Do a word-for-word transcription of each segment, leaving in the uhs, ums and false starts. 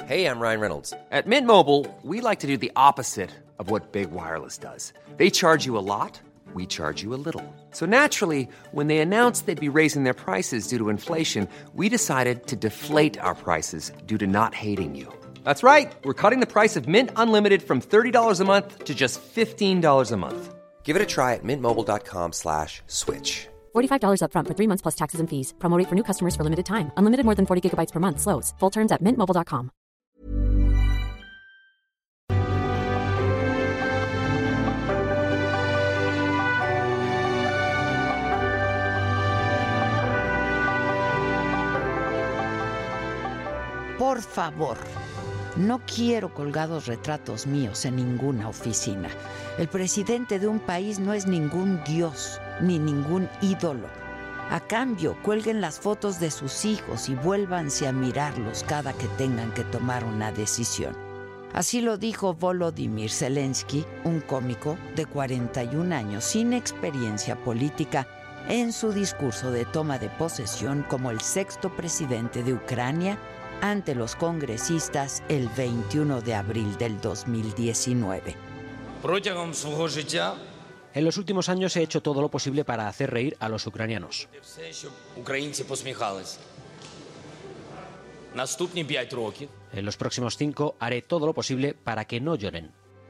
Hey, I'm Ryan Reynolds. At Mint Mobile, we like to do the opposite of what Big Wireless does. They charge you a lot, we charge you a little. So naturally, when they announced they'd be raising their prices due to inflation, we decided to deflate our prices due to not hating you. That's right. We're cutting the price of Mint Unlimited from thirty dollars a month to just fifteen dollars a month. Give it a try at mintmobile.com slash switch. forty-five dollars up front for three months plus taxes and fees. Promo rate for new customers for limited time. Unlimited more than forty gigabytes per month. Slows full terms at mint mobile dot com. Por favor, no quiero colgados retratos míos en ninguna oficina. El presidente de un país no es ningún dios ni ningún ídolo. A cambio, cuelguen las fotos de sus hijos y vuélvanse a mirarlos cada que tengan que tomar una decisión. Así lo dijo Volodymyr Zelensky, un cómico de cuarenta y un años sin experiencia política, en su discurso de toma de posesión como el sexto presidente de Ucrania ante los congresistas el veintiuno de abril del dos mil diecinueve. En los últimos años he hecho todo lo posible para hacer reír a los ucranianos. En los próximos cinco haré todo lo posible para que no lloren.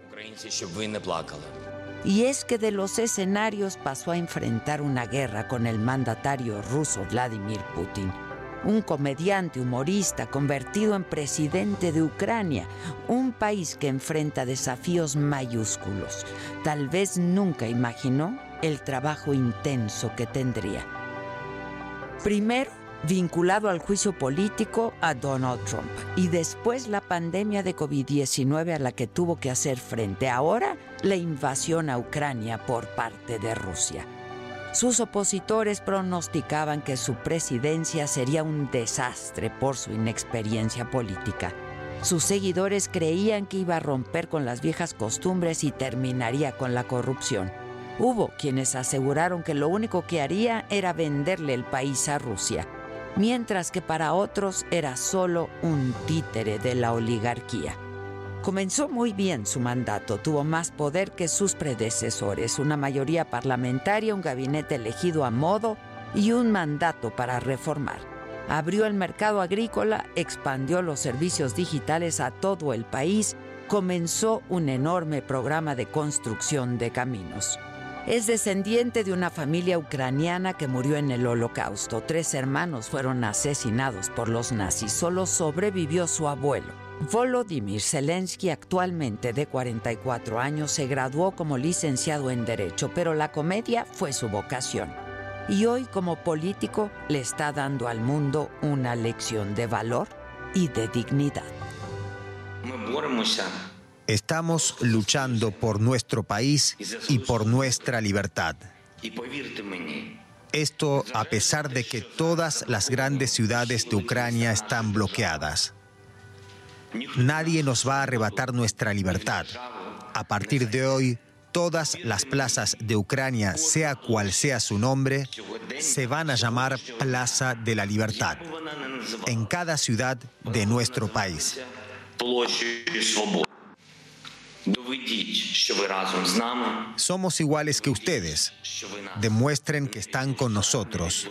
Y es que de los escenarios pasó a enfrentar una guerra con el mandatario ruso Vladimir Putin, un comediante humorista convertido en presidente de Ucrania, un país que enfrenta desafíos mayúsculos. Tal vez nunca imaginó el trabajo intenso que tendría. Primero, vinculado al juicio político a Donald Trump, y después la pandemia de covid diecinueve a la que tuvo que hacer frente. Ahora, la invasión a Ucrania por parte de Rusia. Sus opositores pronosticaban que su presidencia sería un desastre por su inexperiencia política. Sus seguidores creían que iba a romper con las viejas costumbres y terminaría con la corrupción. Hubo quienes aseguraron que lo único que haría era venderle el país a Rusia, mientras que para otros era solo un títere de la oligarquía. Comenzó muy bien su mandato, tuvo más poder que sus predecesores, una mayoría parlamentaria, un gabinete elegido a modo y un mandato para reformar. Abrió el mercado agrícola, expandió los servicios digitales a todo el país, comenzó un enorme programa de construcción de caminos. Es descendiente de una familia ucraniana que murió en el Holocausto. Tres hermanos fueron asesinados por los nazis, solo sobrevivió su abuelo. Volodymyr Zelensky, actualmente de cuarenta y cuatro años, se graduó como licenciado en Derecho, pero la comedia fue su vocación. Y hoy, como político, le está dando al mundo una lección de valor y de dignidad. Estamos luchando por nuestro país y por nuestra libertad. Esto a pesar de que todas las grandes ciudades de Ucrania están bloqueadas. Nadie nos va a arrebatar nuestra libertad. A partir de hoy, todas las plazas de Ucrania, sea cual sea su nombre, se van a llamar Plaza de la Libertad, en cada ciudad de nuestro país. Somos iguales que ustedes. Demuestren que están con nosotros.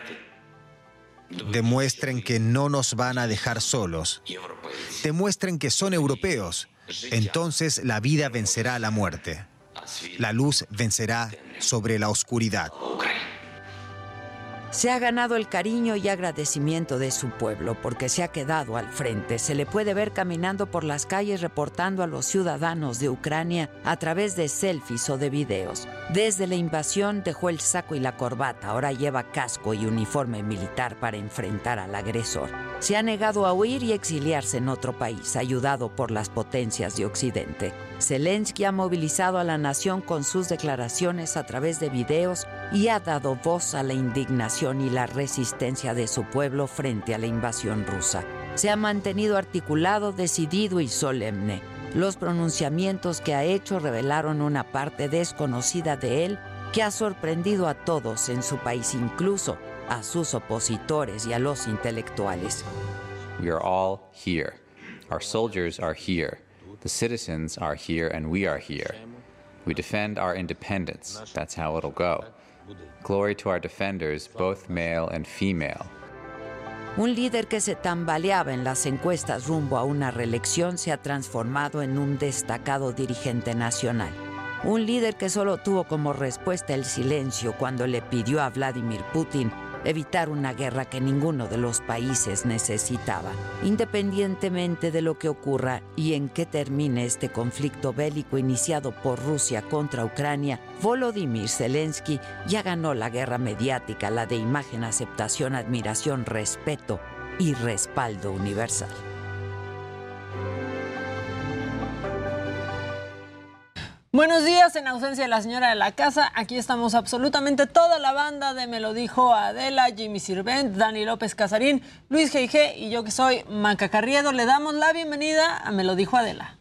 Demuestren que no nos van a dejar solos. Demuestren que son europeos. Entonces la vida vencerá a la muerte. La luz vencerá sobre la oscuridad. Se ha ganado el cariño y agradecimiento de su pueblo porque se ha quedado al frente. Se le puede ver caminando por las calles reportando a los ciudadanos de Ucrania a través de selfies o de videos. Desde la invasión dejó el saco y la corbata, ahora lleva casco y uniforme militar para enfrentar al agresor. Se ha negado a huir y exiliarse en otro país, ayudado por las potencias de Occidente. Zelensky ha movilizado a la nación con sus declaraciones a través de videos y ha dado voz a la indignación y la resistencia de su pueblo frente a la invasión rusa. Se ha mantenido articulado, decidido y solemne. Los pronunciamientos que ha hecho revelaron una parte desconocida de él que ha sorprendido a todos en su país, incluso a sus opositores y a los intelectuales. We are all here, Our soldiers are here. The citizens are here and we are here. We defend our independence. That's how it'll go. Glory to our defenders, both male and female. Un líder que se tambaleaba en las encuestas rumbo a una reelección se ha transformado en un destacado dirigente nacional. Un líder que solo tuvo como respuesta el silencio cuando le pidió a Vladimir Putin evitar una guerra que ninguno de los países necesitaba. Independientemente de lo que ocurra y en qué termine este conflicto bélico iniciado por Rusia contra Ucrania, Volodymyr Zelensky ya ganó la guerra mediática, la de imagen, aceptación, admiración, respeto y respaldo universal. Buenos días, en ausencia de la señora de la casa, aquí estamos absolutamente toda la banda de Me lo dijo Adela, Jimmy Sirvent, Dani López Casarín, Luis G G y yo que soy Maca Carriedo. Le damos la bienvenida a Me lo dijo Adela.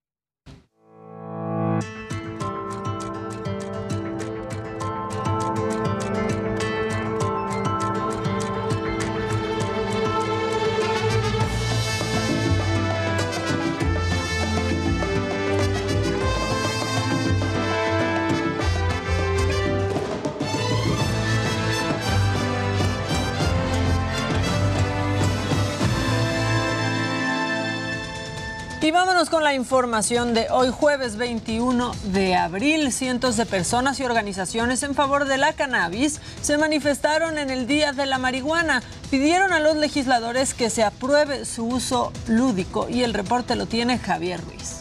Y vámonos con la información de hoy, jueves veintiuno de abril. Cientos de personas y organizaciones en favor de la cannabis se manifestaron en el Día de la Marihuana. Pidieron a los legisladores que se apruebe su uso lúdico y el reporte lo tiene Javier Ruiz.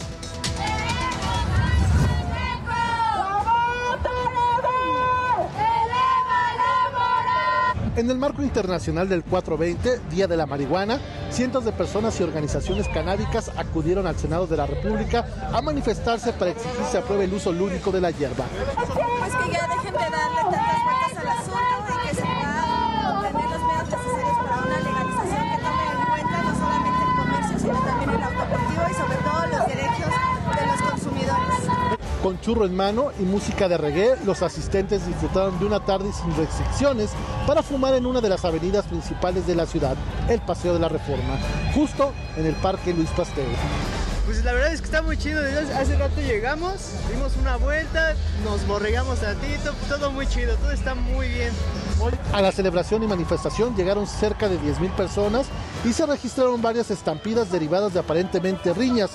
En el marco internacional del cuatro veinte, Día de la Marihuana, cientos de personas y organizaciones canábicas acudieron al Senado de la República a manifestarse para exigir se apruebe el uso lúdico de la hierba. Pues que ya dejen de darle tantas vueltas al asunto y que se puedan obtener los medios necesarios para una legalización que tome en cuenta no solamente el comercio, sino también el autocultivo y sobre todo los derechos de los consumidores. Con churro en mano y música de reggae, los asistentes disfrutaron de una tarde sin restricciones para fumar en una de las avenidas principales de la ciudad, el Paseo de la Reforma, justo en el Parque Luis Pasteur. Pues la verdad es que está muy chido. Hace rato llegamos, dimos una vuelta, nos borregamos tantito, todo muy chido, todo está muy bien. A la celebración y manifestación llegaron cerca de diez mil personas y se registraron varias estampidas derivadas de aparentemente riñas.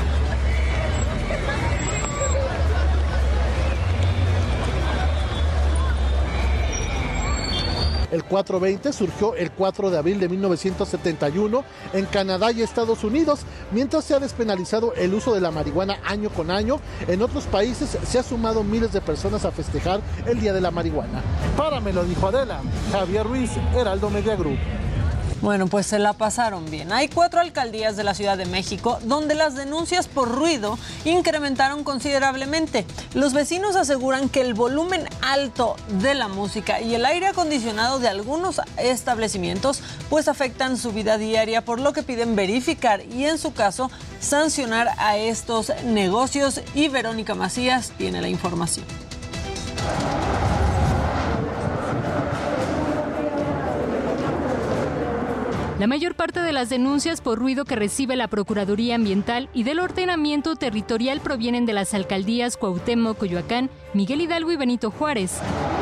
El cuatro veinte surgió el cuatro de abril de mil novecientos setenta y uno en Canadá y Estados Unidos, mientras se ha despenalizado el uso de la marihuana año con año. En otros países se ha sumado miles de personas a festejar el Día de la Marihuana. Para Me lo dijo Adela, Javier Ruiz, Heraldo Media Group. Bueno, pues se la pasaron bien. Hay cuatro alcaldías de la Ciudad de México donde las denuncias por ruido incrementaron considerablemente. Los vecinos aseguran que el volumen alto de la música y el aire acondicionado de algunos establecimientos pues afectan su vida diaria, por lo que piden verificar y en su caso sancionar a estos negocios. Y Verónica Macías tiene la información. La mayor parte de las denuncias por ruido que recibe la Procuraduría Ambiental y del Ordenamiento Territorial provienen de las alcaldías Cuauhtémoc, Coyoacán, Miguel Hidalgo y Benito Juárez.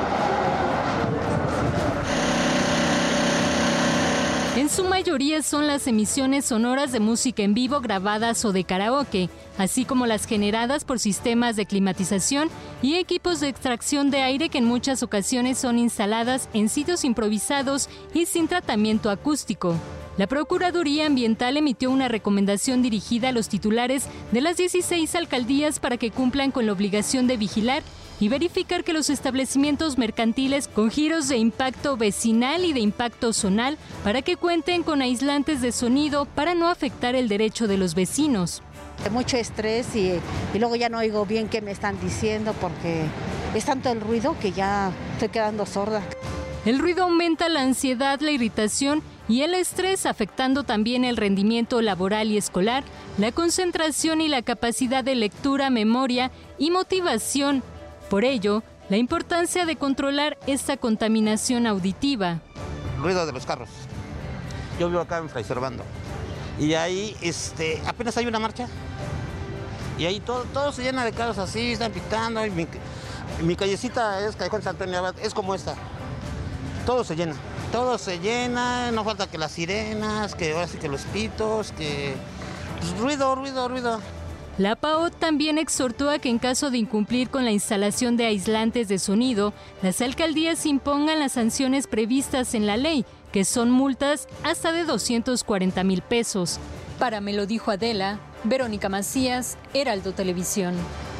En su mayoría son las emisiones sonoras de música en vivo grabadas o de karaoke, así como las generadas por sistemas de climatización y equipos de extracción de aire que en muchas ocasiones son instaladas en sitios improvisados y sin tratamiento acústico. La Procuraduría Ambiental emitió una recomendación dirigida a los titulares de las dieciséis alcaldías para que cumplan con la obligación de vigilar y verificar que los establecimientos mercantiles con giros de impacto vecinal y de impacto zonal para que cuenten con aislantes de sonido para no afectar el derecho de los vecinos. Mucho estrés y, y luego ya no oigo bien qué me están diciendo porque es tanto el ruido que ya estoy quedando sorda. El ruido aumenta la ansiedad, la irritación y el estrés, afectando también el rendimiento laboral y escolar, la concentración y la capacidad de lectura, memoria y motivación. Por ello, la importancia de controlar esta contaminación auditiva. Ruido de los carros. Yo vivo acá en Fray Servando. y ahí este, apenas hay una marcha. Y ahí todo, todo se llena de carros así, están pitando. Y mi, mi callecita es Callejón San Antonio Abad, es como esta. Todo se llena, todo se llena, no falta que las sirenas, que ahora sí que los pitos, que pues, ruido, ruido, ruido. La P A O también exhortó a que en caso de incumplir con la instalación de aislantes de sonido, las alcaldías impongan las sanciones previstas en la ley, que son multas hasta de doscientos cuarenta mil pesos. Para Me lo dijo Adela, Verónica Macías, Heraldo Televisión.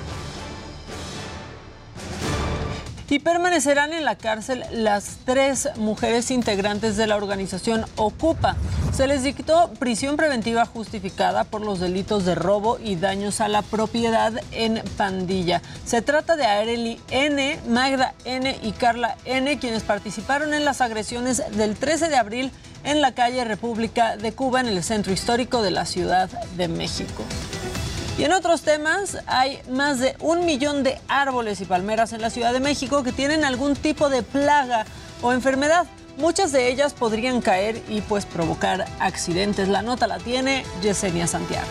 Y permanecerán en la cárcel las tres mujeres integrantes de la organización Ocupa. Se les dictó prisión preventiva justificada por los delitos de robo y daños a la propiedad en pandilla. Se trata de Arely N., Magda N. y Carla N., quienes participaron en las agresiones del trece de abril en la calle República de Cuba, en el centro histórico de la Ciudad de México. Y en otros temas, hay más de un millón de árboles y palmeras en la Ciudad de México que tienen algún tipo de plaga o enfermedad. Muchas de ellas podrían caer y pues provocar accidentes. La nota la tiene Yesenia Santiago.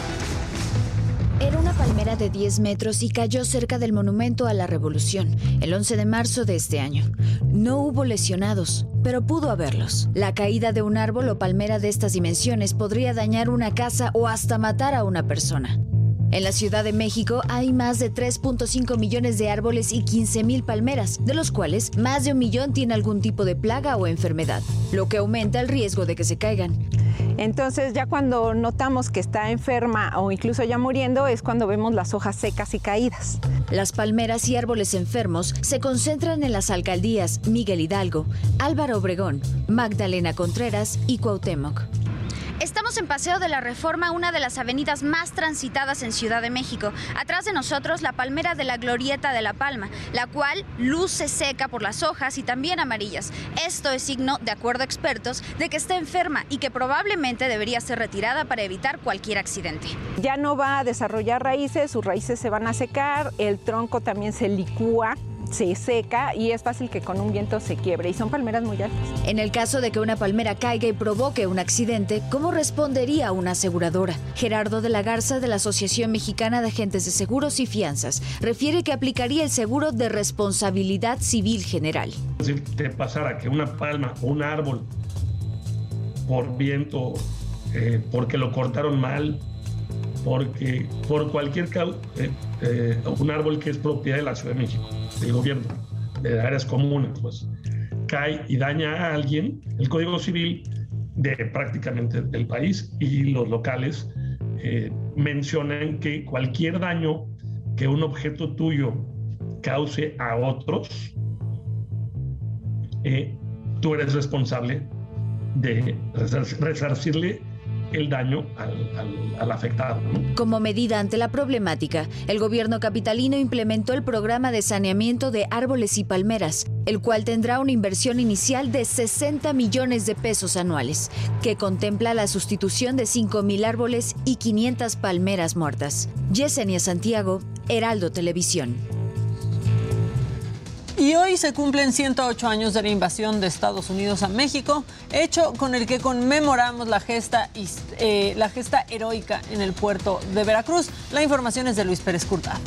Era una palmera de diez metros y cayó cerca del Monumento a la Revolución el once de marzo de este año. No hubo lesionados, pero pudo haberlos. La caída de un árbol o palmera de estas dimensiones podría dañar una casa o hasta matar a una persona. En la Ciudad de México hay más de tres punto cinco millones de árboles y quince mil palmeras, de los cuales más de un millón tiene algún tipo de plaga o enfermedad, lo que aumenta el riesgo de que se caigan. Entonces ya cuando notamos que está enferma o incluso ya muriendo es cuando vemos las hojas secas y caídas. Las palmeras y árboles enfermos se concentran en las alcaldías Miguel Hidalgo, Álvaro Obregón, Magdalena Contreras y Cuauhtémoc. Estamos en Paseo de la Reforma, una de las avenidas más transitadas en Ciudad de México. Atrás de nosotros, la palmera de la Glorieta de la Palma, la cual luce seca por las hojas y también amarillas. Esto es signo, de acuerdo a expertos, de que está enferma y que probablemente debería ser retirada para evitar cualquier accidente. Ya no va a desarrollar raíces, sus raíces se van a secar, el tronco también se licúa, se seca y es fácil que con un viento se quiebre, y son palmeras muy altas. En el caso de que una palmera caiga y provoque un accidente, ¿cómo respondería una aseguradora? Gerardo de la Garza, de la Asociación Mexicana de Agentes de Seguros y Fianzas, refiere que aplicaría el seguro de responsabilidad civil general. Si te pasara que una palma o un árbol por viento, eh, porque lo cortaron mal, porque por cualquier causa, eh, eh, un árbol que es propiedad de la Ciudad de México, del gobierno, de áreas comunes, pues cae y daña a alguien, el Código Civil de prácticamente del país y los locales eh, mencionan que cualquier daño que un objeto tuyo cause a otros, eh, tú eres responsable de resarcirle el daño al, al, al afectado, ¿no? Como medida ante la problemática, el gobierno capitalino implementó el programa de saneamiento de árboles y palmeras, el cual tendrá una inversión inicial de sesenta millones de pesos anuales, que contempla la sustitución de cinco mil árboles y quinientas palmeras muertas. Yesenia Santiago, Heraldo Televisión. Y hoy se cumplen ciento ocho años de la invasión de Estados Unidos a México, hecho con el que conmemoramos la gesta, eh, la gesta heroica en el puerto de Veracruz. La información es de Luis Pérez Curtado.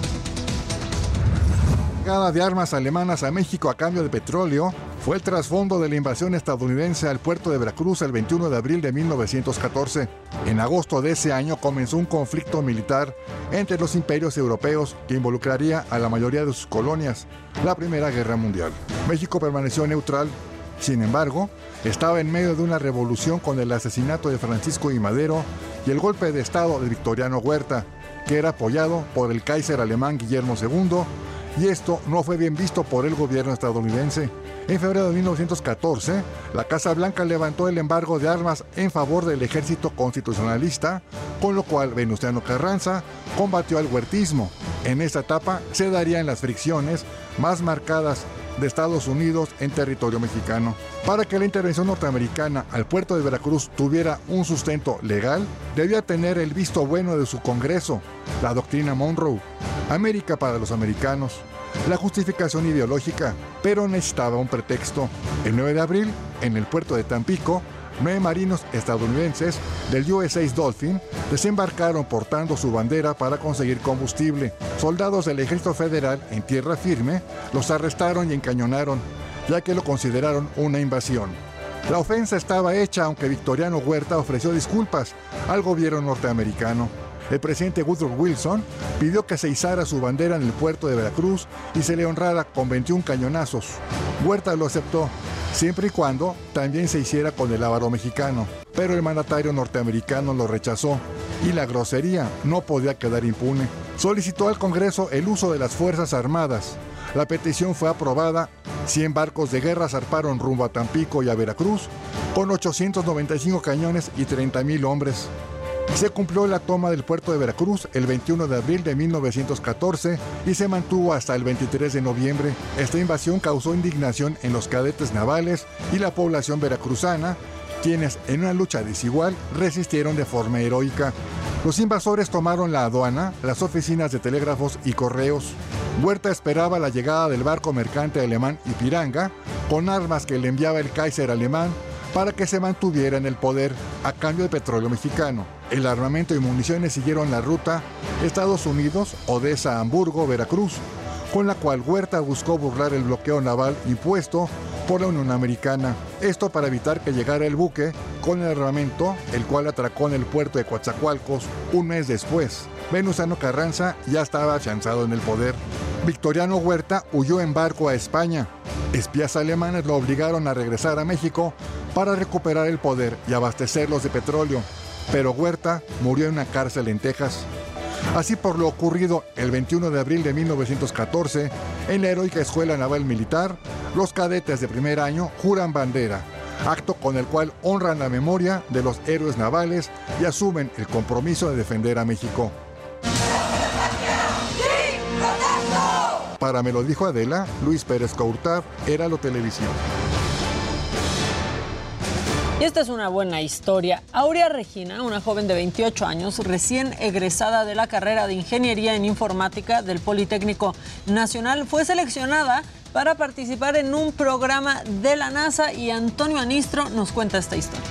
La llegada de armas alemanas a México a cambio de petróleo fue el trasfondo de la invasión estadounidense al puerto de Veracruz el veintiuno de abril de mil novecientos catorce. En agosto de ese año comenzó un conflicto militar entre los imperios europeos que involucraría a la mayoría de sus colonias, la Primera Guerra Mundial. México permaneció neutral. Sin embargo, estaba en medio de una revolución con el asesinato de Francisco I. Madero y el golpe de estado de Victoriano Huerta, que era apoyado por el Kaiser alemán Guillermo segundo, y esto no fue bien visto por el gobierno estadounidense. En febrero de mil novecientos catorce, la Casa Blanca levantó el embargo de armas en favor del ejército constitucionalista, con lo cual Venustiano Carranza combatió al huertismo. En esta etapa se darían las fricciones más marcadas de Estados Unidos en territorio mexicano. Para que la intervención norteamericana al puerto de Veracruz tuviera un sustento legal, debía tener el visto bueno de su Congreso, la doctrina Monroe, América para los americanos, la justificación ideológica, pero necesitaba un pretexto. El nueve de abril, en el puerto de Tampico, nueve marinos estadounidenses del U S S Dolphin desembarcaron portando su bandera para conseguir combustible. Soldados del Ejército Federal en tierra firme los arrestaron y encañonaron, ya que lo consideraron una invasión. La ofensa estaba hecha, aunque Victoriano Huerta ofreció disculpas al gobierno norteamericano. El presidente Woodrow Wilson pidió que se izara su bandera en el puerto de Veracruz y se le honrara con veintiún cañonazos. Huerta lo aceptó, siempre y cuando también se hiciera con el lábaro mexicano. Pero el mandatario norteamericano lo rechazó y la grosería no podía quedar impune. Solicitó al Congreso el uso de las Fuerzas Armadas. La petición fue aprobada. cien barcos de guerra zarparon rumbo a Tampico y a Veracruz con ochocientos noventa y cinco cañones y treinta mil hombres. Se cumplió la toma del puerto de Veracruz el veintiuno de abril de mil novecientos catorce y se mantuvo hasta el veintitrés de noviembre. Esta invasión causó indignación en los cadetes navales y la población veracruzana, quienes en una lucha desigual resistieron de forma heroica. Los invasores tomaron la aduana, las oficinas de telégrafos y correos. Huerta esperaba la llegada del barco mercante alemán Ipiranga con armas que le enviaba el Kaiser alemán para que se mantuviera en el poder a cambio de petróleo mexicano. El armamento y municiones siguieron la ruta Estados Unidos, Odessa, Hamburgo, Veracruz, con la cual Huerta buscó burlar el bloqueo naval impuesto por la Unión Americana. Esto para evitar que llegara el buque con el armamento, el cual atracó en el puerto de Coatzacoalcos un mes después. Venustiano Carranza ya estaba afianzado en el poder. Victoriano Huerta huyó en barco a España. Espías alemanes lo obligaron a regresar a México para recuperar el poder y abastecerlos de petróleo. Pero Huerta murió en una cárcel en Texas. Así, por lo ocurrido el veintiuno de abril de mil novecientos catorce, en la heroica Escuela Naval Militar, los cadetes de primer año juran bandera, acto con el cual honran la memoria de los héroes navales y asumen el compromiso de defender a México. Para Me lo dijo Adela, Luis Pérez Courtad, Heraldo Televisión. Y esta es una buena historia. Aurea Regina, una joven de veintiocho años, recién egresada de la carrera de Ingeniería en Informática del Politécnico Nacional, fue seleccionada para participar en un programa de la NASA y Antonio Anistro nos cuenta esta historia.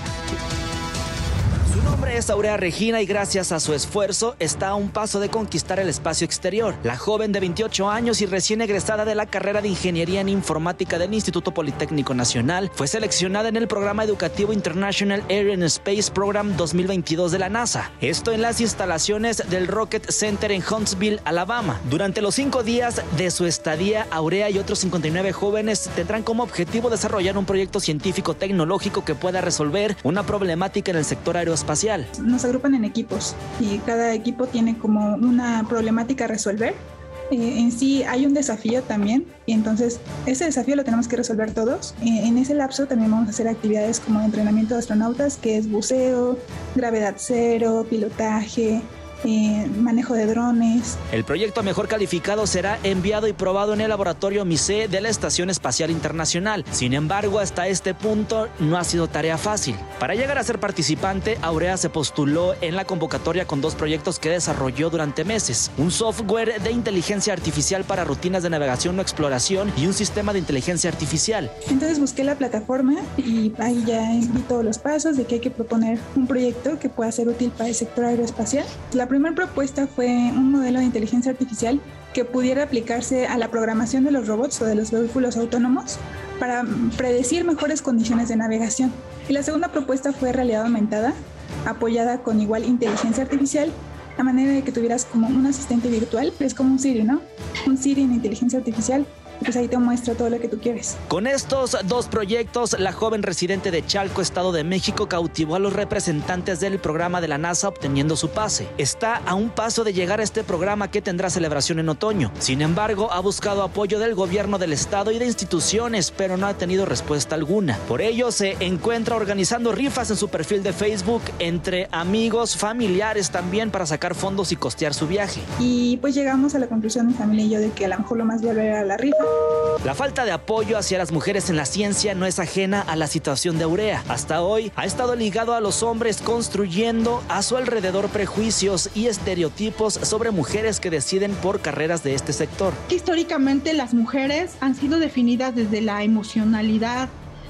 Su nombre es Aurea Regina y gracias a su esfuerzo está a un paso de conquistar el espacio exterior. La joven de veintiocho años y recién egresada de la carrera de Ingeniería en Informática del Instituto Politécnico Nacional fue seleccionada en el programa educativo International Air and Space Program dos mil veintidós de la NASA. Esto en las instalaciones del Rocket Center en Huntsville, Alabama. Durante los cinco días de su estadía, Aurea y otros cincuenta y nueve jóvenes tendrán como objetivo desarrollar un proyecto científico tecnológico que pueda resolver una problemática en el sector aeroespacial. Nos agrupan en equipos y cada equipo tiene como una problemática a resolver. Eh, en sí hay un desafío también y entonces ese desafío lo tenemos que resolver todos. Eh, en ese lapso también vamos a hacer actividades como entrenamiento de astronautas, que es buceo, gravedad cero, pilotaje, Eh, manejo de drones. El proyecto mejor calificado será enviado y probado en el laboratorio M I C E de la Estación Espacial Internacional. Sin embargo, hasta este punto no ha sido tarea fácil. Para llegar a ser participante, Aurea se postuló en la convocatoria con dos proyectos que desarrolló durante meses: un software de inteligencia artificial para rutinas de navegación o exploración y un sistema de inteligencia artificial. Entonces busqué la plataforma y ahí ya vi todos los pasos de que hay que proponer un proyecto que pueda ser útil para el sector aeroespacial. La primera propuesta fue un modelo de inteligencia artificial que pudiera aplicarse a la programación de los robots o de los vehículos autónomos para predecir mejores condiciones de navegación. Y la segunda propuesta fue realidad aumentada, apoyada con igual inteligencia artificial, a manera de que tuvieras como un asistente virtual, es como un Siri, ¿no? Un Siri en inteligencia artificial. Pues ahí te muestra todo lo que tú quieres. Con estos dos proyectos, la joven residente de Chalco, Estado de México, cautivó a los representantes del programa de la NASA obteniendo su pase. Está a un paso de llegar a este programa que tendrá celebración en otoño. Sin embargo, ha buscado apoyo del gobierno del estado y de instituciones, pero no ha tenido respuesta alguna. Por ello, se encuentra organizando rifas en su perfil de Facebook entre amigos, familiares también, para sacar fondos y costear su viaje. Y pues llegamos a la conclusión, mi familia y yo, de que a lo mejor lo más viable era la rifa. La falta de apoyo hacia las mujeres en la ciencia no es ajena a la situación de Aurea. Hasta hoy ha estado ligado a los hombres, construyendo a su alrededor prejuicios y estereotipos sobre mujeres que deciden por carreras de este sector. Históricamente las mujeres han sido definidas desde la emocionalidad,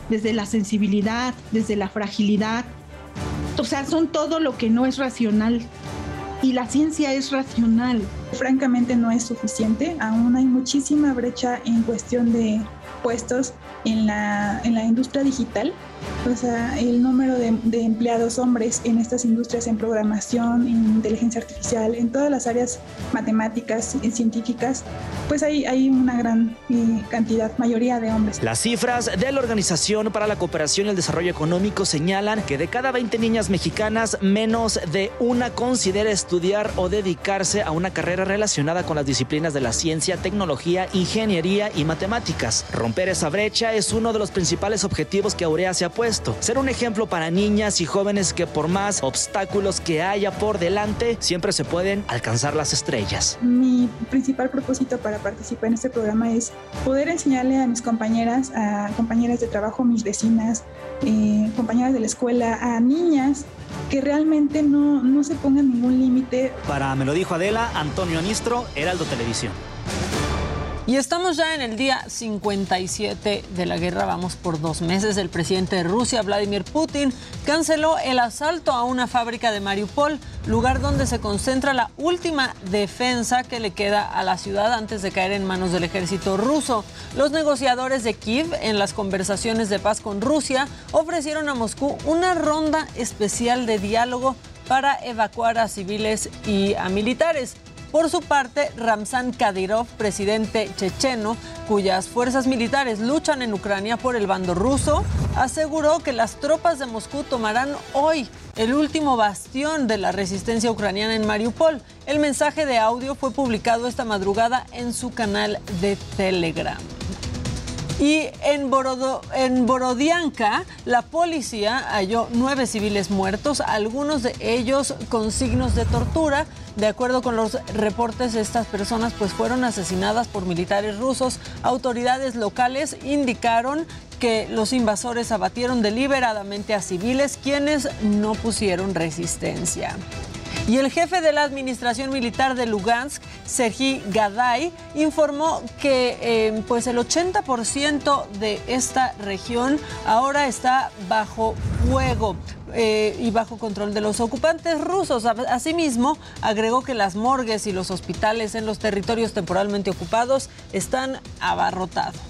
desde la sensibilidad, desde la fragilidad. O sea, son todo lo que no es racional. Y la ciencia es racional. Francamente no es suficiente. Aún hay muchísima brecha en cuestión de puestos en la, en la industria digital. O sea, el número de, de empleados hombres en estas industrias, en programación, en inteligencia artificial, en todas las áreas matemáticas y científicas, pues hay, hay una gran eh, cantidad, mayoría de hombres. Las cifras de la Organización para la Cooperación y el Desarrollo Económico señalan que de cada veinte niñas mexicanas, menos de una considera estudiar o dedicarse a una carrera relacionada con las disciplinas de la ciencia, tecnología, ingeniería y matemáticas. Romper esa brecha es uno de los principales objetivos que Aurea se ha puesto. Ser un ejemplo para niñas y jóvenes que por más obstáculos que haya por delante, siempre se pueden alcanzar las estrellas. Mi principal propósito para participar en este programa es poder enseñarle a mis compañeras, a compañeras de trabajo, mis vecinas, eh, compañeras de la escuela, a niñas, que realmente no, no se pongan ningún límite. Para Me lo dijo Adela, Antonio Anistro, Heraldo Televisión. Y estamos ya en el día cincuenta y siete de la guerra, vamos por dos meses. El presidente de Rusia, Vladimir Putin, canceló el asalto a una fábrica de Mariupol, lugar donde se concentra la última defensa que le queda a la ciudad antes de caer en manos del ejército ruso. Los negociadores de Kiev, en las conversaciones de paz con Rusia, ofrecieron a Moscú una ronda especial de diálogo para evacuar a civiles y a militares. Por su parte, Ramzan Kadyrov, presidente checheno, cuyas fuerzas militares luchan en Ucrania por el bando ruso, aseguró que las tropas de Moscú tomarán hoy el último bastión de la resistencia ucraniana en Mariupol. El mensaje de audio fue publicado esta madrugada en su canal de Telegram. Y en, Borodo, en Borodianka, la policía halló nueve civiles muertos, algunos de ellos con signos de tortura. De acuerdo con los reportes, estas personas pues fueron asesinadas por militares rusos. Autoridades locales indicaron que los invasores abatieron deliberadamente a civiles, quienes no pusieron resistencia. Y el jefe de la administración militar de Lugansk, Serhiy Gaday, informó que eh, pues el ochenta por ciento de esta región ahora está bajo fuego eh, y bajo control de los ocupantes rusos. Asimismo, agregó que las morgues y los hospitales en los territorios temporalmente ocupados están abarrotados.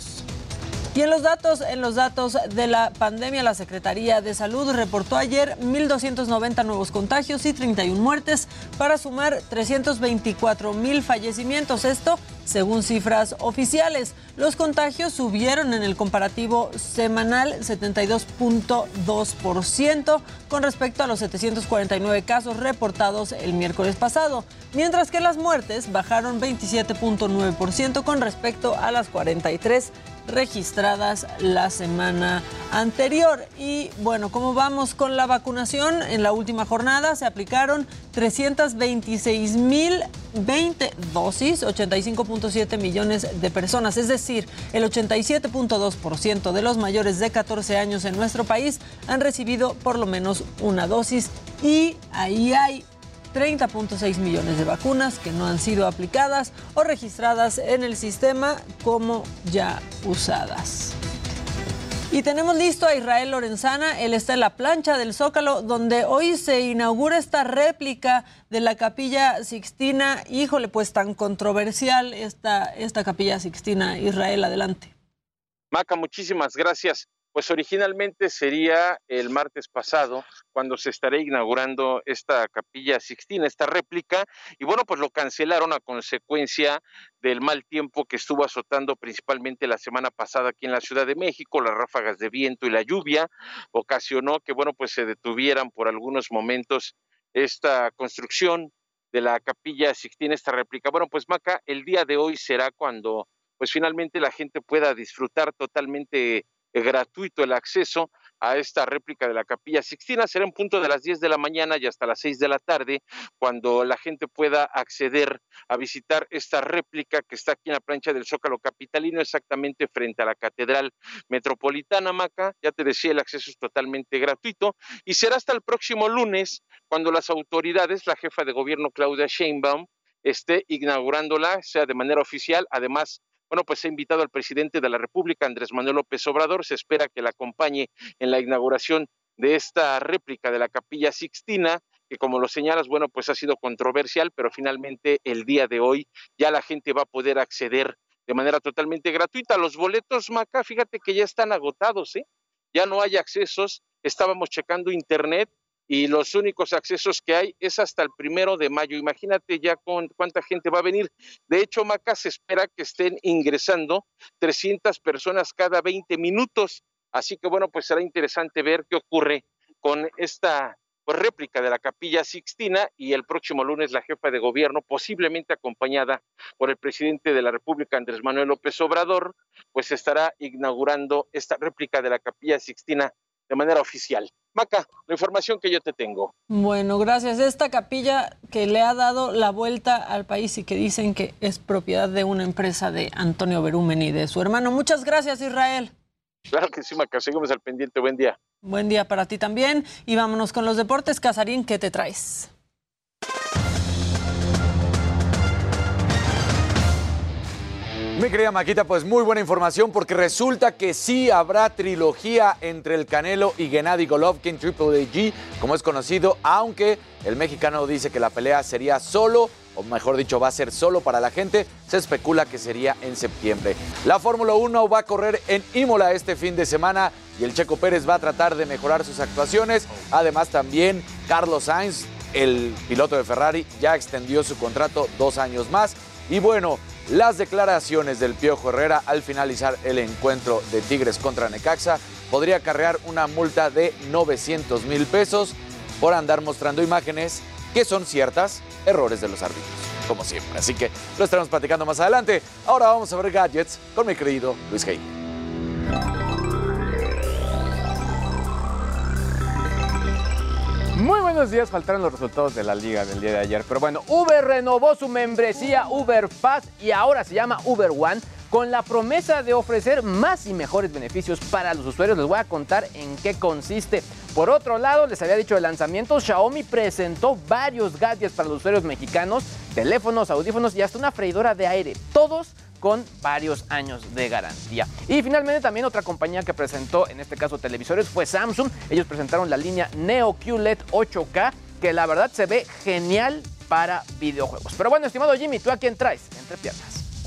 Y en los datos, en los datos de la pandemia, la Secretaría de Salud reportó ayer mil doscientos noventa nuevos contagios y treinta y una muertes para sumar trescientos veinticuatro mil fallecimientos. Esto según cifras oficiales. Los contagios subieron en el comparativo semanal setenta y dos punto dos por ciento con respecto a los setecientos cuarenta y nueve casos reportados el miércoles pasado, mientras que las muertes bajaron veintisiete punto nueve por ciento con respecto a las cuarenta y tres registradas la semana anterior. Y bueno, ¿cómo vamos con la vacunación? En la última jornada se aplicaron trescientos veintiséis mil veinte dosis, ochenta y cinco punto siete millones de personas, es decir, el ochenta y siete punto dos por ciento de los mayores de catorce años en nuestro país han recibido por lo menos una dosis, y ahí hay treinta punto seis millones de vacunas que no han sido aplicadas o registradas en el sistema como ya usadas. Y tenemos listo a Israel Lorenzana. Él está en la plancha del Zócalo, donde hoy se inaugura esta réplica de la Capilla Sixtina. Híjole, pues tan controversial esta, esta Capilla Sixtina. Israel, adelante. Maca, muchísimas gracias. Pues originalmente sería el martes pasado cuando se estaría inaugurando esta Capilla Sixtina, esta réplica, y bueno, pues lo cancelaron a consecuencia del mal tiempo que estuvo azotando principalmente la semana pasada aquí en la Ciudad de México. Las ráfagas de viento y la lluvia ocasionó que, bueno, pues se detuvieran por algunos momentos esta construcción de la Capilla Sixtina, esta réplica. Bueno, pues Maca, el día de hoy será cuando pues finalmente la gente pueda disfrutar totalmente gratuito el acceso a esta réplica de la Capilla Sixtina. Será en punto de las diez de la mañana y hasta las seis de la tarde cuando la gente pueda acceder a visitar esta réplica que está aquí en la plancha del Zócalo capitalino, exactamente frente a la Catedral Metropolitana. Maca, ya te decía, el acceso es totalmente gratuito y será hasta el próximo lunes cuando las autoridades, la jefa de gobierno Claudia Sheinbaum, esté inaugurándola, sea de manera oficial, además bueno, pues ha invitado al presidente de la República, Andrés Manuel López Obrador. Se espera que la acompañe en la inauguración de esta réplica de la Capilla Sixtina, que como lo señalas, bueno, pues ha sido controversial, pero finalmente el día de hoy ya la gente va a poder acceder de manera totalmente gratuita. Los boletos, Maca, fíjate que ya están agotados, ¿eh? Ya no hay accesos. Estábamos checando internet y los únicos accesos que hay es hasta el primero de mayo. Imagínate ya con cuánta gente va a venir. De hecho, Maca, se espera que estén ingresando trescientas personas cada veinte minutos. Así que, bueno, pues será interesante ver qué ocurre con esta pues, réplica de la Capilla Sixtina, y el próximo lunes la jefa de gobierno, posiblemente acompañada por el presidente de la República, Andrés Manuel López Obrador, pues estará inaugurando esta réplica de la Capilla Sixtina de manera oficial. Maca, la información que yo te tengo. Bueno, gracias. Esta capilla que le ha dado la vuelta al país y que dicen que es propiedad de una empresa de Antonio Berumen y de su hermano. Muchas gracias, Israel. Claro que sí, Maca. Seguimos al pendiente. Buen día. Buen día para ti también. Y vámonos con los deportes. Casarín, ¿qué te traes? Mi querida Maquita, pues muy buena información porque resulta que sí habrá trilogía entre el Canelo y Gennady Golovkin, Triple G, como es conocido, aunque el mexicano dice que la pelea sería solo, o mejor dicho, va a ser solo para la gente. Se especula que sería en septiembre. La Fórmula uno va a correr en Imola este fin de semana y el Checo Pérez va a tratar de mejorar sus actuaciones. Además, también Carlos Sainz, el piloto de Ferrari, ya extendió su contrato dos años más. Y bueno, las declaraciones del Piojo Herrera al finalizar el encuentro de Tigres contra Necaxa podría acarrear una multa de novecientos mil pesos por andar mostrando imágenes que son ciertas, errores de los árbitros, como siempre. Así que lo estaremos platicando más adelante. Ahora vamos a ver gadgets con mi querido Luis Hey. Muy buenos días, faltaron los resultados de la liga del día de ayer, pero bueno, Uber renovó su membresía Uber Pass y ahora se llama Uber One, con la promesa de ofrecer más y mejores beneficios para los usuarios. Les voy a contar en qué consiste. Por otro lado, les había dicho de lanzamientos, Xiaomi presentó varios gadgets para los usuarios mexicanos, teléfonos, audífonos y hasta una freidora de aire, todos con varios años de garantía. Y finalmente también otra compañía que presentó, en este caso televisores, fue Samsung. Ellos presentaron la línea Neo Q L E D ocho K, que la verdad se ve genial para videojuegos. Pero bueno, estimado Jimmy, ¿tú a quién traes entre piernas?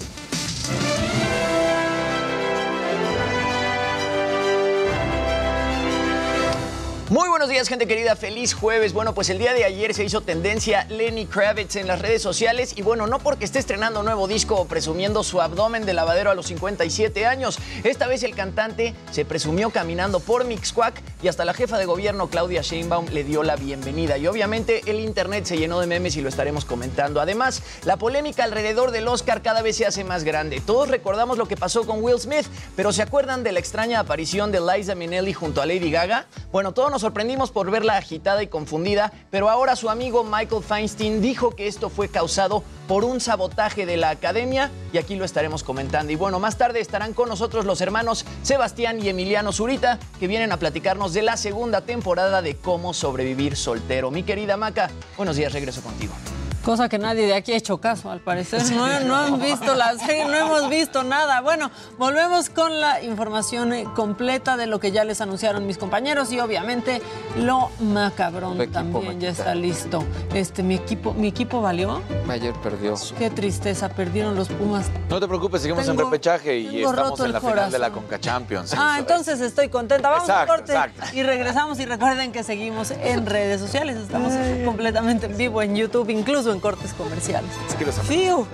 Muy buenos días, gente querida, feliz jueves. Bueno, pues el día de ayer se hizo tendencia Lenny Kravitz en las redes sociales y bueno, no porque esté estrenando un nuevo disco o presumiendo su abdomen de lavadero a los cincuenta y siete años. Esta vez el cantante se presumió caminando por Mixcoac y hasta la jefa de gobierno Claudia Sheinbaum le dio la bienvenida y obviamente el internet se llenó de memes y lo estaremos comentando. Además, la polémica alrededor del Oscar cada vez se hace más grande. Todos recordamos lo que pasó con Will Smith, pero ¿se acuerdan de la extraña aparición de Liza Minnelli junto a Lady Gaga? Bueno, todos nos sorprendimos por verla agitada y confundida, pero ahora su amigo Michael Feinstein dijo que esto fue causado por un sabotaje de la academia y aquí lo estaremos comentando. Y bueno, más tarde estarán con nosotros los hermanos Sebastián y Emiliano Zurita, que vienen a platicarnos de la segunda temporada de Cómo sobrevivir soltero. Mi querida Maca, buenos días, regreso contigo. Cosa que nadie de aquí ha hecho caso, al parecer. No, no han visto la serie, no hemos visto nada. Bueno, volvemos con la información completa de lo que ya les anunciaron mis compañeros y obviamente lo macabrón equipo, también Maquita. Ya está listo. Este, mi equipo, mi equipo valió. Ayer perdió. Qué tristeza, perdieron los Pumas. No te preocupes, seguimos tengo, en repechaje y estamos en la final corazón. de la Conca Champions. Ah, entonces es. estoy contenta. Vamos exacto, a corte exacto. y regresamos y recuerden que seguimos en redes sociales. Estamos Ay. completamente en vivo en YouTube, incluso en cortes comerciales. Es que los Fiu.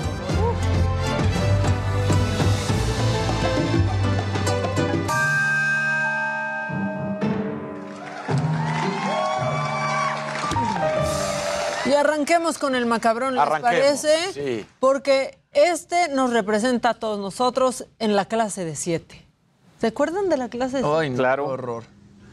Y arranquemos con el macabrón, ¿les arranquemos. parece? Sí. Porque este nos representa a todos nosotros en la clase de siete. ¿Se acuerdan de la clase de siete? Ay, claro. Horror.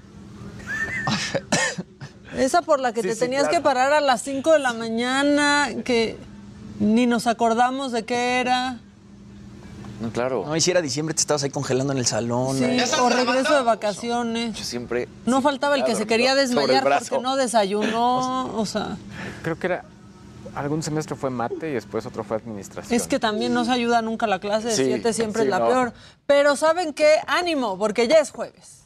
Esa por la que sí, te sí, tenías claro. que parar a las cinco de la mañana, que ni nos acordamos de qué era. No, claro. No, y si era diciembre te estabas ahí congelando en el salón. Sí, ¿eh? O regreso de vacaciones. Yo siempre... No faltaba el que se quería desmayar porque no desayunó, o sea... Creo que era algún semestre fue mate y después otro fue administración. Es que también no se ayuda nunca la clase de Sí, siete, siempre sí, es la no. peor. Pero ¿saben qué? Ánimo, porque ya es jueves.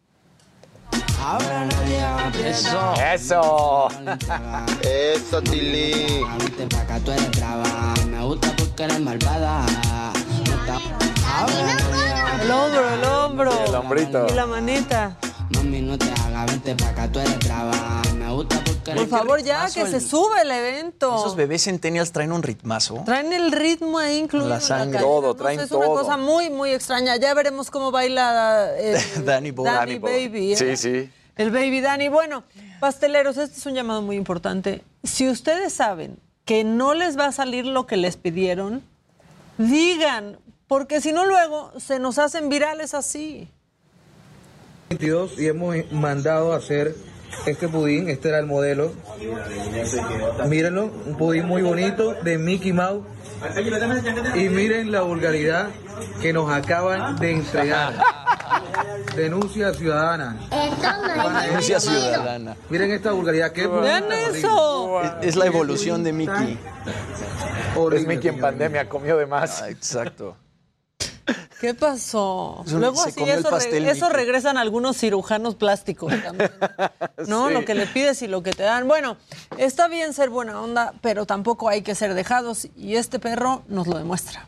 Eso. Eso. Eso, Tili. Me gusta porque eres malvada. El hombro, el hombro. El hombrito. Y la manita. Mami, no te hagas, vente pa' acá, tú eres traba. Me gusta porque Por favor, ya, que se sube el evento. Esos bebés centennials traen un ritmazo. Traen el ritmo ahí incluido. La en sangre. caída. Todo, No traen sé, es una todo. cosa muy, muy extraña. Ya veremos cómo baila eh, Danny Boy. Danny Baby. ¿eh? Sí, sí. El Baby Danny. Bueno, pasteleros, este es un llamado muy importante. Si ustedes saben que no les va a salir lo que les pidieron, digan, porque si no luego se nos hacen virales así. veintidós y hemos mandado a hacer este pudín, este era el modelo. Mírenlo, un pudín muy bonito de Mickey Mouse. Y miren la vulgaridad que nos acaban de entregar. Denuncia ciudadana. Denuncia ciudadana. Miren esta vulgaridad. ¿Qué ¡Vean eso! Es, es la evolución de Mickey. Es Mickey en pandemia, comió de más. Ah, exacto. ¿Qué pasó? Es un- Luego se así comió el eso, pastel, re- eso Mickey. regresan algunos cirujanos plásticos también. ¿No? Sí. Lo que le pides y lo que te dan. Bueno, está bien ser buena onda, pero tampoco hay que ser dejados y este perro nos lo demuestra.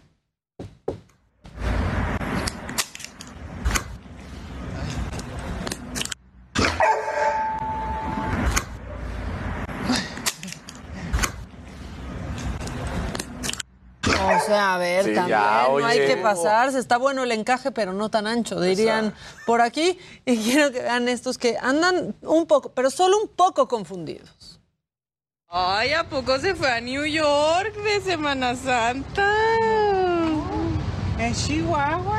O sea, a ver, Sí, también ya, no hay oye. que pasarse. Está bueno el encaje, pero no tan ancho, dirían por aquí. Y quiero que vean estos que andan un poco, pero solo un poco confundidos. Ay, ¿a poco se fue a New York de Semana Santa? En Chihuahua.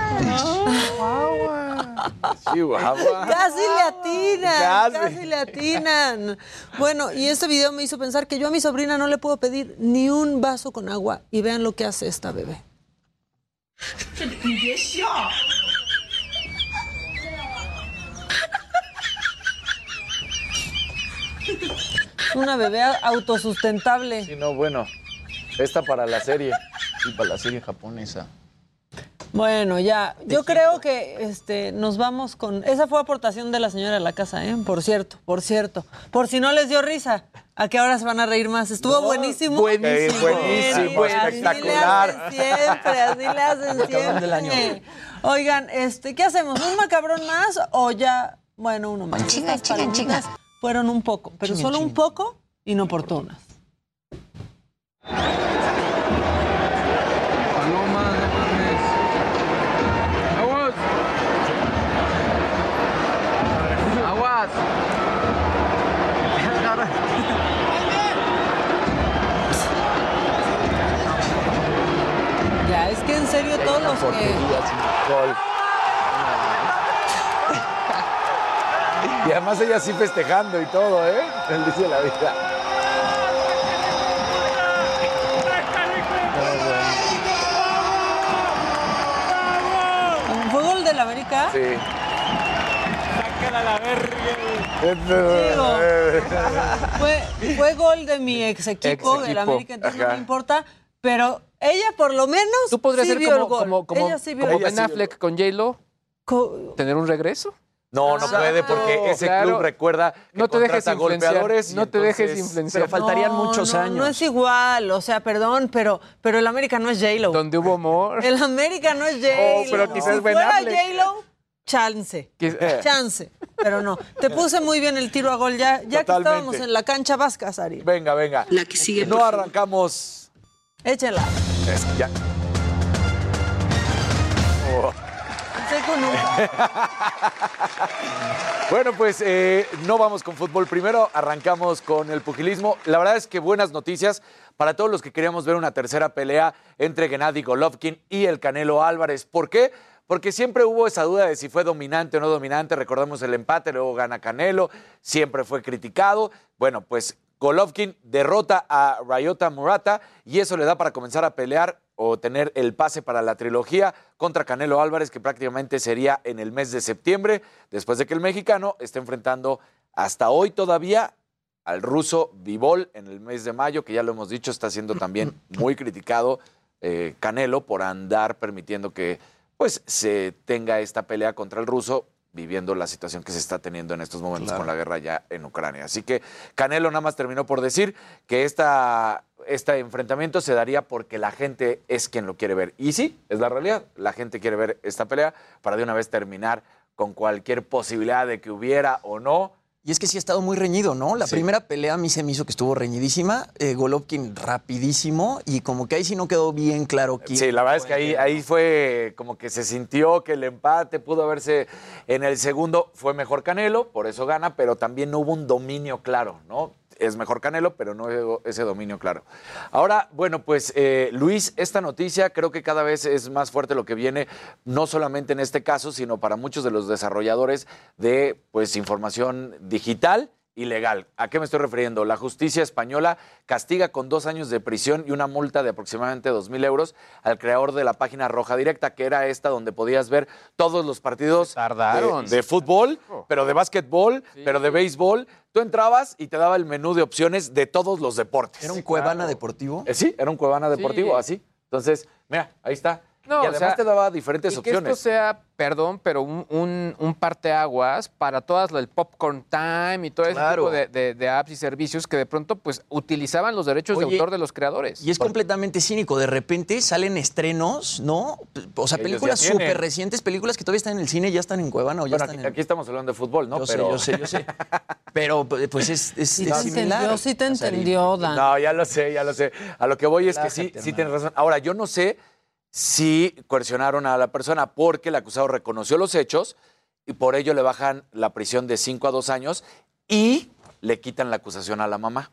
Chihuahua. Casi le atinan, Casi. casi. le atinan. Bueno, y este video me hizo pensar que yo a mi sobrina no le puedo pedir ni un vaso con agua. Y vean lo que hace esta bebé. Una bebé autosustentable. Sí, no, bueno. Esta para la serie. Y para la serie japonesa. Bueno, ya, yo creo que este, nos vamos con... Esa fue aportación de la señora de la casa, ¿eh? Por cierto, por cierto. Por si no les dio risa, ¿a qué hora se van a reír más? Estuvo buenísimo. Buenísimo, buenísimo, espectacular. Así le hacen siempre, así le hacen Macabrón del año. siempre. Oigan, este, ¿qué hacemos? ¿Un macabrón más o ya...? Bueno, uno más. Chinga, Estas chinga, chinga. palomitas fueron un poco, pero Chinga, solo un chinga. poco inoportunas. Paloma, no mames. Aguas. Aguas. Ya, es que en serio todos los que... Gol. Y además ella sí festejando y todo, ¿eh? Él dice la vida. ¿Fue gol del América? Sí. Sácala la verga. Fue, fue gol de mi ex equipo, Ex del equipo. América, entonces no Ajá. me importa, pero ella por lo menos Tú podrías sí ser vio como, el gol. como, como, ella sí vio como el Ben gol. Affleck con J-Lo, tener un regreso. No, no puede porque ese Claro. club recuerda que No te dejes contrata influenciar, golpeadores. y no te dejes entonces- influenciar. Pero faltarían No, muchos no, años. No es igual, o sea, perdón, pero, pero el América no es J-Lo. Donde hubo amor. El América no es J-Lo. Oh, pero quizás si Ben fuera Affleck. J-Lo, chance. Quiz- Chance, pero no. Te puse muy bien el tiro a gol ya, ya que Totalmente. estábamos en la cancha vasca, Sari. Venga, venga. La que sigue, No por favor. arrancamos. Échenla. Es que ya. Oh. Seco nunca. Bueno, pues eh, no vamos con fútbol primero, arrancamos con el pugilismo. La verdad es que buenas noticias para todos los que queríamos ver una tercera pelea entre Gennady Golovkin y el Canelo Álvarez. ¿Por qué? Porque siempre hubo esa duda de si fue dominante o no dominante. Recordamos el empate, luego gana Canelo, siempre fue criticado. Bueno, pues Golovkin derrota a Ryota Murata y eso le da para comenzar a pelear o tener el pase para la trilogía contra Canelo Álvarez, que prácticamente sería en el mes de septiembre, después de que el mexicano esté enfrentando hasta hoy todavía al ruso Bivol en el mes de mayo, que ya lo hemos dicho, está siendo también muy criticado eh, Canelo por andar permitiendo que pues se tenga esta pelea contra el ruso, viviendo la situación que se está teniendo en estos momentos claro. con la guerra ya en Ucrania. Así que Canelo nada más terminó por decir que esta, este enfrentamiento se daría porque la gente es quien lo quiere ver. Y sí, es la realidad. La gente quiere ver esta pelea para de una vez terminar con cualquier posibilidad de que hubiera o no. Y es que sí ha estado muy reñido, ¿no? La sí. primera pelea a mí se me hizo que estuvo reñidísima. Eh, Golovkin rapidísimo y como que ahí sí no quedó bien claro quién. Sí, la verdad es que ahí, ahí fue como que se sintió que el empate pudo haberse en el segundo. Fue mejor Canelo, por eso gana, pero también no hubo un dominio claro, ¿no? Es mejor Canelo, pero no ese dominio claro. Ahora, bueno, pues eh, Luis, esta noticia creo que cada vez es más fuerte lo que viene, no solamente en este caso, sino para muchos de los desarrolladores de pues información digital y legal. ¿A qué me estoy refiriendo? La justicia española castiga con dos años de prisión y una multa de aproximadamente dos mil euros al creador de la página Roja Directa, que era esta donde podías ver todos los partidos Tardaron. De, de fútbol, pero de básquetbol, sí. pero de béisbol. Tú entrabas y te daba el menú de opciones de todos los deportes. ¿Era un Cuevana claro. deportivo? Eh, sí, era un Cuevana deportivo, sí. así. Entonces, mira, ahí está. No, y además o sea, te daba diferentes y opciones. Que esto sea, perdón, pero un, un, un parteaguas para todas lo del Popcorn Time y todo ese claro. tipo de, de, de apps y servicios que de pronto pues utilizaban los derechos Oye, de autor de los creadores. Y es Por... completamente cínico. De repente salen estrenos, ¿no? O sea, películas súper recientes, películas que todavía están en el cine, ya están en Cuevana o ya bueno, están aquí, en... aquí estamos hablando de fútbol, ¿no? Yo pero... sé, yo sé, yo sé. Pero pues es, es, sí, es te similar. Entendió, sí te entendió, Dan. No, ya lo sé, ya lo sé. A lo que voy es Lájate, que sí, hermano. sí tienes razón. Ahora, yo no sé si coercionaron a la persona porque el acusado reconoció los hechos y por ello le bajan la prisión de cinco a dos años y le quitan la acusación a la mamá.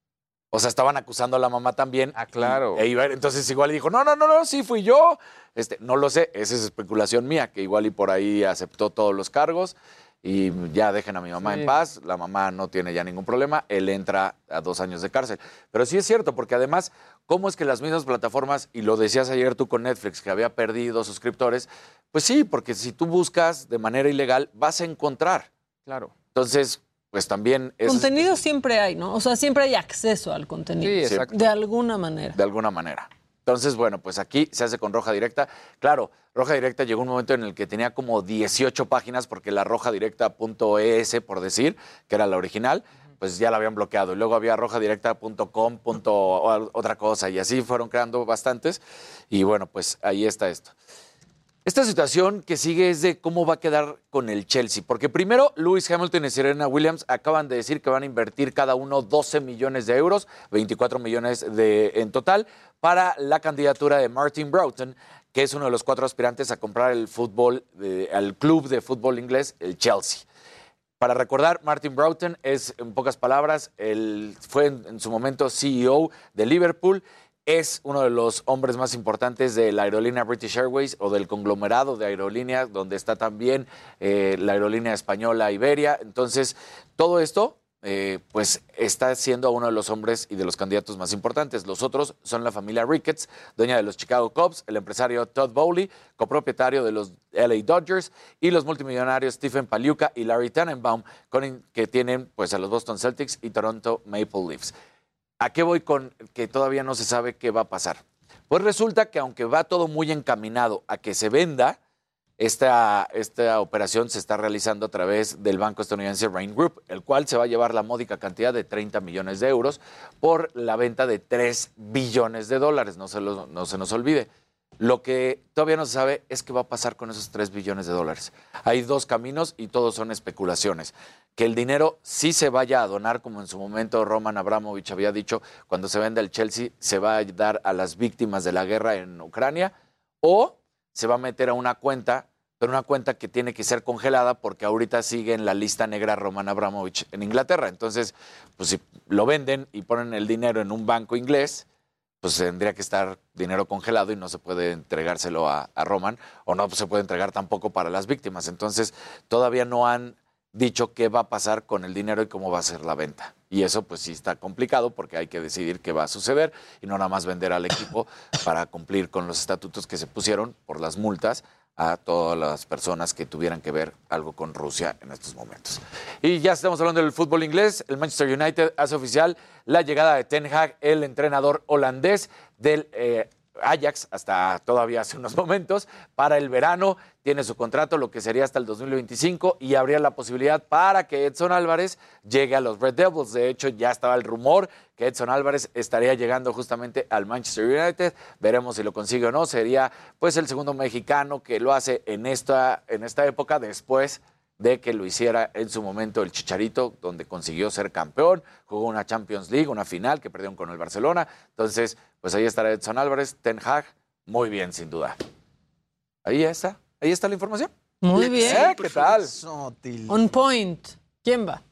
O sea, estaban acusando a la mamá también. Ah, claro. Y, e entonces igual dijo, no, no, no, no, sí fui yo. Este, no lo sé, esa es especulación mía, que igual y por ahí aceptó todos los cargos y ya dejen a mi mamá sí. en paz. La mamá no tiene ya ningún problema, él entra a dos años de cárcel. Pero sí es cierto, porque además, ¿cómo es que las mismas plataformas, y lo decías ayer tú con Netflix, que había perdido suscriptores? Pues sí, porque si tú buscas de manera ilegal, vas a encontrar. Claro. Entonces, pues también... Es, contenido siempre hay, ¿no? O sea, siempre hay acceso al contenido. Sí, exacto. De alguna manera. De alguna manera. Entonces, bueno, pues aquí se hace con Roja Directa. Claro, Roja Directa llegó un momento en el que tenía como dieciocho páginas, porque la rojadirecta punto e ese, por decir, que era la original, pues ya la habían bloqueado. Y luego había rojadirecta punto com, otra cosa, y así fueron creando bastantes. Y bueno, pues ahí está esto. Esta situación que sigue es de cómo va a quedar con el Chelsea, porque primero Lewis Hamilton y Serena Williams acaban de decir que van a invertir cada uno doce millones de euros, veinticuatro millones de, en total, para la candidatura de Martin Broughton, que es uno de los cuatro aspirantes a comprar el fútbol, de, al club de fútbol inglés, el Chelsea. Para recordar, Martin Broughton es, en pocas palabras, el, fue en, en su momento C E O de Liverpool. Es uno de los hombres más importantes de la aerolínea British Airways o del conglomerado de aerolíneas, donde está también eh, la aerolínea española Iberia. Entonces, todo esto, eh, pues, está siendo uno de los hombres y de los candidatos más importantes. Los otros son la familia Ricketts, dueña de los Chicago Cubs, el empresario Todd Bowley, copropietario de los L A Dodgers, y los multimillonarios Stephen Paliuca y Larry Tannenbaum, con, que tienen pues a los Boston Celtics y Toronto Maple Leafs. ¿A qué voy con que todavía no se sabe qué va a pasar? Pues resulta que aunque va todo muy encaminado a que se venda, esta, esta operación se está realizando a través del banco estadounidense Rain Group, el cual se va a llevar la módica cantidad de treinta millones de euros por la venta de tres billones de dólares, no se, lo, no se nos olvide. Lo que todavía no se sabe es qué va a pasar con esos tres billones de dólares. Hay dos caminos y todos son especulaciones. Que el dinero sí se vaya a donar, como en su momento Roman Abramovich había dicho, cuando se venda el Chelsea, se va a dar a las víctimas de la guerra en Ucrania, o se va a meter a una cuenta, pero una cuenta que tiene que ser congelada porque ahorita sigue en la lista negra Roman Abramovich en Inglaterra. Entonces, pues si lo venden y ponen el dinero en un banco inglés, pues tendría que estar dinero congelado y no se puede entregárselo a, a Roman, o no se puede entregar tampoco para las víctimas. Entonces, todavía no han dicho qué va a pasar con el dinero y cómo va a ser la venta. Y eso pues sí está complicado porque hay que decidir qué va a suceder y no nada más vender al equipo para cumplir con los estatutos que se pusieron por las multas a todas las personas que tuvieran que ver algo con Rusia en estos momentos. Y ya estamos hablando del fútbol inglés. El Manchester United hace oficial la llegada de Ten Hag, el entrenador holandés del eh, Ajax, hasta todavía hace unos momentos, para el verano. Tiene su contrato, lo que sería hasta el dos mil veinticinco, y habría la posibilidad para que Edson Álvarez llegue a los Red Devils. De hecho, ya estaba el rumor que Edson Álvarez estaría llegando justamente al Manchester United. Veremos si lo consigue o no. Sería pues el segundo mexicano que lo hace en esta, en esta época, después de que lo hiciera en su momento el Chicharito, donde consiguió ser campeón, jugó una Champions League, una final que perdieron con el Barcelona. Entonces, pues ahí estará Edson Álvarez. Ten Hag, muy bien, sin duda. Ahí está, ahí está la información. Muy bien. ¿Eh? ¿Qué tal? On point. ¿Quién va?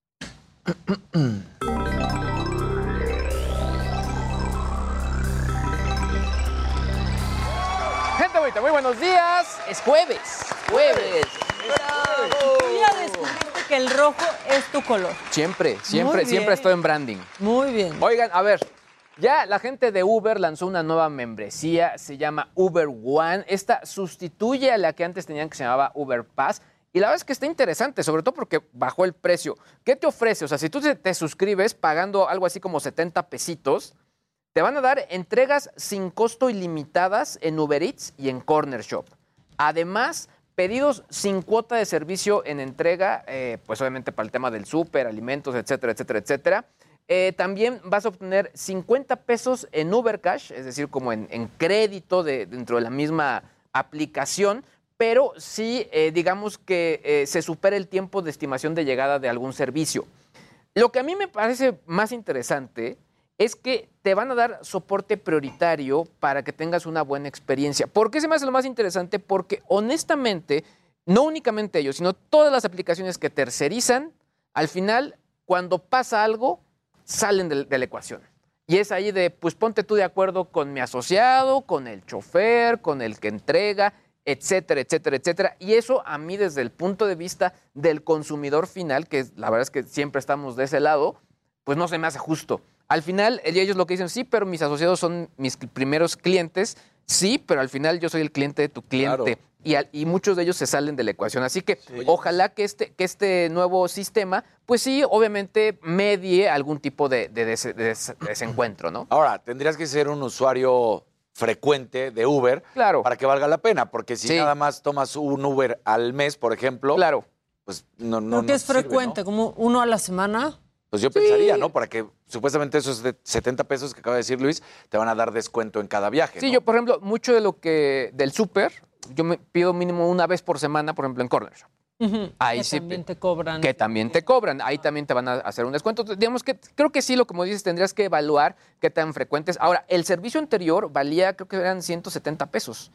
Gente bonita, muy buenos días. Es jueves. Jueves. ¡Bravo! Tú ya descubriste que el rojo es tu color. Siempre, siempre, siempre estoy en branding. Muy bien. Oigan, a ver, ya la gente de Uber lanzó una nueva membresía, se llama Uber One. Esta sustituye a la que antes tenían, que se llamaba Uber Pass. Y la verdad es que está interesante, sobre todo porque bajó el precio. ¿Qué te ofrece? O sea, si tú te suscribes pagando algo así como setenta pesitos, te van a dar entregas sin costo ilimitadas en Uber Eats y en Corner Shop. Además, pedidos sin cuota de servicio en entrega, eh, pues obviamente para el tema del súper, alimentos, etcétera, etcétera, etcétera. Eh, también vas a obtener cincuenta pesos en Uber Cash, es decir, como en, en crédito de, dentro de la misma aplicación, pero sí, eh, digamos que eh, se supera el tiempo de estimación de llegada de algún servicio. Lo que a mí me parece más interesante es que te van a dar soporte prioritario para que tengas una buena experiencia. ¿Por qué se me hace lo más interesante? Porque honestamente, no únicamente ellos, sino todas las aplicaciones que tercerizan, al final, cuando pasa algo, salen de, de la ecuación. Y es ahí de, pues ponte tú de acuerdo con mi asociado, con el chofer, con el que entrega, etcétera, etcétera, etcétera. Y eso a mí, desde el punto de vista del consumidor final, que la verdad es que siempre estamos de ese lado, pues no se me hace justo. Al final, ellos lo que dicen, sí, pero mis asociados son mis primeros clientes. Sí, pero al final yo soy el cliente de tu cliente. Claro. Y, al, y muchos de ellos se salen de la ecuación. Así que sí, ojalá que este, que este nuevo sistema, pues sí, obviamente medie algún tipo de, de, des, de, des, de desencuentro, ¿no? Ahora, tendrías que ser un usuario frecuente de Uber, claro, para que valga la pena, porque si sí. nada más tomas un Uber al mes, por ejemplo, claro, pues no, no, porque no es frecuente, sirve, ¿no? Como uno a la semana. Pues yo sí. pensaría, ¿no? Para que supuestamente esos de setenta pesos que acaba de decir Luis, te van a dar descuento en cada viaje. Sí, ¿no? yo, por ejemplo, mucho de lo que del súper, yo me pido mínimo una vez por semana, por ejemplo, en Corner Shop. Uh-huh. Ahí que sí también te cobran. Que también te cobran. Ahí también te van a hacer un descuento. Digamos que creo que sí, lo como dices, tendrías que evaluar qué tan frecuentes. Ahora, el servicio anterior valía, creo que eran ciento setenta pesos.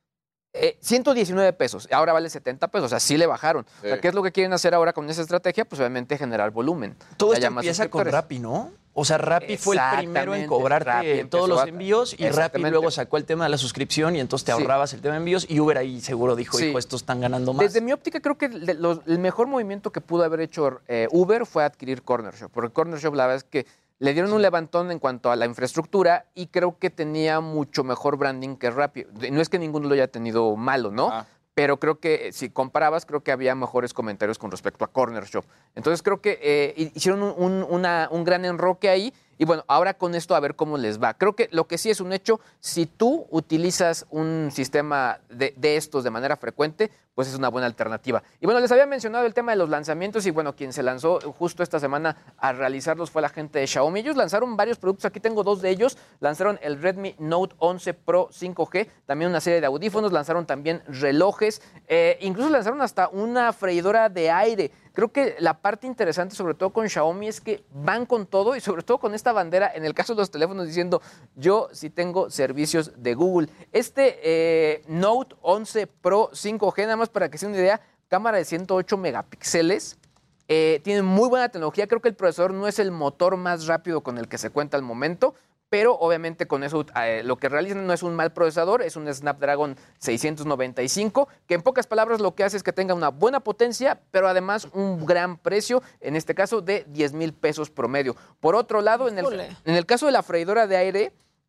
Eh, ciento diecinueve pesos, ahora vale setenta pesos, o sea, sí le bajaron. Sí. O sea, ¿qué es lo que quieren hacer ahora con esa estrategia? Pues obviamente generar volumen. Todo esto empieza con Rappi, ¿no? O sea, Rappi fue el primero en cobrarte todos los envíos y Rappi luego sacó el tema de la suscripción y entonces te ahorrabas sí. el tema de envíos y Uber ahí seguro dijo, sí. hijo, estos están ganando más. Desde mi óptica creo que el, los, el mejor movimiento que pudo haber hecho eh, Uber fue adquirir Corner Shop, porque Corner Shop la verdad es que le dieron un levantón en cuanto a la infraestructura y creo que tenía mucho mejor branding que Rappi. No es que ninguno lo haya tenido malo, ¿no? Ah. Pero creo que si comparabas, creo que había mejores comentarios con respecto a Corner Shop. Entonces creo que eh, hicieron un, un, una, un gran enroque ahí. Y bueno, ahora con esto a ver cómo les va. Creo que lo que sí es un hecho, si tú utilizas un sistema de, de estos de manera frecuente, pues es una buena alternativa. Y bueno, les había mencionado el tema de los lanzamientos y bueno, quien se lanzó justo esta semana a realizarlos fue la gente de Xiaomi. Ellos lanzaron varios productos, aquí tengo dos de ellos. Lanzaron el Redmi Note once Pro cinco G, también una serie de audífonos, lanzaron también relojes, eh, incluso lanzaron hasta una freidora de aire. Creo que la parte interesante, sobre todo con Xiaomi, es que van con todo y sobre todo con esta bandera, en el caso de los teléfonos, diciendo yo sí tengo servicios de Google. Este eh, Note once Pro cinco G, nada más para que se den una idea, cámara de ciento ocho megapíxeles, eh, tiene muy buena tecnología. Creo que el procesador no es el motor más rápido con el que se cuenta al momento, pero obviamente con eso eh, lo que realizan no es un mal procesador, es un Snapdragon seiscientos noventa y cinco, que en pocas palabras lo que hace es que tenga una buena potencia, pero además un gran precio, en este caso de diez mil pesos promedio. Por otro lado, en el, en el caso de la freidora de aire,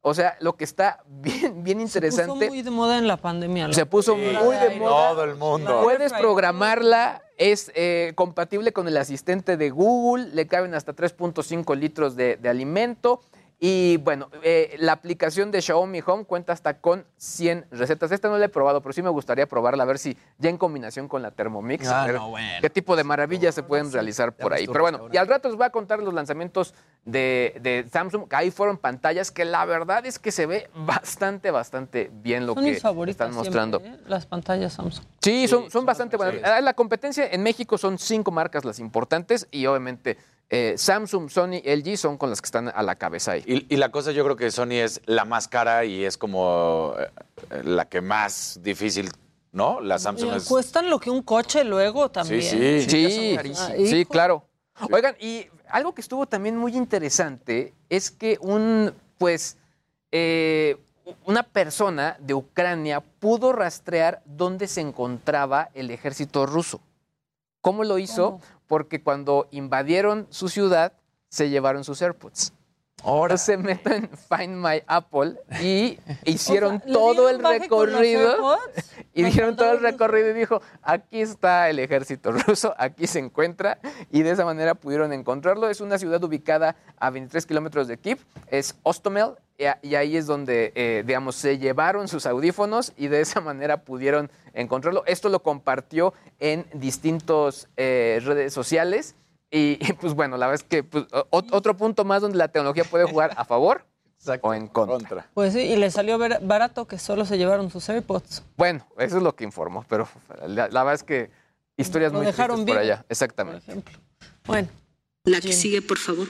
O sea, lo que está bien, bien interesante. Se puso muy de moda en la pandemia. Se puso Sí, muy de moda. Todo el mundo. Puedes programarla, es eh, compatible con el asistente de Google, le caben hasta tres punto cinco litros de, de alimento. Y bueno, eh, la aplicación de Xiaomi Home cuenta hasta con cien recetas. Esta no la he probado, pero sí me gustaría probarla, a ver si ya en combinación con la Thermomix, Ah, a ver no, bueno. qué tipo de maravillas se pueden realizar por ahí. Pero bueno, y al rato les voy a contar los lanzamientos de, de Samsung, que ahí fueron pantallas que la verdad es que se ve bastante, bastante bien lo Son que mis favoritas están mostrando. siempre, ¿eh? Las pantallas Samsung. Sí, son, son bastante buenas. Ah, La competencia en México son cinco marcas las importantes y obviamente eh, Samsung, Sony, L G son con las que están a la cabeza ahí. Y, y la cosa, yo creo que Sony es la más cara y es como eh, la que más difícil, ¿no? La Samsung Mira, es... cuestan lo que un coche luego también. Sí, sí. Sí, Ah, sí, hijo. claro. Oigan, y algo que estuvo también muy interesante es que un, pues, eh, una persona de Ucrania pudo rastrear dónde se encontraba el ejército ruso. ¿Cómo lo hizo? ¿Cómo? Porque cuando invadieron su ciudad, se llevaron sus AirPods. Ahora se meten en Find My Apple y hicieron O sea, ¿le todo dieron el baje con los recorrido. AirPods? Y Los dijeron todo el soldados recorrido y dijo, aquí está el ejército ruso, aquí se encuentra, y de esa manera pudieron encontrarlo. Es una ciudad ubicada a veintitrés kilómetros de Kiev, es Hostomel, y, a- y ahí es donde, eh, digamos, se llevaron sus audífonos y de esa manera pudieron encontrarlo. Esto lo compartió en distintas redes sociales. Y, y, pues bueno, la verdad es que pues, o- otro punto más donde la tecnología puede jugar a favor o en contra. Pues sí, y le salió ver- barato que solo se llevaron sus AirPods. Bueno, eso es lo que informó, pero la, la verdad es que historias Lo muy dejaron tristes por vivo, allá. Exactamente. Bueno. La que sigue, por favor.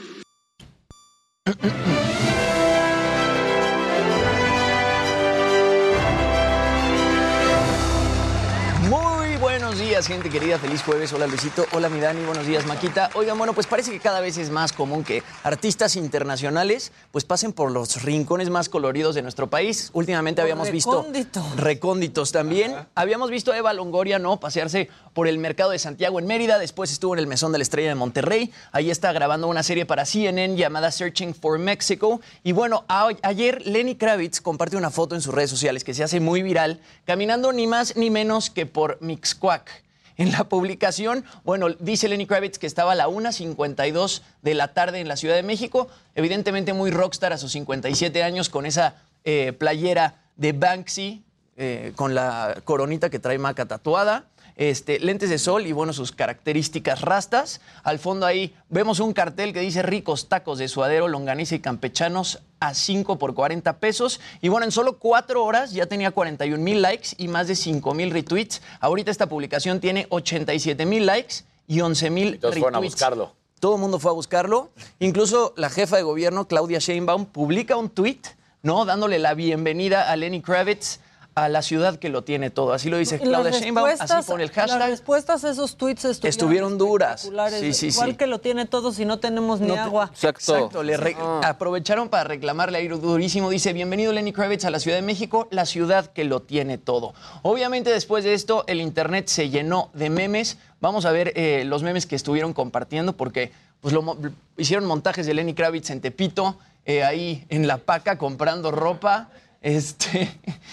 Muy buenos días, gente querida. Feliz jueves. Hola, Luisito. Hola, mi Dani. Buenos días, Maquita. Oigan, bueno, pues parece que cada vez es más común que artistas internacionales pues pasen por los rincones más coloridos de nuestro país. Últimamente habíamos visto... Recóndito. Recónditos también. Ajá. Habíamos visto a Eva Longoria, ¿no? Pasearse por el mercado de Santiago en Mérida. Después estuvo en el Mesón de la Estrella de Monterrey. Ahí está grabando una serie para C N N llamada Searching for Mexico. Y bueno, a- ayer Lenny Kravitz comparte una foto en sus redes sociales que se hace muy viral, caminando ni más ni menos que por Mixcoac. En la publicación, bueno, dice Lenny Kravitz que estaba a la una cincuenta y dos de la tarde en la Ciudad de México, evidentemente muy rockstar a sus cincuenta y siete años, con esa eh, playera de Banksy, eh, con la coronita que trae Maca tatuada, este, lentes de sol y, bueno, sus características rastas. Al fondo ahí vemos un cartel que dice ricos tacos de suadero, longaniza y campechanos a cinco por cuarenta pesos. Y bueno, en solo cuatro horas ya tenía cuarenta y un mil likes y más de cinco mil retweets. Ahorita esta publicación tiene ochenta y siete mil likes y once mil retweets. Entonces fueron a buscarlo. Todo el mundo fue a buscarlo. Incluso la jefa de gobierno, Claudia Sheinbaum, publica un tweet, ¿no? Dándole la bienvenida a Lenny Kravitz a la ciudad que lo tiene todo. Así lo dice Y Claudia las Sheinbaum, así respuestas- pone el Las hashtag. respuestas a esos tweets estuvieron, Estuvieron duras. espectaculares. Sí, sí, Igual sí. que lo tiene todo si no tenemos ni No te- agua. Exacto. Le re- Aprovecharon para reclamarle ahí durísimo. Dice, bienvenido Lenny Kravitz a la Ciudad de México, la ciudad que lo tiene todo. Obviamente después de esto el internet se llenó de memes. Vamos a ver eh, los memes que estuvieron compartiendo porque pues, lo mo- hicieron montajes de Lenny Kravitz en Tepito, eh, ahí en La Paca comprando ropa. Este...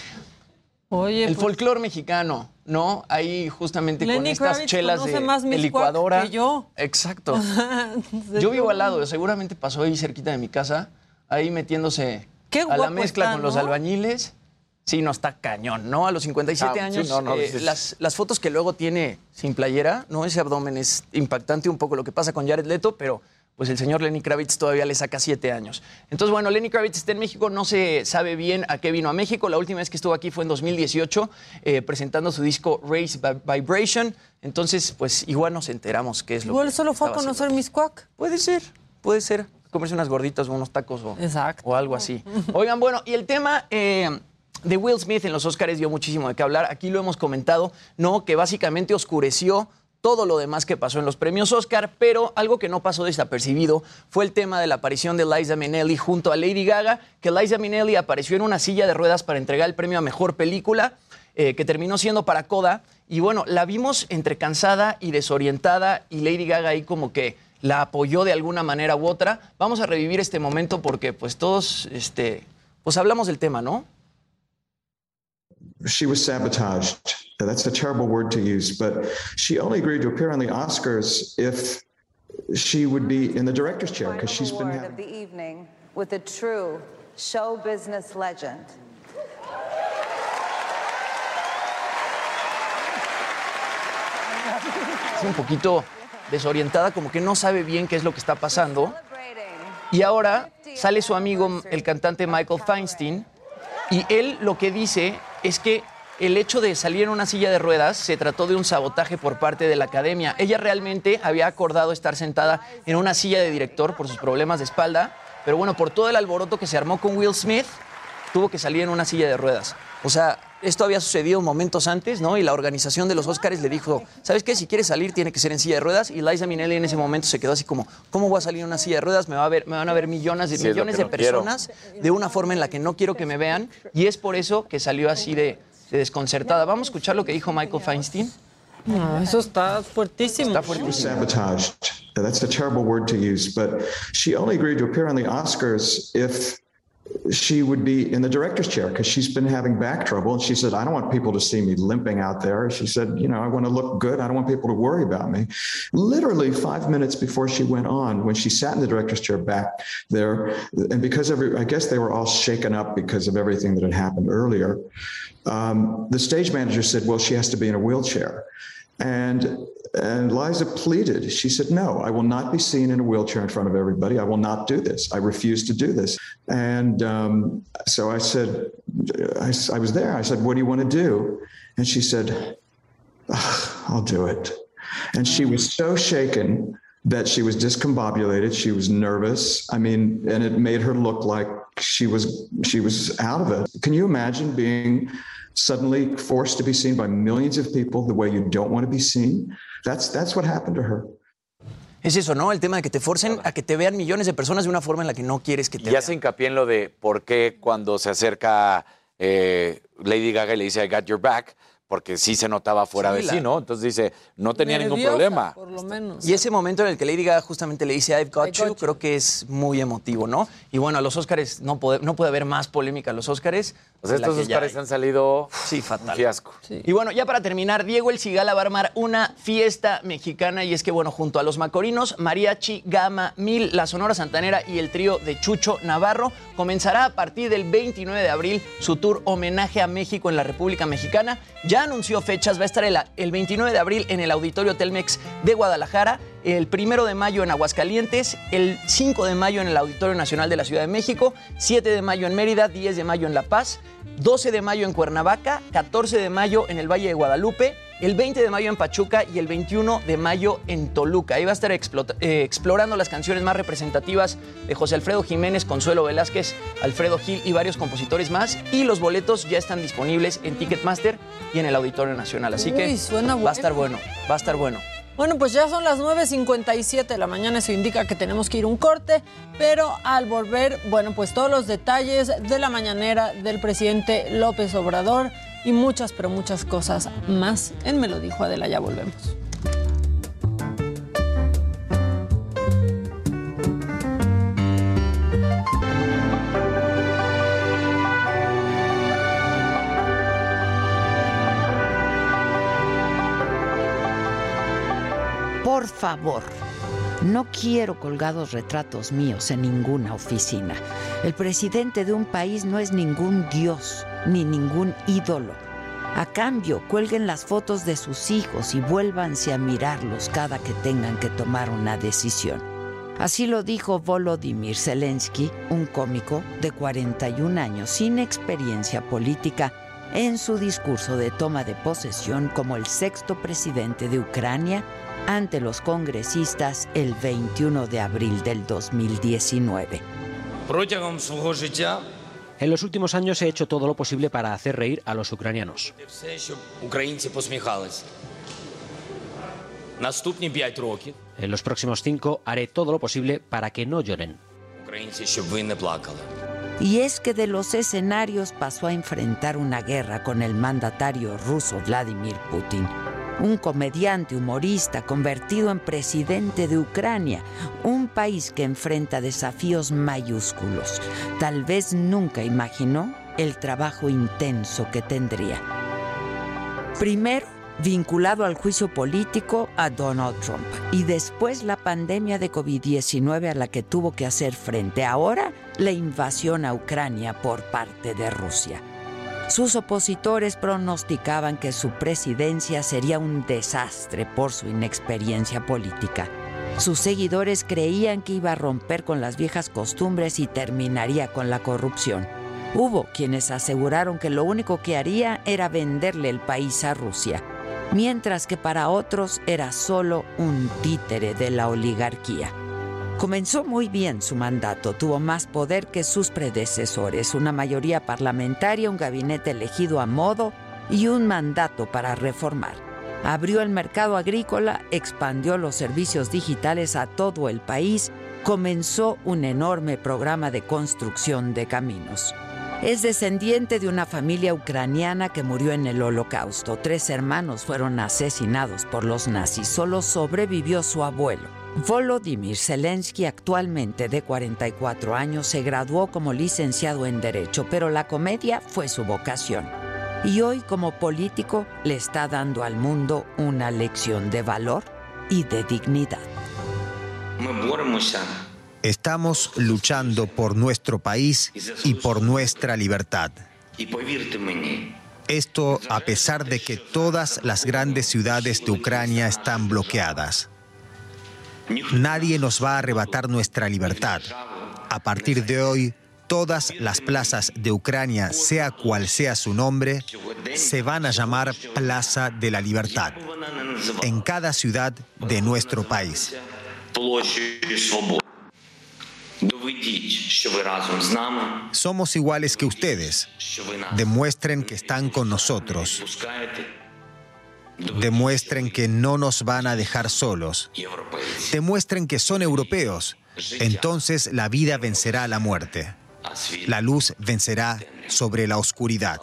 Oye, el pues- folclore mexicano, ¿no? Ahí justamente con Lenny estas Kravitz chelas conoce de, más de Mixcoac licuadora. que yo. Exacto. Yo vivo al lado, seguramente pasó ahí cerquita de mi casa, ahí metiéndose Qué a la guapo mezcla está, con los ¿no? albañiles. Sí, no está cañón, ¿no? A los cincuenta y siete Ah, sí, años, no, no, eh, sí, sí. las, las fotos que luego tiene sin playera, ¿no? Ese abdomen es impactante, un poco lo que pasa con Jared Leto, pero pues el señor Lenny Kravitz todavía le saca siete años. Entonces, bueno, Lenny Kravitz está en México, no se sabe bien a qué vino a México. La última vez que estuvo aquí fue en dos mil dieciocho, eh, presentando su disco Raise Vi- Vibration. Entonces, pues igual nos enteramos qué es lo Igual que solo fue a estaba conocer Mixcoac. Puede ser, puede ser. Comerse unas gorditas o unos tacos o, Exacto. o algo así. Oigan, bueno, y el tema eh, de Will Smith en los Oscars dio muchísimo de qué hablar. Aquí lo hemos comentado, ¿no? Que básicamente oscureció todo lo demás que pasó en los premios Oscar, pero algo que no pasó desapercibido fue el tema de la aparición de Liza Minnelli junto a Lady Gaga, que Liza Minnelli apareció en una silla de ruedas para entregar el premio a Mejor Película, eh, que terminó siendo para Coda, y bueno, la vimos entre cansada y desorientada, y Lady Gaga ahí como que la apoyó de alguna manera u otra. Vamos a revivir este momento porque pues todos, este, pues hablamos del tema, ¿no? She was sabotaged. That's a terrible word to use, but she only agreed to appear on the Oscars if she would be in the director's chair, because she's been having... of the evening with a true show business legend. Es un poquito desorientada, como que no sabe bien qué es lo que está pasando. Y ahora sale su amigo, el cantante Michael Feinstein, y él lo que dice es que el hecho de salir en una silla de ruedas se trató de un sabotaje por parte de la academia. Ella realmente había acordado estar sentada en una silla de director por sus problemas de espalda, pero bueno, por todo el alboroto que se armó con Will Smith, tuvo que salir en una silla de ruedas. O sea, esto había sucedido momentos antes, ¿no? Y la organización de los Óscares le dijo, ¿sabes qué? Si quieres salir, tiene que ser en silla de ruedas. Y Liza Minnelli en ese momento se quedó así como, ¿cómo voy a salir en una silla de ruedas? Me, va a ver, me van a ver millones de, sí, millones de no personas quiero. de una forma en la que no quiero que me vean. Y es por eso que salió así de, de desconcertada. Vamos a escuchar lo que dijo Michael Feinstein. No, eso está fuertísimo. Está fuertísimo. Sabotaged. That's a terrible word to use, but she only agreed to appear on the Oscars if she would be in the director's chair, because she's been having back trouble. And she said, I don't want people to see me limping out there. She said, you know, I want to look good. I don't want people to worry about me. Literally five minutes before she went on, when she sat in the director's chair back there, and because every, I guess they were all shaken up because of everything that had happened earlier, um, the stage manager said, well, she has to be in a wheelchair. And and Liza pleaded. She said, no, I will not be seen in a wheelchair in front of everybody. I will not do this. I refuse to do this. And um, so I said, I, I was there. I said, what do you want to do? And she said, I'll do it. And she was so shaken that she was discombobulated. She was nervous. I mean, and it made her look like she was she was out of it. Can you imagine being suddenly forced to be seen by millions of people the way you don't want to be seen? That's that's what happened to her. Es eso, ¿no? El tema de que te forcen a que te vean millones de personas de una forma en la que no quieres que te ya vean. Ya se hincapié en lo de por qué cuando se acerca eh, Lady Gaga y le dice I got your back, porque sí se notaba fuera sí, de la... sí, ¿no? Entonces dice, no tenía nerviosa, ningún problema. Por lo menos. Y ese momento en el que Lady Gaga justamente le dice I've got, got you, you, creo que es muy emotivo, ¿no? Y bueno, a los Óscares no puede, no puede haber más polémica a los Óscares. Pues estos Óscares han salido sí, fatal. Un fiasco. Sí. Y bueno, ya para terminar, Diego El Cigala va a armar una fiesta mexicana y es que, bueno, junto a los Macorinos, Mariachi Gama Mil, la Sonora Santanera y el trío de Chucho Navarro, comenzará a partir del veintinueve de abril su tour Homenaje a México en la República Mexicana. Ya anunció fechas, va a estar el, el veintinueve de abril en el Auditorio Telmex de Guadalajara, el primero de mayo en Aguascalientes, el cinco de mayo en el Auditorio Nacional de la Ciudad de México, siete de mayo en Mérida, diez de mayo en La Paz, doce de mayo en Cuernavaca, catorce de mayo en el Valle de Guadalupe, el veinte de mayo en Pachuca y el veintiuno de mayo en Toluca. Ahí va a estar explota, eh, explorando las canciones más representativas de José Alfredo Jiménez, Consuelo Velázquez, Alfredo Gil y varios compositores más. Y los boletos ya están disponibles en Ticketmaster y en el Auditorio Nacional. Así Uy, que suena va a estar bueno, va a estar bueno. Bueno, pues ya son las nueve cincuenta y siete de la mañana, eso indica que tenemos que ir a un corte, pero al volver, bueno, pues todos los detalles de la mañanera del presidente López Obrador y muchas, pero muchas cosas más en Me lo dijo Adela, ya volvemos. Por favor, no quiero colgados retratos míos en ninguna oficina. El presidente de un país no es ningún dios ni ningún ídolo. A cambio, cuelguen las fotos de sus hijos y vuélvanse a mirarlos cada que tengan que tomar una decisión. Así lo dijo Volodymyr Zelensky, un cómico de cuarenta y un años sin experiencia política, en su discurso de toma de posesión como el sexto presidente de Ucrania ante los congresistas el veintiuno de abril del dos mil diecinueve. En los últimos años he hecho todo lo posible para hacer reír a los ucranianos. En los próximos cinco haré todo lo posible para que no lloren. Y es que de los escenarios pasó a enfrentar una guerra con el mandatario ruso Vladimir Putin. un comediante humorista convertido en presidente de Ucrania, un país que enfrenta desafíos mayúsculos. Tal vez nunca imaginó el trabajo intenso que tendría. Primero, vinculado al juicio político a Donald Trump y después la pandemia de COVID diecinueve a la que tuvo que hacer frente. Ahora, la invasión a Ucrania por parte de Rusia. Sus opositores pronosticaban que su presidencia sería un desastre por su inexperiencia política. Sus seguidores creían que iba a romper con las viejas costumbres y terminaría con la corrupción. Hubo quienes aseguraron que lo único que haría era venderle el país a Rusia, mientras que para otros era solo un títere de la oligarquía. Comenzó muy bien su mandato, tuvo más poder que sus predecesores, una mayoría parlamentaria, un gabinete elegido a modo y un mandato para reformar. Abrió el mercado agrícola, expandió los servicios digitales a todo el país, comenzó un enorme programa de construcción de caminos. Es descendiente de una familia ucraniana que murió en el Holocausto. Tres hermanos fueron asesinados por los nazis, solo sobrevivió su abuelo. Volodymyr Zelensky, actualmente de cuarenta y cuatro años, se graduó como licenciado en Derecho, pero la comedia fue su vocación. Y hoy, como político, le está dando al mundo una lección de valor y de dignidad. Estamos luchando por nuestro país y por nuestra libertad. Esto a pesar de que todas las grandes ciudades de Ucrania están bloqueadas. Nadie nos va a arrebatar nuestra libertad. A partir de hoy, todas las plazas de Ucrania, sea cual sea su nombre, se van a llamar Plaza de la Libertad, en cada ciudad de nuestro país. Somos iguales que ustedes. Demuestren que están con nosotros. Demuestren que no nos van a dejar solos. Demuestren que son europeos. Entonces la vida vencerá a la muerte. La luz vencerá sobre la oscuridad.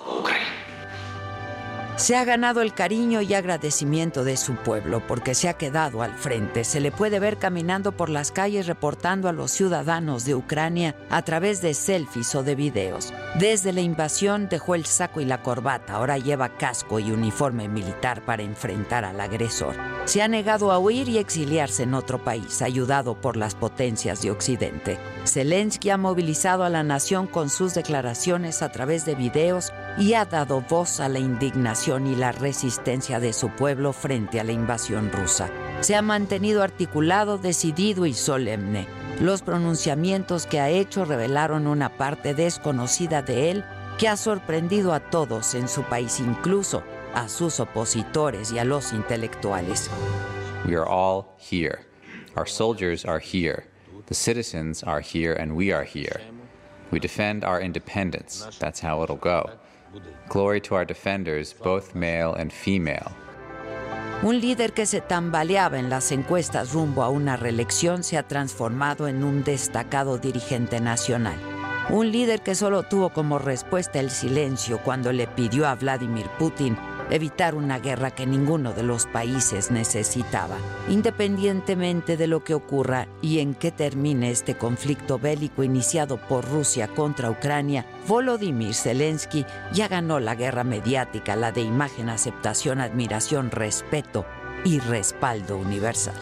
Se ha ganado el cariño y agradecimiento de su pueblo porque se ha quedado al frente. Se le puede ver caminando por las calles reportando a los ciudadanos de Ucrania a través de selfies o de videos. Desde la invasión dejó el saco y la corbata, ahora lleva casco y uniforme militar para enfrentar al agresor. Se ha negado a huir y exiliarse en otro país, ayudado por las potencias de Occidente. Zelensky ha movilizado a la nación con sus declaraciones a través de videos y ha dado voz a la indignación y la resistencia de su pueblo frente a la invasión rusa. Se ha mantenido articulado, decidido y solemne. Los pronunciamientos que ha hecho revelaron una parte desconocida de él que ha sorprendido a todos en su país, incluso a sus opositores y a los intelectuales. We are all here. Our soldiers are here. The citizens are here and we are here. We defend our independence. That's how it'll go. Glory to our defenders, both male and female. Un líder que se tambaleaba en las encuestas rumbo a una reelección se ha transformado en un destacado dirigente nacional. Un líder que solo tuvo como respuesta el silencio cuando le pidió a Vladimir Putin evitar una guerra que ninguno de los países necesitaba. Independientemente de lo que ocurra y en qué termine este conflicto bélico iniciado por Rusia contra Ucrania, Volodymyr Zelensky ya ganó la guerra mediática, la de imagen, aceptación, admiración, respeto y respaldo universal.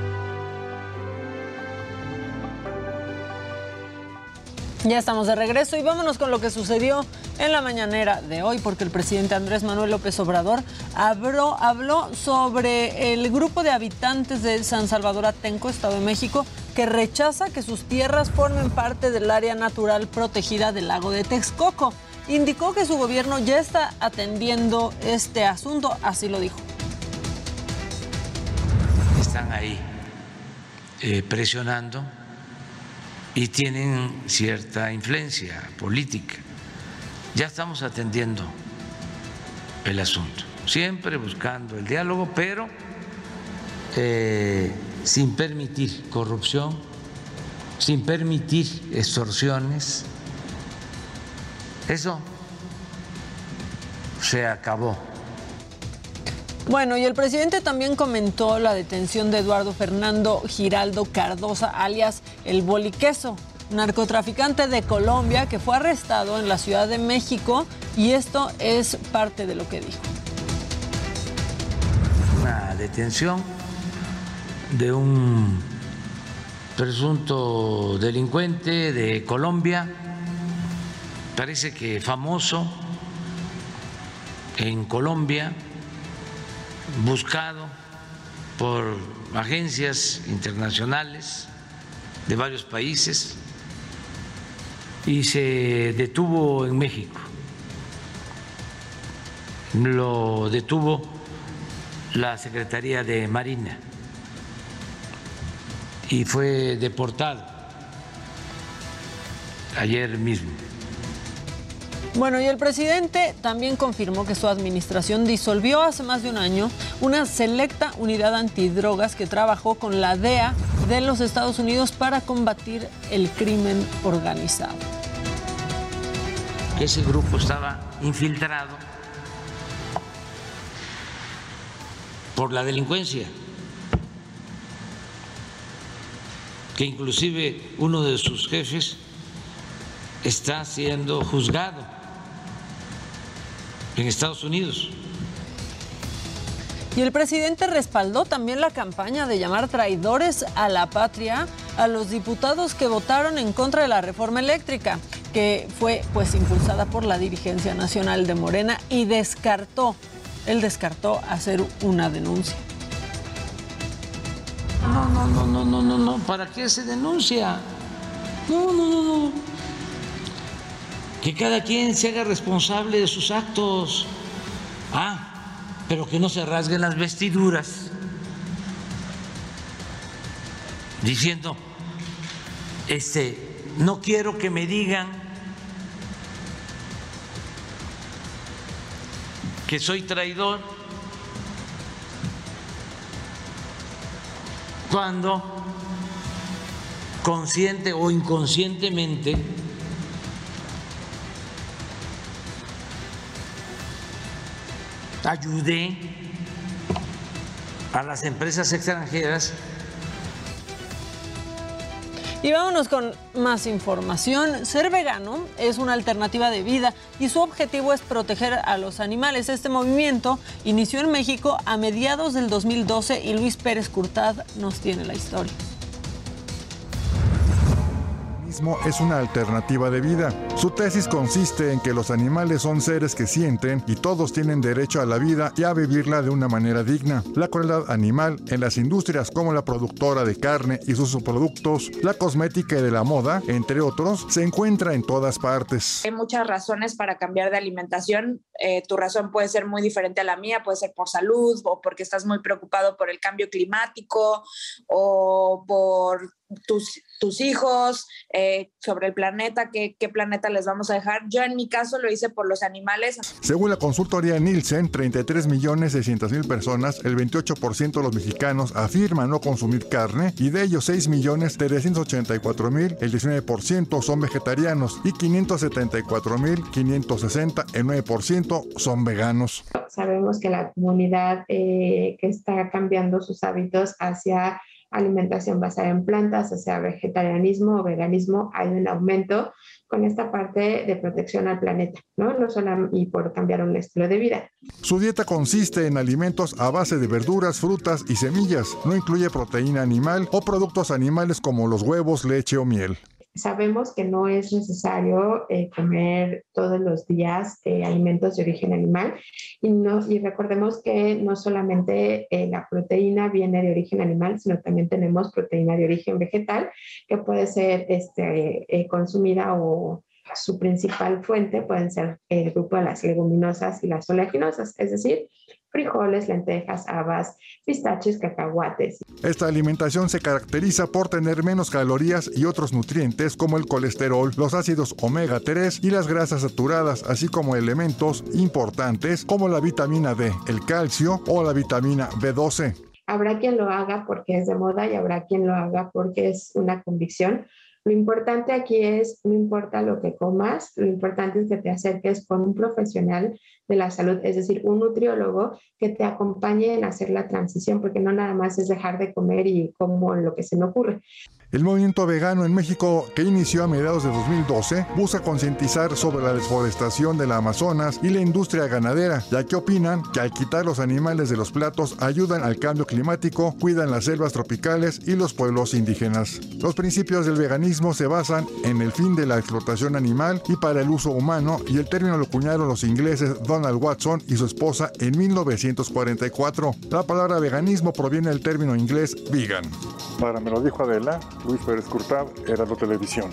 Ya estamos de regreso y vámonos con lo que sucedió en la mañanera de hoy, porque el presidente Andrés Manuel López Obrador habló, habló sobre el grupo de habitantes de San Salvador Atenco, Estado de México, que rechaza que sus tierras formen parte del área natural protegida del lago de Texcoco. Indicó que su gobierno ya está atendiendo este asunto, así lo dijo. Están ahí eh, presionando y tienen cierta influencia política. Ya estamos atendiendo el asunto, siempre buscando el diálogo, pero eh, sin permitir corrupción, sin permitir extorsiones. Eso se acabó. Bueno, y el presidente también comentó la detención de Eduardo Fernando Giraldo Cardosa, alias El Boliqueso, narcotraficante de Colombia que fue arrestado en la Ciudad de México, y esto es parte de lo que dijo. Una detención de un presunto delincuente de Colombia, parece que famoso en Colombia, buscado por agencias internacionales de varios países, y se detuvo en México. Lo detuvo la Secretaría de Marina y fue deportado ayer mismo. Bueno, y el presidente también confirmó que su administración disolvió hace más de un año una selecta unidad antidrogas que trabajó con la D E A de los Estados Unidos para combatir el crimen organizado. Ese grupo estaba infiltrado por la delincuencia, que inclusive uno de sus jefes está siendo juzgado en Estados Unidos. Y el presidente respaldó también la campaña de llamar traidores a la patria a los diputados que votaron en contra de la reforma eléctrica, que fue pues impulsada por la dirigencia nacional de Morena, y descartó, él descartó hacer una denuncia. No, no, no, no, no, no, no, ¿para qué se denuncia? No, no, no, no. Que cada quien se haga responsable de sus actos. Ah, pero que no se rasguen las vestiduras diciendo, este, no quiero que me digan que soy traidor, cuando consciente o inconscientemente ayudé a las empresas extranjeras. Y vámonos con más información. Ser vegano es una alternativa de vida y su objetivo es proteger a los animales. Este movimiento inició en México a mediados del dos mil doce y Luis Pérez Curtad nos tiene la historia. Es una alternativa de vida. Su tesis consiste en que los animales son seres que sienten y todos tienen derecho a la vida y a vivirla de una manera digna. La crueldad animal en las industrias como la productora de carne y sus subproductos, la cosmética y de la moda, entre otros, se encuentra en todas partes. Hay muchas razones para cambiar de alimentación. Eh, tu razón puede ser muy diferente a la mía, puede ser por salud o porque estás muy preocupado por el cambio climático o por tus, tus hijos, eh, sobre el planeta, ¿qué, qué planeta les vamos a dejar. Yo en mi caso lo hice por los animales. Según la consultoría Nielsen, treinta y tres millones seiscientas mil personas, el veintiocho por ciento de los mexicanos afirman no consumir carne y de ellos seis millones trescientos ochenta y cuatro mil, el diecinueve por ciento son vegetarianos y quinientos setenta y cuatro mil quinientos sesenta, el nueve por ciento son veganos. Sabemos que la comunidad eh, que está cambiando sus hábitos hacia alimentación basada en plantas, o sea, vegetarianismo o veganismo, hay un aumento con esta parte de protección al planeta, ¿no? No solo y por cambiar un estilo de vida. Su dieta consiste en alimentos a base de verduras, frutas y semillas. No incluye proteína animal o productos animales como los huevos, leche o miel. Sabemos que no es necesario eh, comer todos los días eh, alimentos de origen animal y, no, y recordemos que no solamente eh, la proteína viene de origen animal, sino también tenemos proteína de origen vegetal que puede ser este, eh, consumida o su principal fuente pueden ser el grupo de las leguminosas y las oleaginosas, es decir, frijoles, lentejas, habas, pistaches, cacahuates. Esta alimentación se caracteriza por tener menos calorías y otros nutrientes como el colesterol, los ácidos omega tres y las grasas saturadas, así como elementos importantes como la vitamina D, el calcio o la vitamina B doce. Habrá quien lo haga porque es de moda y habrá quien lo haga porque es una convicción. Lo importante aquí es, no importa lo que comas, lo importante es que te acerques con un profesional de la salud, es decir, un nutriólogo que te acompañe en hacer la transición, porque no nada más es dejar de comer y como lo que se me ocurre. El movimiento vegano en México, que inició a mediados de dos mil doce, busca concientizar sobre la deforestación del Amazonas y la industria ganadera, ya que opinan que al quitar los animales de los platos ayudan al cambio climático, cuidan las selvas tropicales y los pueblos indígenas. Los principios del veganismo se basan en el fin de la explotación animal y para el uso humano, y el término lo acuñaron los ingleses Donald Watson y su esposa en mil novecientos cuarenta y cuatro. La palabra veganismo proviene del término inglés vegan. Para me lo dijo Adela, Luis Pérez Curtad, Heraldo Televisión.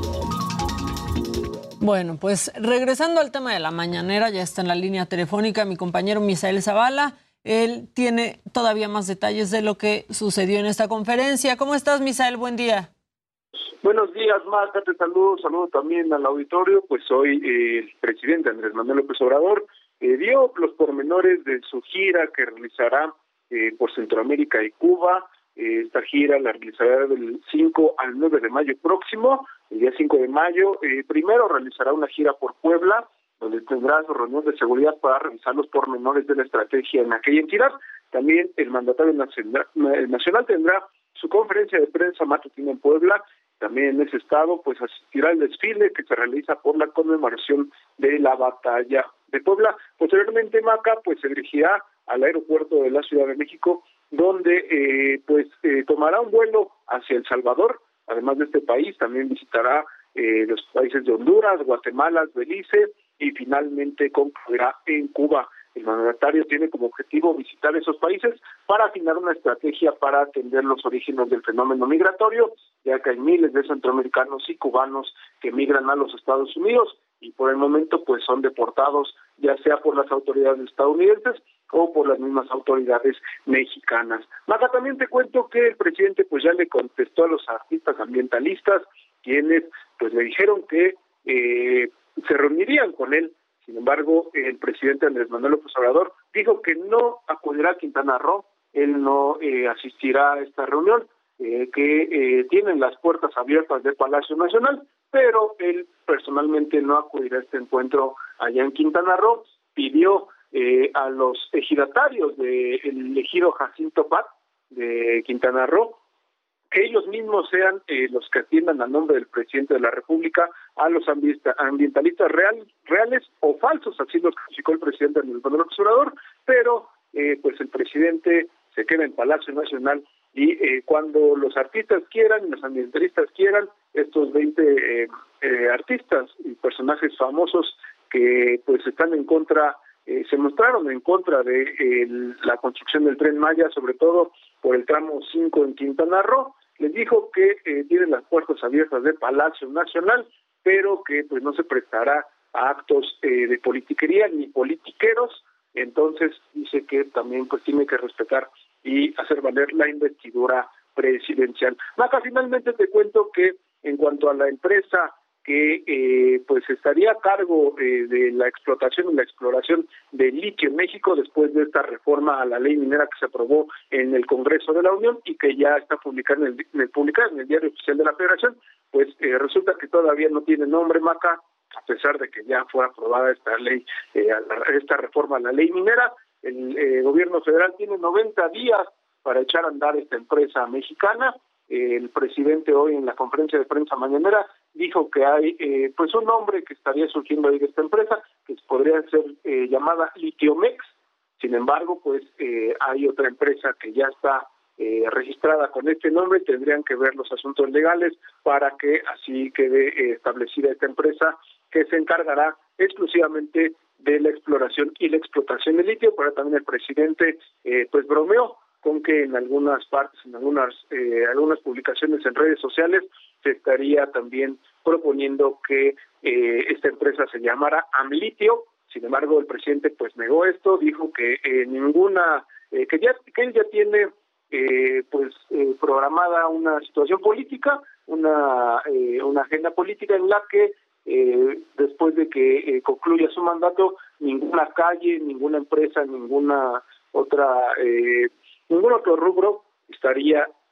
Bueno, pues regresando al tema de la mañanera, ya está en la línea telefónica mi compañero Misael Zavala. Él tiene todavía más detalles de lo que sucedió en esta conferencia. ¿Cómo estás, Misael? Buen día. Buenos días, Marta, te saludo, saludo también al auditorio. Pues hoy eh, el presidente Andrés Manuel López Obrador eh, dio los pormenores de su gira que realizará eh, por Centroamérica y Cuba. Esta gira la realizará del cinco al nueve de mayo próximo. El día cinco de mayo, eh, primero realizará una gira por Puebla, donde tendrá su reunión de seguridad para revisar los pormenores de la estrategia en aquella entidad. También el mandatario nacional, el nacional tendrá su conferencia de prensa matutina en Puebla. También en ese estado, pues asistirá al desfile que se realiza por la conmemoración de la batalla de Puebla. Posteriormente, Maca, pues se dirigirá al aeropuerto de la Ciudad de México, donde eh, pues eh, tomará un vuelo hacia El Salvador. Además de este país, también visitará eh, los países de Honduras, Guatemala, Belice y finalmente concluirá en Cuba. El mandatario tiene como objetivo visitar esos países para afinar una estrategia para atender los orígenes del fenómeno migratorio, ya que hay miles de centroamericanos y cubanos que migran a los Estados Unidos y por el momento pues son deportados ya sea por las autoridades estadounidenses o por las mismas autoridades mexicanas. Maca, también te cuento que el presidente pues ya le contestó a los artistas ambientalistas, quienes pues le dijeron que eh, se reunirían con él. Sin embargo, el presidente Andrés Manuel López Obrador dijo que no acudirá a Quintana Roo, él no eh, asistirá a esta reunión, eh, que eh, tienen las puertas abiertas del Palacio Nacional, pero él personalmente no acudirá a este encuentro allá en Quintana Roo. Pidió eh, a los ejidatarios del ejido Jacinto Pat de Quintana Roo que ellos mismos sean eh, los que atiendan a nombre del presidente de la República a los ambientalistas real, reales o falsos, así lo clasificó el presidente Andrés Manuel López Obrador, pero eh, pues el presidente se queda en Palacio Nacional y eh, cuando los artistas quieran, los ambientalistas quieran, estos veinte eh, eh, artistas y personajes famosos que pues están en contra, eh, se mostraron en contra de eh, la construcción del Tren Maya, sobre todo por el tramo cinco en Quintana Roo, les dijo que eh, tienen las puertas abiertas de Palacio Nacional, pero que pues no se prestará a actos eh, de politiquería ni politiqueros. Entonces dice que también pues tiene que respetar y hacer valer la investidura presidencial. Maca, finalmente te cuento que en cuanto a la empresa que eh, pues estaría a cargo eh, de la explotación y la exploración de litio en México después de esta reforma a la ley minera que se aprobó en el Congreso de la Unión y que ya está publicada en el, en el, publicada en el Diario Oficial de la Federación, pues eh, resulta que todavía no tiene nombre, Maca, a pesar de que ya fue aprobada esta ley, eh, esta reforma a la ley minera. El eh, gobierno federal tiene noventa días para echar a andar esta empresa mexicana. El presidente hoy en la conferencia de prensa mañanera dijo que hay eh, pues un nombre que estaría surgiendo ahí de esta empresa, que podría ser eh, llamada Litiomex. Sin embargo, pues eh, hay otra empresa que ya está eh, registrada con este nombre, tendrían que ver los asuntos legales para que así quede eh, establecida esta empresa que se encargará exclusivamente de la exploración y la explotación de litio. Pero también el presidente eh, pues bromeó con que en algunas partes, en algunas eh, algunas publicaciones en redes sociales, se estaría también proponiendo que eh, esta empresa se llamara Amlitio. Sin embargo, el presidente pues negó esto, dijo que eh, ninguna, eh, que ya que él ya tiene eh, pues eh, programada una situación política, una eh, una agenda política en la que eh, después de que eh, concluya su mandato, ninguna calle, ninguna empresa, ninguna otra eh, ningún otro rubro estaría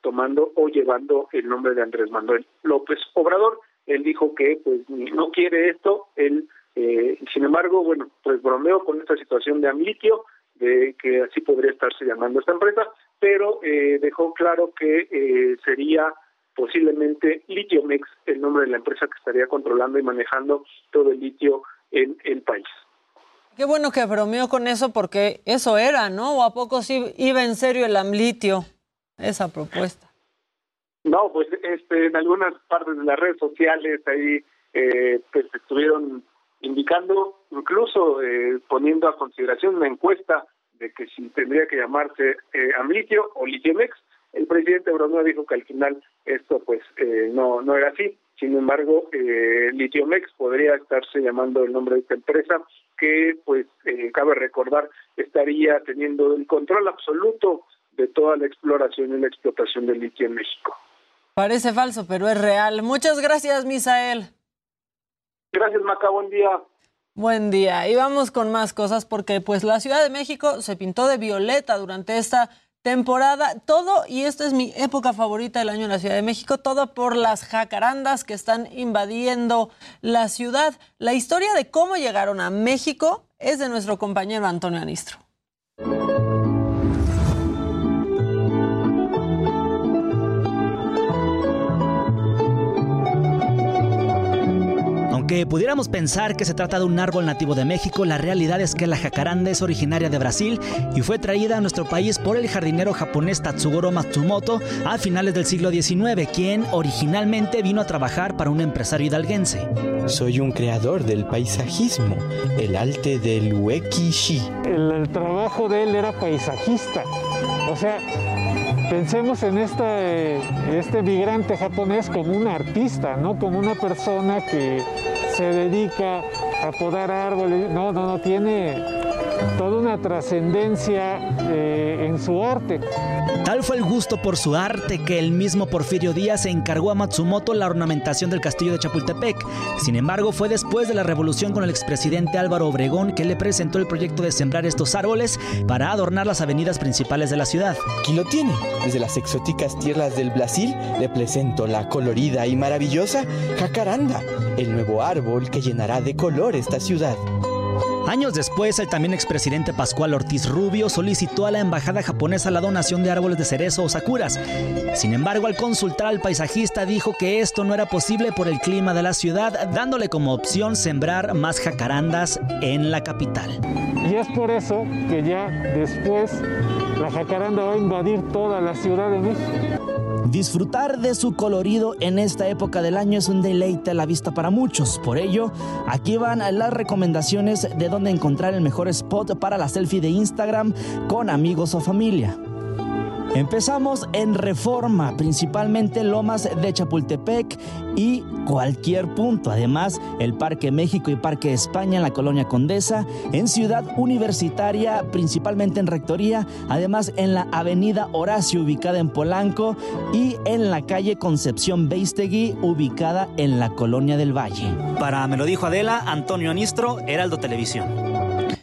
tomando o llevando el nombre de Andrés Manuel López Obrador. Él dijo que pues no quiere esto, él, eh, sin embargo, bueno, pues bromeó con esta situación de Amlitio, de que así podría estarse llamando esta empresa, pero eh, dejó claro que eh, sería posiblemente Litiomex el nombre de la empresa que estaría controlando y manejando todo el litio en el país. Qué bueno que bromeó con eso, porque eso era, ¿no? ¿O a poco sí iba en serio el Amlitio, esa propuesta? No, pues este, en algunas partes de las redes sociales ahí eh, pues estuvieron indicando, incluso eh, poniendo a consideración una encuesta de que si tendría que llamarse eh, Amlitio o Litiomex. El presidente Obrador dijo que al final esto pues eh, no no era así. Sin embargo, eh, Litiomex podría estarse llamando el nombre de esta empresa que, pues, eh, cabe recordar, estaría teniendo el control absoluto de toda la exploración y la explotación del litio en México. Parece falso, pero es real. Muchas gracias, Misael. Gracias, Maca. Buen día. Buen día. Y vamos con más cosas porque, pues, la Ciudad de México se pintó de violeta durante esta temporada. Todo, y esta es mi época favorita del año en la Ciudad de México, todo por las jacarandas que están invadiendo la ciudad. La historia de cómo llegaron a México es de nuestro compañero Antonio Anistro. Aunque pudiéramos pensar que se trata de un árbol nativo de México, la realidad es que la jacaranda es originaria de Brasil y fue traída a nuestro país por el jardinero japonés Tatsugoro Matsumoto a finales del siglo diecinueve, quien originalmente vino a trabajar para un empresario hidalguense. Soy un creador del paisajismo, el arte del uekishi. El, el trabajo de él era paisajista, o sea, pensemos en este, este migrante japonés como un artista, no como una persona que se dedica a podar árboles. No, no, no, tiene toda una trascendencia eh, en su arte. Tal fue el gusto por su arte que el mismo Porfirio Díaz encargó a Matsumoto la ornamentación del castillo de Chapultepec. Sin embargo, fue después de la revolución con el expresidente Álvaro Obregón que le presentó el proyecto de sembrar estos árboles para adornar las avenidas principales de la ciudad. Aquí lo tiene. Desde las exóticas tierras del Brasil le presento la colorida y maravillosa jacaranda, el nuevo árbol que llenará de color esta ciudad. Años después, el también expresidente Pascual Ortiz Rubio solicitó a la embajada japonesa la donación de árboles de cerezo o sakuras. Sin embargo, al consultar al paisajista dijo que esto no era posible por el clima de la ciudad, dándole como opción sembrar más jacarandas en la capital. Y es por eso que ya después la jacaranda va a invadir toda la Ciudad de México. Disfrutar de su colorido en esta época del año es un deleite a la vista para muchos. Por ello, aquí van las recomendaciones de dónde encontrar el mejor spot para la selfie de Instagram con amigos o familia. Empezamos en Reforma, principalmente Lomas de Chapultepec y cualquier punto. Además, el Parque México y Parque España en la Colonia Condesa, en Ciudad Universitaria, principalmente en Rectoría, además en la Avenida Horacio, ubicada en Polanco, y en la calle Concepción Beistegui, ubicada en la Colonia del Valle. Para Me lo dijo Adela, Antonio Anistro, Heraldo Televisión.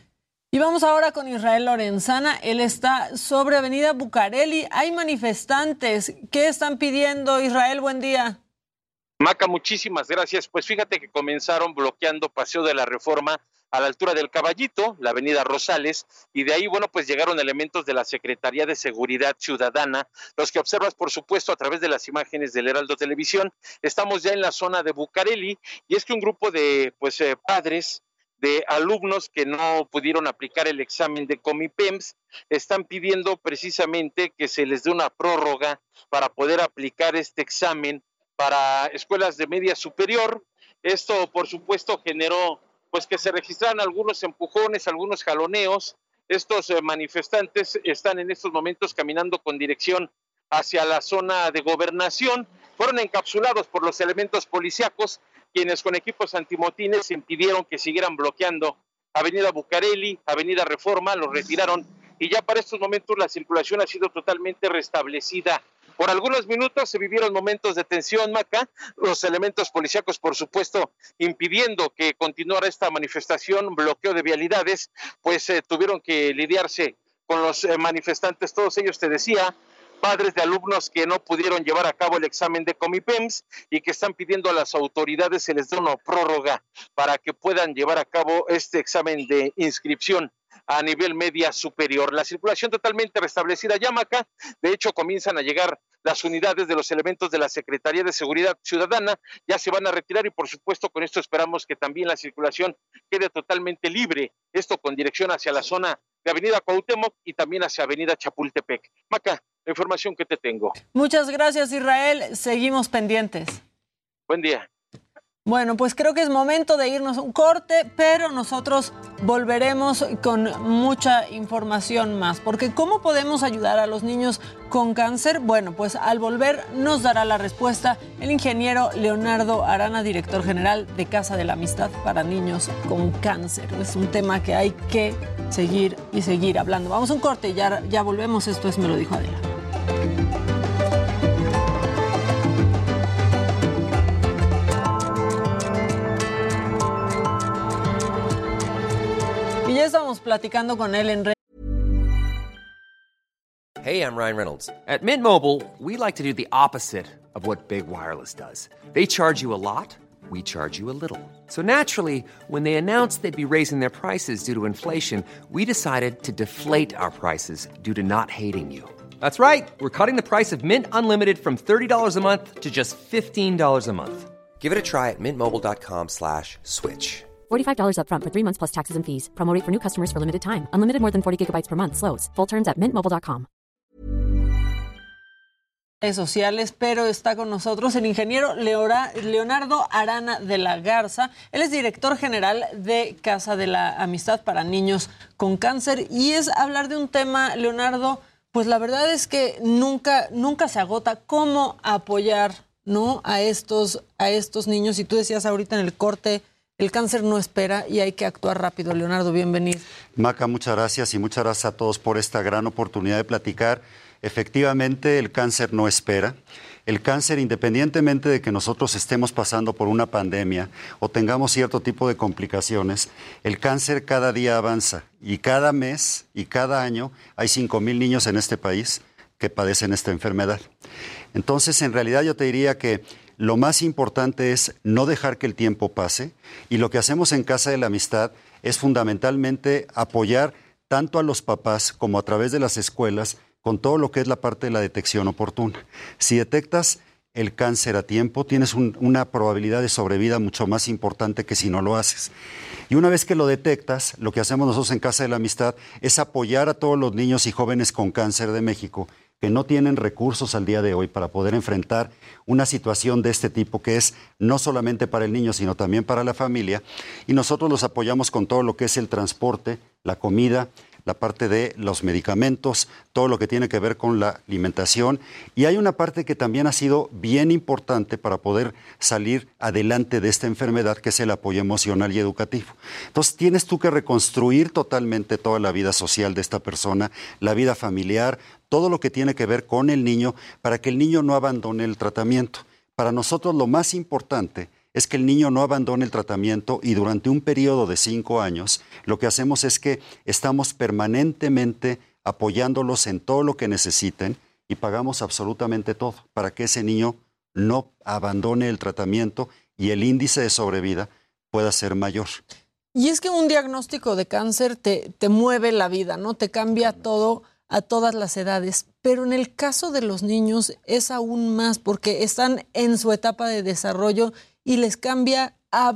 Y vamos ahora con Israel Lorenzana. Él está sobre Avenida Bucareli. Hay manifestantes. ¿Qué están pidiendo? Israel, buen día. Maca, muchísimas gracias. Pues fíjate que comenzaron bloqueando Paseo de la Reforma a la altura del Caballito, la avenida Rosales, y de ahí, bueno, pues llegaron elementos de la Secretaría de Seguridad Ciudadana, los que observas, por supuesto, a través de las imágenes del Heraldo Televisión. Estamos ya en la zona de Bucareli, y es que un grupo de, pues, eh, padres de alumnos que no pudieron aplicar el examen de Comipems están pidiendo precisamente que se les dé una prórroga para poder aplicar este examen para escuelas de media superior. Esto, por supuesto, generó pues que se registraran algunos empujones, algunos jaloneos. Estos eh, manifestantes están en estos momentos caminando con dirección hacia la zona de Gobernación. Fueron encapsulados por los elementos policíacos, quienes con equipos antimotines impidieron que siguieran bloqueando Avenida Bucareli, Avenida Reforma, los retiraron y ya para estos momentos la circulación ha sido totalmente restablecida. Por algunos minutos se vivieron momentos de tensión, Maca, los elementos policíacos, por supuesto, impidiendo que continuara esta manifestación, bloqueo de vialidades, pues eh, tuvieron que lidiarse con los eh, manifestantes, todos ellos, te decía, padres de alumnos que no pudieron llevar a cabo el examen de Comipems y que están pidiendo a las autoridades se les dé una prórroga para que puedan llevar a cabo este examen de inscripción a nivel media superior. La circulación totalmente restablecida ya, Maca. De hecho, comienzan a llegar las unidades de los elementos de la Secretaría de Seguridad Ciudadana, ya se van a retirar y por supuesto con esto esperamos que también la circulación quede totalmente libre, esto con dirección hacia la zona de Avenida Cuauhtémoc y también hacia Avenida Chapultepec. Maca, la información que te tengo. Muchas gracias, Israel. Seguimos pendientes. Buen día. Bueno, pues creo que es momento de irnos a un corte, pero nosotros volveremos con mucha información más, porque ¿cómo podemos ayudar a los niños con cáncer? Bueno, pues al volver nos dará la respuesta el ingeniero Leonardo Arana, director general de Casa de la Amistad para Niños con Cáncer. Es un tema que hay que seguir y seguir hablando. Vamos a un corte y ya, ya volvemos. Esto es Me lo dijo Adela. Y ya estamos platicando con él en red. Hey, I'm Ryan Reynolds. At Mint Mobile, we like to do the opposite of what Big Wireless does. They charge you a lot, we charge you a little. So naturally, when they announced they'd be raising their prices due to inflation, we decided to deflate our prices due to not hating you. That's right. We're cutting the price of Mint Unlimited from thirty dollars a month to just fifteen dollars a month. Give it a try at mintmobile.com slash switch. forty-five dollars up front for three months plus taxes and fees. Promo rate for new customers for limited time. Unlimited more than forty gigabytes per month. Slows full terms at mint mobile dot com. Redes sociales, pero está con nosotros el ingeniero Leora, Leonardo Arana de la Garza. Él es director general de Casa de la Amistad para Niños con Cáncer y es hablar de un tema, Leonardo, pues la verdad es que nunca, nunca se agota cómo apoyar, ¿no?, a estos, a estos niños. Y tú decías ahorita en el corte, el cáncer no espera y hay que actuar rápido. Leonardo, bienvenido. Maca, muchas gracias y muchas gracias a todos por esta gran oportunidad de platicar. Efectivamente, el cáncer no espera. El cáncer, independientemente de que nosotros estemos pasando por una pandemia o tengamos cierto tipo de complicaciones, el cáncer cada día avanza y cada mes y cada año hay cinco mil niños en este país que padecen esta enfermedad. Entonces, en realidad yo te diría que lo más importante es no dejar que el tiempo pase y lo que hacemos en Casa de la Amistad es fundamentalmente apoyar tanto a los papás como a través de las escuelas con todo lo que es la parte de la detección oportuna. Si detectas el cáncer a tiempo, tienes un, una probabilidad de sobrevida mucho más importante que si no lo haces. Y una vez que lo detectas, lo que hacemos nosotros en Casa de la Amistad es apoyar a todos los niños y jóvenes con cáncer de México que no tienen recursos al día de hoy para poder enfrentar una situación de este tipo que es no solamente para el niño, sino también para la familia. Y nosotros los apoyamos con todo lo que es el transporte, la comida, la parte de los medicamentos, todo lo que tiene que ver con la alimentación. Y hay una parte que también ha sido bien importante para poder salir adelante de esta enfermedad, que es el apoyo emocional y educativo. Entonces tienes tú que reconstruir totalmente toda la vida social de esta persona, la vida familiar, todo lo que tiene que ver con el niño, para que el niño no abandone el tratamiento. Para nosotros lo más importante es que el niño no abandone el tratamiento y durante un periodo de cinco años lo que hacemos es que estamos permanentemente apoyándolos en todo lo que necesiten y pagamos absolutamente todo para que ese niño no abandone el tratamiento y el índice de sobrevida pueda ser mayor. Y es que un diagnóstico de cáncer te, te mueve la vida, ¿no? Te cambia todo a todas las edades, pero en el caso de los niños es aún más porque están en su etapa de desarrollo y les cambia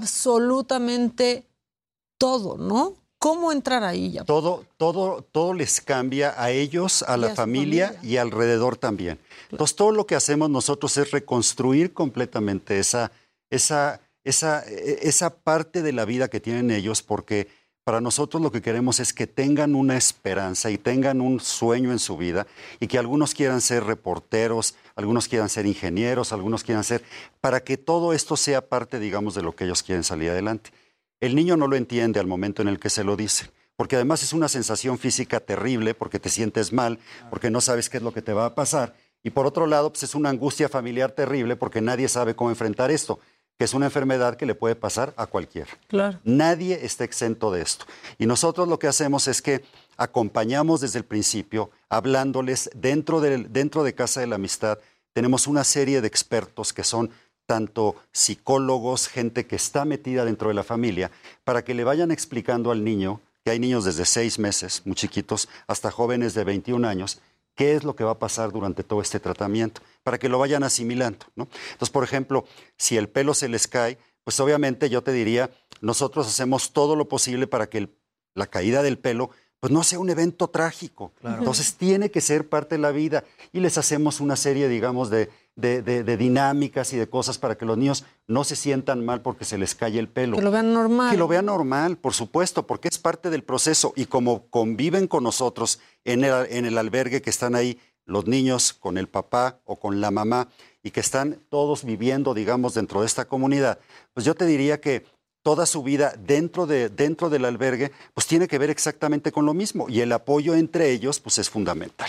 absolutamente todo, ¿no? ¿Cómo entrar ahí ya? Todo, todo, todo les cambia a ellos, a la a familia, familia y alrededor también. Entonces, todo lo que hacemos nosotros es reconstruir completamente esa, esa, esa, esa parte de la vida que tienen ellos, porque para nosotros lo que queremos es que tengan una esperanza y tengan un sueño en su vida y que algunos quieran ser reporteros, algunos quieran ser ingenieros, algunos quieran ser, para que todo esto sea parte, digamos, de lo que ellos quieren salir adelante. El niño no lo entiende al momento en el que se lo dice, porque además es una sensación física terrible, porque te sientes mal, porque no sabes qué es lo que te va a pasar. Y por otro lado, pues es una angustia familiar terrible, porque nadie sabe cómo enfrentar esto. que es una enfermedad que le puede pasar a cualquiera. Claro. Nadie está exento de esto. Y nosotros lo que hacemos es que acompañamos desde el principio, hablándoles dentro de, dentro de Casa de la Amistad. Tenemos una serie de expertos que son tanto psicólogos, gente que está metida dentro de la familia, para que le vayan explicando al niño, que hay niños desde seis meses, muy chiquitos, hasta jóvenes de veintiún años, qué es lo que va a pasar durante todo este tratamiento, para que lo vayan asimilando, ¿no? Entonces, por ejemplo, si el pelo se les cae, pues obviamente yo te diría, nosotros hacemos todo lo posible para que el, la caída del pelo pues no sea un evento trágico. Claro. Entonces tiene que ser parte de la vida y les hacemos una serie, digamos, de, de, de, de dinámicas y de cosas para que los niños no se sientan mal porque se les cae el pelo. Que lo vean normal. Que lo vean normal, por supuesto, porque es parte del proceso. Y como conviven con nosotros en el, en el albergue, que están ahí los niños con el papá o con la mamá y que están todos viviendo, digamos, dentro de esta comunidad, pues yo te diría que toda su vida dentro, de, dentro del albergue, pues tiene que ver exactamente con lo mismo. Y el apoyo entre ellos, pues es fundamental.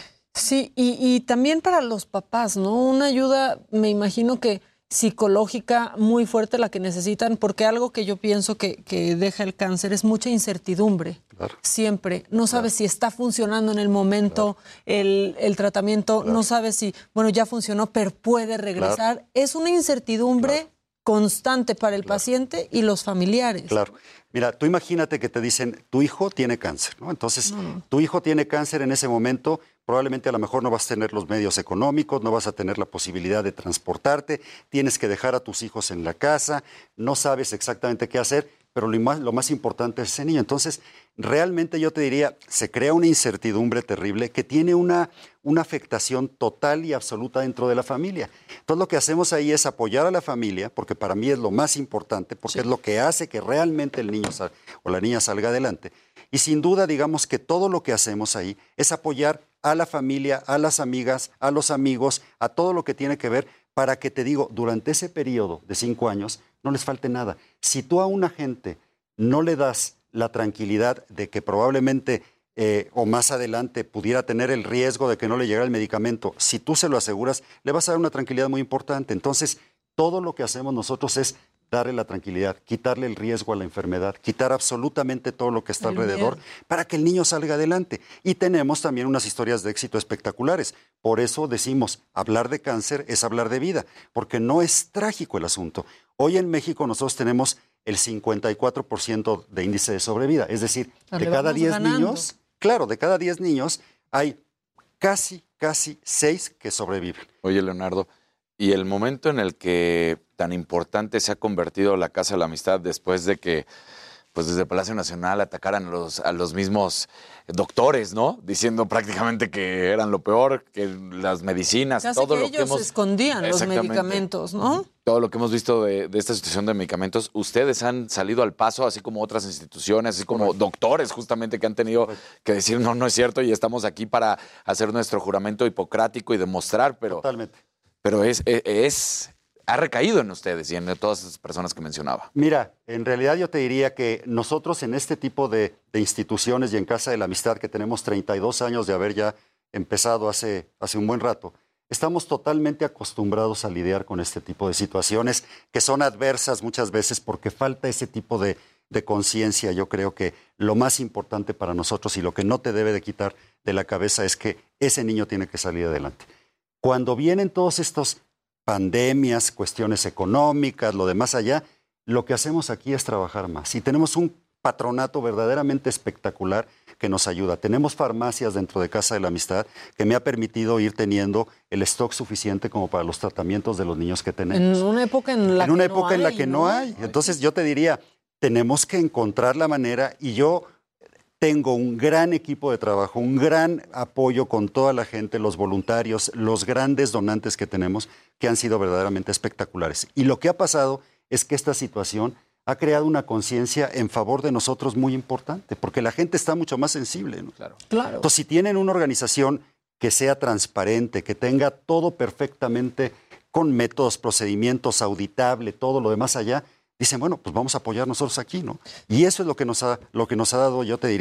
Sí, y, y también para los papás, ¿no? Una ayuda, me imagino que psicológica muy fuerte la que necesitan, porque algo que yo pienso que, que deja el cáncer es mucha incertidumbre. Claro. Siempre. No sabes claro. si está funcionando en el momento claro. el, el tratamiento, claro. no sabes si, bueno, ya funcionó, pero puede regresar. Claro. Es una incertidumbre claro. constante para el claro. paciente y los familiares. Claro. Mira, tú imagínate que te dicen, tu hijo tiene cáncer, ¿no? Entonces, no. tu hijo tiene cáncer en ese momento, probablemente a lo mejor no vas a tener los medios económicos, no vas a tener la posibilidad de transportarte, tienes que dejar a tus hijos en la casa, no sabes exactamente qué hacer, pero lo más, lo más importante es ese niño. Entonces, realmente yo te diría, se crea una incertidumbre terrible que tiene una, una afectación total y absoluta dentro de la familia. Entonces, lo que hacemos ahí es apoyar a la familia, porque para mí es lo más importante, porque sí. es lo que hace que realmente el niño sal, o la niña salga adelante. Y sin duda, digamos que todo lo que hacemos ahí es apoyar a la familia, a las amigas, a los amigos, a todo lo que tiene que ver, para que, te digo, durante ese periodo de cinco años no les falte nada. Si tú a una gente no le das la tranquilidad de que probablemente eh, o más adelante pudiera tener el riesgo de que no le llegara el medicamento, si tú se lo aseguras, le vas a dar una tranquilidad muy importante. Entonces, todo lo que hacemos nosotros es darle la tranquilidad, quitarle el riesgo a la enfermedad, quitar absolutamente todo lo que está el alrededor miedo. Para que el niño salga adelante. Y tenemos también unas historias de éxito espectaculares. Por eso decimos, hablar de cáncer es hablar de vida, porque no es trágico el asunto. Hoy en México nosotros tenemos el cincuenta y cuatro por ciento de índice de sobrevida, es decir, de cada diez niños, claro, de cada diez niños hay casi, casi seis que sobreviven. Oye, Leonardo, y el momento en el que tan importante se ha convertido la Casa de la Amistad después de que, pues desde Palacio Nacional atacaran los, a los mismos doctores, ¿no? Diciendo prácticamente que eran lo peor, que las medicinas, Casi todo que lo ellos que hemos... escondían los medicamentos, ¿no? Todo lo que hemos visto de, de esta situación de medicamentos, ustedes han salido al paso, así como otras instituciones, así como Correcto. doctores justamente que han tenido que decir, no, no es cierto, y estamos aquí para hacer nuestro juramento hipocrático y demostrar, pero... Totalmente. Pero es... es, es ha recaído en ustedes y en todas esas personas que mencionaba. Mira, en realidad yo te diría que nosotros en este tipo de, de instituciones y en Casa de la Amistad, que tenemos treinta y dos años de haber ya empezado hace, hace un buen rato, estamos totalmente acostumbrados a lidiar con este tipo de situaciones que son adversas muchas veces porque falta ese tipo de, de conciencia. Yo creo que lo más importante para nosotros y lo que no te debe de quitar de la cabeza es que ese niño tiene que salir adelante. Cuando vienen todos estos pandemias, cuestiones económicas, lo demás allá, lo que hacemos aquí es trabajar más. Y tenemos un patronato verdaderamente espectacular que nos ayuda. Tenemos farmacias dentro de Casa de la Amistad que me ha permitido ir teniendo el stock suficiente como para los tratamientos de los niños que tenemos. En una época en la en una que época no en la hay, que ¿no? no hay. Entonces yo te diría, tenemos que encontrar la manera y yo... Tengo un gran equipo de trabajo, un gran apoyo con toda la gente, los voluntarios, los grandes donantes que tenemos, que han sido verdaderamente espectaculares. Y lo que ha pasado es que esta situación ha creado una conciencia en favor de nosotros muy importante, porque la gente está mucho más sensible, ¿no? Claro. Claro. Entonces, si tienen una organización que sea transparente, que tenga todo perfectamente con métodos, procedimientos, auditable, todo lo demás allá, dicen, bueno, pues vamos a apoyar nosotros aquí, ¿no? Y eso es lo que nos ha, lo que nos ha dado, yo te diría,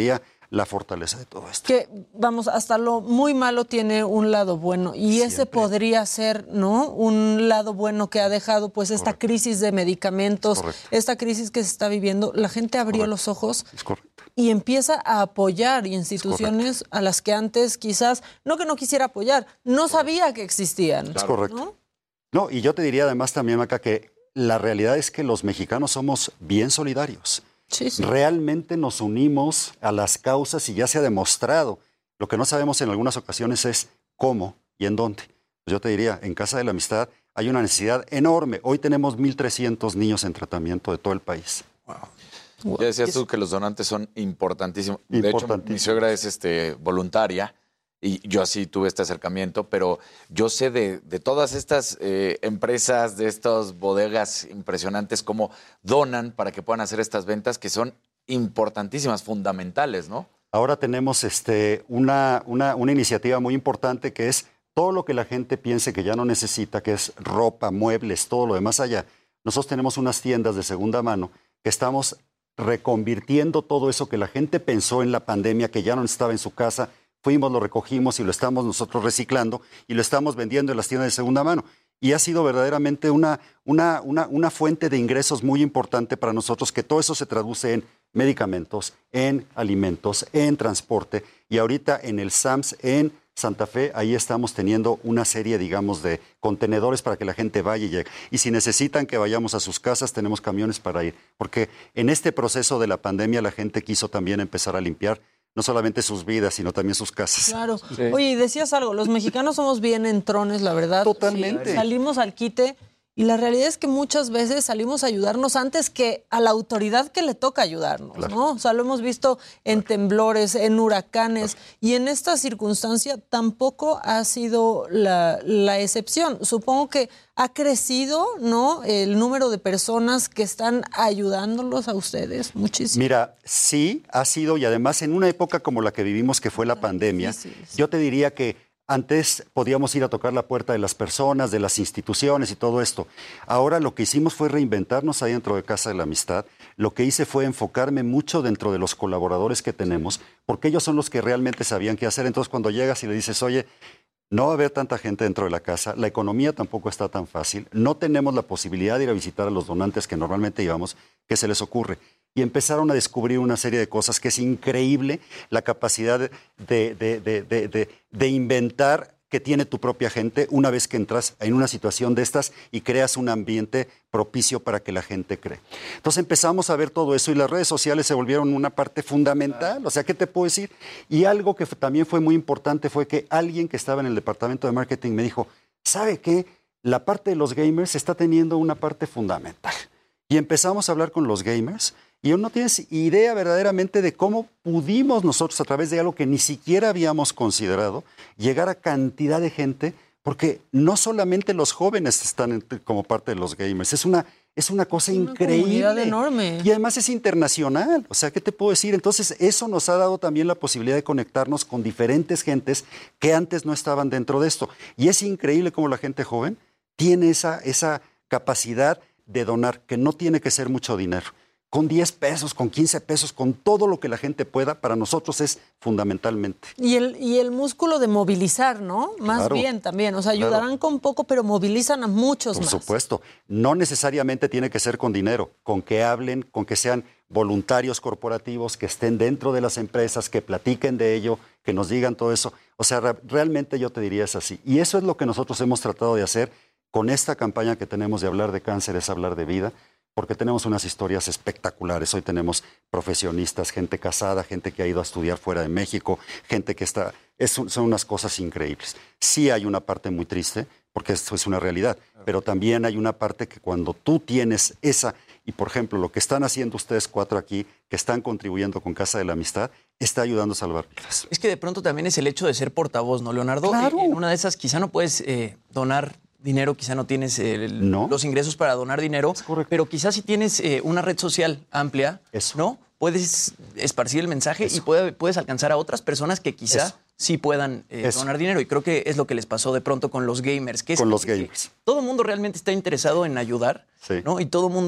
la fortaleza de todo esto. Que, vamos, hasta lo muy malo tiene un lado bueno y Siempre. ese podría ser, ¿no? Un lado bueno que ha dejado pues esta Correcto. crisis de medicamentos, esta crisis que se está viviendo. La gente abrió Correcto. los ojos es correcto. y empieza a apoyar instituciones a las que antes quizás, no que no quisiera apoyar, no sabía que existían. Es correcto. ¿no? No, y yo te diría además también, Maca, que la realidad es que los mexicanos somos bien solidarios. Sí, sí. Realmente nos unimos a las causas y ya se ha demostrado. Lo que no sabemos en algunas ocasiones es cómo y en dónde. Pues yo te diría, en Casa de la Amistad hay una necesidad enorme. Hoy tenemos mil trescientos niños en tratamiento de todo el país. Wow. Ya decías tú que los donantes son importantísimos. De hecho, mi suegra es este, voluntaria. Y yo así tuve este acercamiento, pero yo sé de, de todas estas eh, empresas, de estas bodegas impresionantes, cómo donan para que puedan hacer estas ventas que son importantísimas, fundamentales, ¿no? Ahora tenemos este, una, una, una iniciativa muy importante que es todo lo que la gente piense que ya no necesita, que es ropa, muebles, todo lo demás allá. Nosotros tenemos unas tiendas de segunda mano que estamos reconvirtiendo todo eso que la gente pensó en la pandemia, que ya no estaba en su casa. Fuimos, lo recogimos y lo estamos nosotros reciclando y lo estamos vendiendo en las tiendas de segunda mano. Y ha sido verdaderamente una, una, una, una fuente de ingresos muy importante para nosotros, que todo eso se traduce en medicamentos, en alimentos, en transporte. Y ahorita en el S A M S, en Santa Fe, ahí estamos teniendo una serie, digamos, de contenedores para que la gente vaya y llegue. Y si necesitan que vayamos a sus casas, tenemos camiones para ir. Porque en este proceso de la pandemia la gente quiso también empezar a limpiar no solamente sus vidas, sino también sus casas. Claro. Sí. Oye, y decías algo, los mexicanos somos bien entrones, la verdad. Totalmente. Sí, salimos al quite y la realidad es que muchas veces salimos a ayudarnos antes que a la autoridad que le toca ayudarnos, claro. ¿no? O sea, lo hemos visto en claro. temblores, en huracanes, claro. y en esta circunstancia tampoco ha sido la, la excepción. Supongo que ha crecido, ¿no?, el número de personas que están ayudándolos a ustedes muchísimo. Mira, sí, ha sido, y además en una época como la que vivimos, que fue la pandemia, sí, sí, sí. yo te diría que antes podíamos ir a tocar la puerta de las personas, de las instituciones y todo esto. Ahora lo que hicimos fue reinventarnos ahí dentro de Casa de la Amistad. Lo que hice fue enfocarme mucho dentro de los colaboradores que tenemos, porque ellos son los que realmente sabían qué hacer. Entonces cuando llegas y le dices, oye, no va a haber tanta gente dentro de la casa, la economía tampoco está tan fácil, no tenemos la posibilidad de ir a visitar a los donantes que normalmente íbamos, ¿qué se les ocurre? Y empezaron a descubrir una serie de cosas que es increíble, la capacidad de, de, de, de, de, de, de inventar que tiene tu propia gente una vez que entras en una situación de estas y creas un ambiente propicio para que la gente cree. Entonces empezamos a ver todo eso y las redes sociales se volvieron una parte fundamental. O sea, ¿qué te puedo decir? Y algo que también fue muy importante fue que alguien que estaba en el departamento de marketing me dijo, ¿sabe qué? La parte de los gamers está teniendo una parte fundamental. Y empezamos a hablar con los gamers. Y no tienes idea verdaderamente de cómo pudimos nosotros, a través de algo que ni siquiera habíamos considerado, llegar a cantidad de gente, porque no solamente los jóvenes están como parte de los gamers, es una, es una cosa una increíble. Enorme. Y además es internacional, o sea, ¿qué te puedo decir? Entonces, eso nos ha dado también la posibilidad de conectarnos con diferentes gentes que antes no estaban dentro de esto. Y es increíble cómo la gente joven tiene esa, esa capacidad de donar, que no tiene que ser mucho dinero. Con diez pesos, con quince pesos, con todo lo que la gente pueda, para nosotros es fundamentalmente. Y el, y el músculo de movilizar, ¿no? Más claro, bien también, o sea, ayudarán claro. con poco, pero movilizan a muchos Por más. Por supuesto, no necesariamente tiene que ser con dinero, con que hablen, con que sean voluntarios corporativos, que estén dentro de las empresas, que platiquen de ello, que nos digan todo eso. O sea, re- realmente yo te diría es así. Y eso es lo que nosotros hemos tratado de hacer con esta campaña que tenemos de hablar de cáncer, es hablar de vida. Porque tenemos unas historias espectaculares. Hoy tenemos profesionistas, gente casada, gente que ha ido a estudiar fuera de México, gente que está... Es, son unas cosas increíbles. Sí hay una parte muy triste, porque esto es una realidad, pero también hay una parte que cuando tú tienes esa... Y, por ejemplo, lo que están haciendo ustedes cuatro aquí, que están contribuyendo con Casa de la Amistad, está ayudando a salvar vidas. Es que de pronto también es el hecho de ser portavoz, ¿no, Leonardo? Claro. En una de esas quizá no puedes eh, donar dinero, quizá no tienes el, no. los ingresos para donar dinero, pero quizás si tienes eh, una red social amplia, Eso. ¿no? Puedes esparcir el mensaje Eso. y puede, puedes alcanzar a otras personas que quizá Eso. sí puedan eh, donar dinero. Y creo que es lo que les pasó de pronto con los gamers. Que es con los que, gamers. Que todo el mundo realmente está interesado en ayudar, sí. ¿no? Y todo el mundo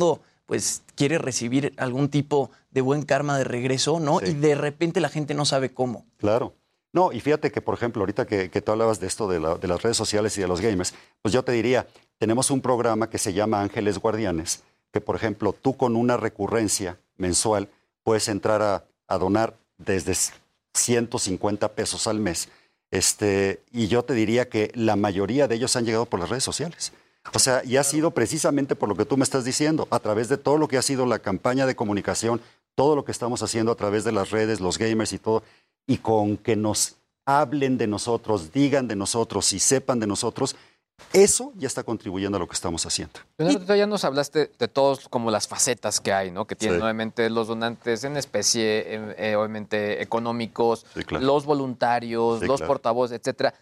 pues quiere recibir algún tipo de buen karma de regreso, ¿no? Sí. Y de repente la gente no sabe cómo. Claro. No, y fíjate que, por ejemplo, ahorita que, que tú hablabas de esto de, la, de las redes sociales y de los gamers, pues yo te diría, tenemos un programa que se llama Ángeles Guardianes, que, por ejemplo, tú con una recurrencia mensual puedes entrar a, a donar desde ciento cincuenta pesos al mes. Este, y yo te diría que la mayoría de ellos han llegado por las redes sociales. O sea, y ha sido precisamente por lo que tú me estás diciendo, a través de todo lo que ha sido la campaña de comunicación, todo lo que estamos haciendo a través de las redes, los gamers y todo, y con que nos hablen de nosotros, digan de nosotros y sepan de nosotros, eso ya está contribuyendo a lo que estamos haciendo. Leonardo, ya nos hablaste de todos como las facetas que hay, ¿no? Que tienen sí. obviamente los donantes en especie, eh, obviamente económicos, sí, claro. los voluntarios, sí, los claro. portavoces, etcétera.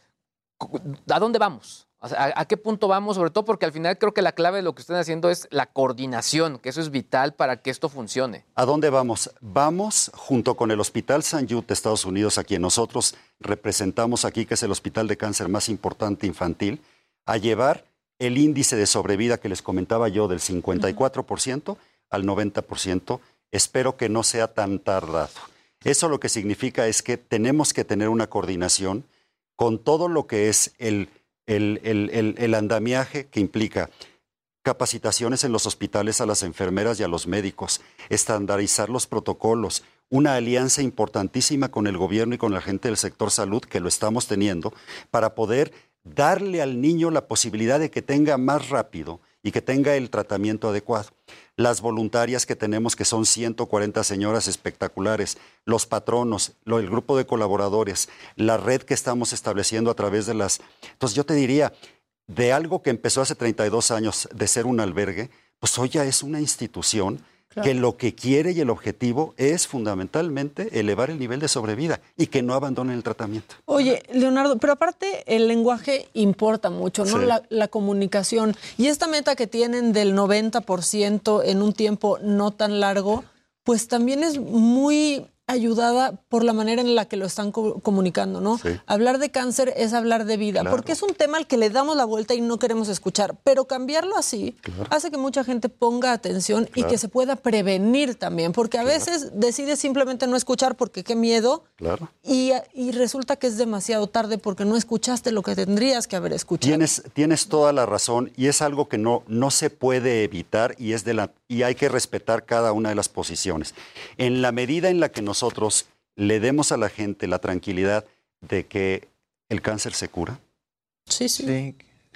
¿A dónde vamos? O sea, ¿a, ¿A qué punto vamos? Sobre todo porque al final creo que la clave de lo que están haciendo es la coordinación, que eso es vital para que esto funcione. ¿A dónde vamos? Vamos junto con el Hospital Saint Jude de Estados Unidos, a quien nosotros representamos aquí, que es el hospital de cáncer más importante infantil, a llevar el índice de sobrevida que les comentaba yo del cincuenta y cuatro por ciento al noventa por ciento. Espero que no sea tan tardado. Eso lo que significa es que tenemos que tener una coordinación con todo lo que es el, el, el, el, el andamiaje que implica capacitaciones en los hospitales a las enfermeras y a los médicos, estandarizar los protocolos, una alianza importantísima con el gobierno y con la gente del sector salud, que lo estamos teniendo, para poder darle al niño la posibilidad de que tenga más rápido y que tenga el tratamiento adecuado. Las voluntarias que tenemos, que son ciento cuarenta señoras espectaculares, los patronos, lo, el grupo de colaboradores, la red que estamos estableciendo a través de las... Entonces yo te diría, de algo que empezó hace treinta y dos años de ser un albergue, pues hoy ya es una institución claro. que lo que quiere y el objetivo es fundamentalmente elevar el nivel de sobrevida y que no abandonen el tratamiento. Oye, Leonardo, pero aparte el lenguaje importa mucho, ¿no? Sí. La, la comunicación. Y esta meta que tienen del noventa por ciento en un tiempo no tan largo, pues también es muy ayudada por la manera en la que lo están co- comunicando, ¿no? Sí. Hablar de cáncer es hablar de vida, claro. porque es un tema al que le damos la vuelta y no queremos escuchar, pero cambiarlo así claro. hace que mucha gente ponga atención claro. y que se pueda prevenir también, porque a claro. veces decides simplemente no escuchar porque qué miedo claro. y, y resulta que es demasiado tarde porque no escuchaste lo que tendrías que haber escuchado. Tienes, tienes toda la razón y es algo que no, no se puede evitar y, es de la, y hay que respetar cada una de las posiciones. En la medida en la que nos nosotros le demos a la gente la tranquilidad de que el cáncer se cura. Sí, sí. sí.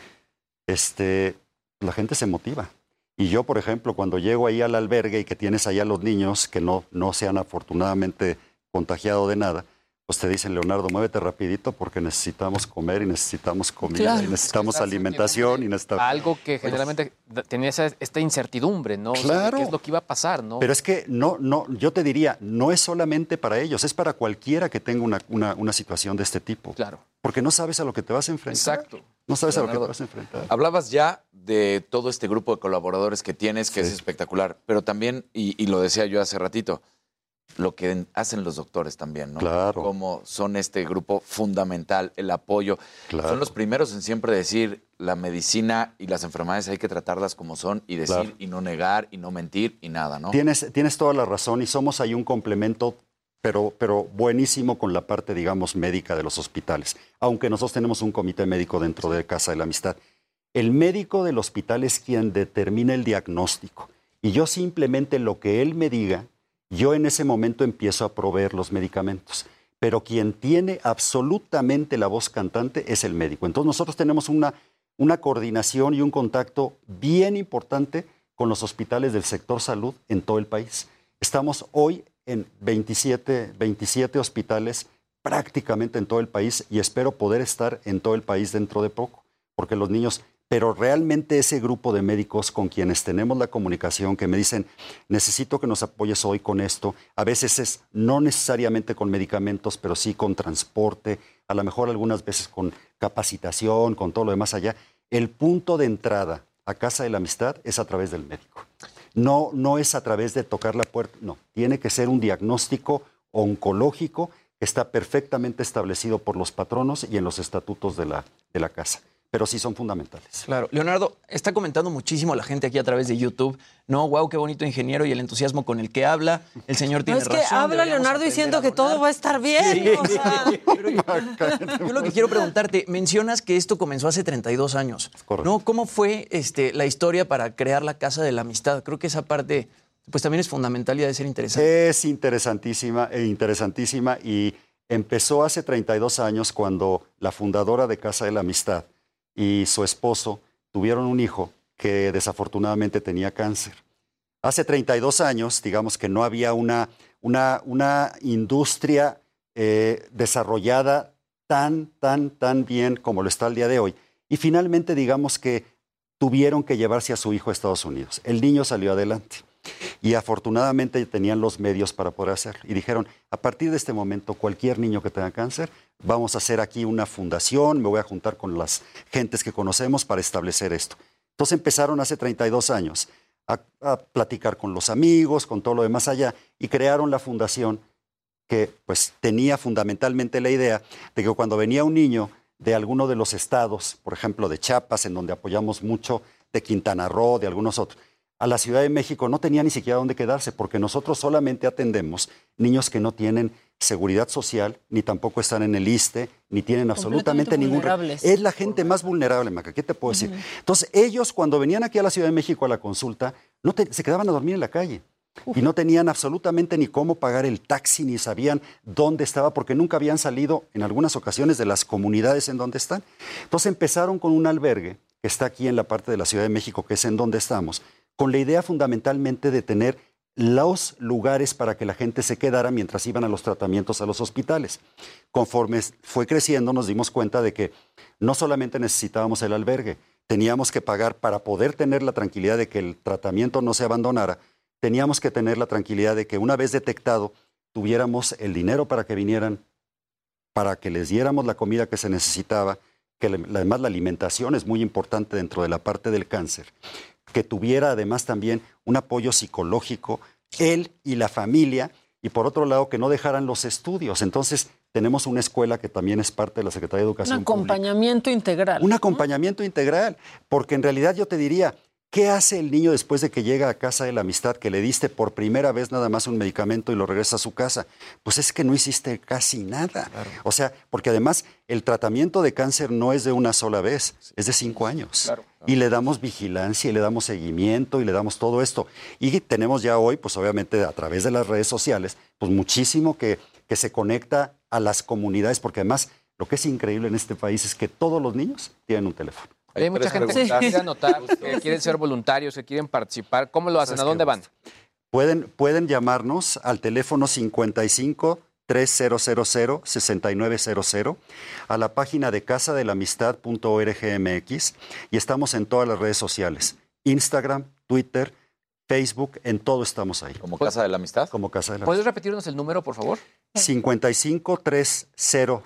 Este, la gente se motiva. Y yo, por ejemplo, cuando llego ahí al albergue y que tienes allá a los niños que no, no se han afortunadamente contagiado de nada, pues te dicen, Leonardo, muévete rapidito porque necesitamos comer y necesitamos comida claro. y necesitamos alimentación y necesitamos... Algo que generalmente pues, tenía esa, esta incertidumbre, ¿no? Claro. O sea, ¿qué es lo que iba a pasar, no? Pero es que no, no, yo te diría, no es solamente para ellos, es para cualquiera que tenga una, una, una situación de este tipo. Claro. Porque no sabes a lo que te vas a enfrentar. Exacto. No sabes Leonardo, a lo que te vas a enfrentar. Hablabas ya de todo este grupo de colaboradores que tienes, que sí. es espectacular, pero también, y, y lo decía yo hace ratito, lo que hacen los doctores también, ¿no? Claro. Como son este grupo fundamental, el apoyo. Claro. Son los primeros en siempre decir la medicina y las enfermedades hay que tratarlas como son y decir claro. y no negar y no mentir y nada, ¿no? Tienes, tienes toda la razón y somos ahí un complemento, pero, pero buenísimo con la parte, digamos, médica de los hospitales. Aunque nosotros tenemos un comité médico dentro de Casa de la Amistad. El médico del hospital es quien determina el diagnóstico y yo simplemente lo que él me diga, yo en ese momento empiezo a proveer los medicamentos, pero quien tiene absolutamente la voz cantante es el médico. Entonces nosotros tenemos una, una coordinación y un contacto bien importante con los hospitales del sector salud en todo el país. Estamos hoy en veintisiete, veintisiete hospitales prácticamente en todo el país y espero poder estar en todo el país dentro de poco, porque los niños... Pero realmente ese grupo de médicos con quienes tenemos la comunicación, que me dicen, necesito que nos apoyes hoy con esto, a veces es no necesariamente con medicamentos, pero sí con transporte, a lo mejor algunas veces con capacitación, con todo lo demás allá. El punto de entrada a Casa de la Amistad es a través del médico. No, no es a través de tocar la puerta, no. Tiene que ser un diagnóstico oncológico que está perfectamente establecido por los patronos y en los estatutos de la, de la casa. pero sí son fundamentales. Claro. Leonardo, está comentando muchísimo la gente aquí a través de YouTube. No, wow, qué bonito ingeniero y el entusiasmo con el que habla. El señor tiene razón. No, es que razón, habla Leonardo diciendo que todo va a estar bien. Sí. O sea. Pero yo, yo lo que quiero preguntarte, mencionas que esto comenzó hace treinta y dos años. Correcto. ¿No? ¿Cómo fue este, la historia para crear la Casa de la Amistad? Creo que esa parte pues también es fundamental y ha de ser interesante. Es interesantísima e interesantísima y empezó hace treinta y dos años cuando la fundadora de Casa de la Amistad y su esposo tuvieron un hijo que desafortunadamente tenía cáncer. Hace treinta y dos años, digamos que no había una, una, una industria eh, desarrollada tan, tan, tan bien como lo está el día de hoy. Y finalmente, digamos que tuvieron que llevarse a su hijo a Estados Unidos. El niño salió adelante. Y afortunadamente tenían los medios para poder hacerlo. Y dijeron, a partir de este momento, cualquier niño que tenga cáncer, vamos a hacer aquí una fundación, me voy a juntar con las gentes que conocemos para establecer esto. Entonces empezaron hace treinta y dos años a, a platicar con los amigos, con todo lo demás allá, y crearon la fundación que pues tenía fundamentalmente la idea de que cuando venía un niño de alguno de los estados, por ejemplo de Chiapas, en donde apoyamos mucho, de Quintana Roo, de algunos otros, a la Ciudad de México no tenía ni siquiera dónde quedarse, porque nosotros solamente atendemos niños que no tienen seguridad social, ni tampoco están en el ISSSTE, ni tienen absolutamente ningún... Es la gente más vulnerable, Maca, ¿qué te puedo decir? Uh-huh. Entonces, ellos cuando venían aquí a la Ciudad de México a la consulta, no te, se quedaban a dormir en la calle. Uf. Y no tenían absolutamente ni cómo pagar el taxi, ni sabían dónde estaba, porque nunca habían salido en algunas ocasiones de las comunidades en donde están. Entonces empezaron con un albergue que está aquí en la parte de la Ciudad de México, que es en donde estamos, con la idea fundamentalmente de tener los lugares para que la gente se quedara mientras iban a los tratamientos a los hospitales. Conforme fue creciendo, nos dimos cuenta de que no solamente necesitábamos el albergue, teníamos que pagar para poder tener la tranquilidad de que el tratamiento no se abandonara, teníamos que tener la tranquilidad de que una vez detectado, tuviéramos el dinero para que vinieran, para que les diéramos la comida que se necesitaba, que además la alimentación es muy importante dentro de la parte del cáncer, que tuviera además también un apoyo psicológico, él y la familia, y por otro lado que no dejaran los estudios. Entonces tenemos una escuela que también es parte de la Secretaría de Educación Pública. Un acompañamiento Pública. integral. Un acompañamiento ¿no? integral, porque en realidad yo te diría, ¿qué hace el niño después de que llega a Casa de la Amistad, que le diste por primera vez nada más un medicamento y lo regresa a su casa? Pues es que no hiciste casi nada. Claro. O sea, porque además el tratamiento de cáncer no es de una sola vez, es de cinco años. Claro, claro. Y le damos vigilancia y le damos seguimiento y le damos todo esto. Y tenemos ya hoy, pues obviamente a través de las redes sociales, pues muchísimo que, que se conecta a las comunidades, porque además lo que es increíble en este país es que todos los niños tienen un teléfono. Hay mucha gente que quiere anotar, que quieren ser voluntarios, que quieren participar. ¿Cómo lo hacen? ¿A dónde van? Pueden, pueden llamarnos al teléfono cincuenta y cinco, tres mil, sesenta y nueve cero cero, a la página de casa de la amistad punto org punto mx, y estamos en todas las redes sociales. Instagram, Twitter, Facebook, en todo estamos ahí. ¿Como Casa de la Amistad? Como Casa de la ¿Puedes Amistad. repetirnos el número, por favor? cincuenta y cinco, tres mil,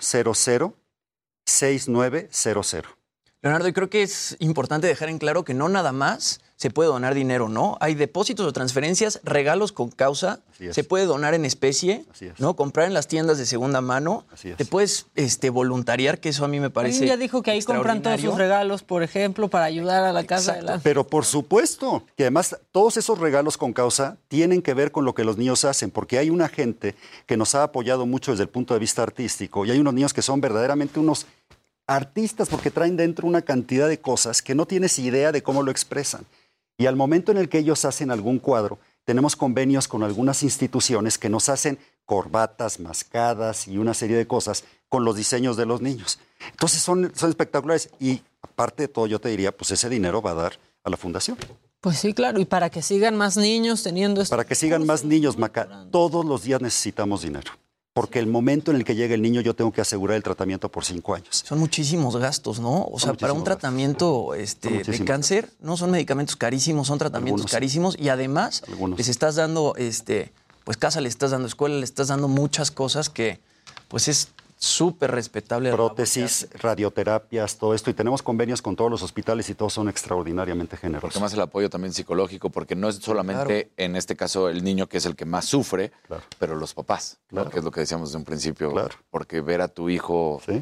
sesenta y nueve cero cero. Leonardo, y creo que es importante dejar en claro que no nada más se puede donar dinero, ¿no? Hay depósitos o transferencias, regalos con causa, se puede donar en especie, ¿no? Comprar en las tiendas de segunda mano, te puedes este, voluntariar, que eso a mí me parece ya dijo que ahí compran todos sus regalos, por ejemplo, para ayudar a la Casa de la... Pero por supuesto, que además todos esos regalos con causa tienen que ver con lo que los niños hacen, porque hay una gente que nos ha apoyado mucho desde el punto de vista artístico, y hay unos niños que son verdaderamente unos artistas porque traen dentro una cantidad de cosas que no tienes idea de cómo lo expresan. Y al momento en el que ellos hacen algún cuadro, tenemos convenios con algunas instituciones que nos hacen corbatas, mascadas y una serie de cosas con los diseños de los niños. Entonces son, son espectaculares y aparte de todo yo te diría, pues ese dinero va a dar a la fundación. Pues sí, claro, y para que sigan más niños teniendo esto. Para que sigan más niños, Maca, todos los días necesitamos dinero. Porque el momento en el que llega el niño yo tengo que asegurar el tratamiento por cinco años. Son muchísimos gastos, ¿no? O sea, para un tratamiento este, de cáncer, no son medicamentos carísimos, son tratamientos Algunos. carísimos y además Algunos. les estás dando, este, pues casa, le estás dando escuela, le estás dando muchas cosas que pues es súper respetable. Prótesis, radioterapias, todo esto. Y tenemos convenios con todos los hospitales y todos son extraordinariamente generosos. Porque más el apoyo también psicológico, porque no es solamente, claro. en este caso, el niño que es el que más sufre, claro. pero los papás, claro. que es lo que decíamos desde un principio. Claro. Porque ver a tu hijo ¿Sí?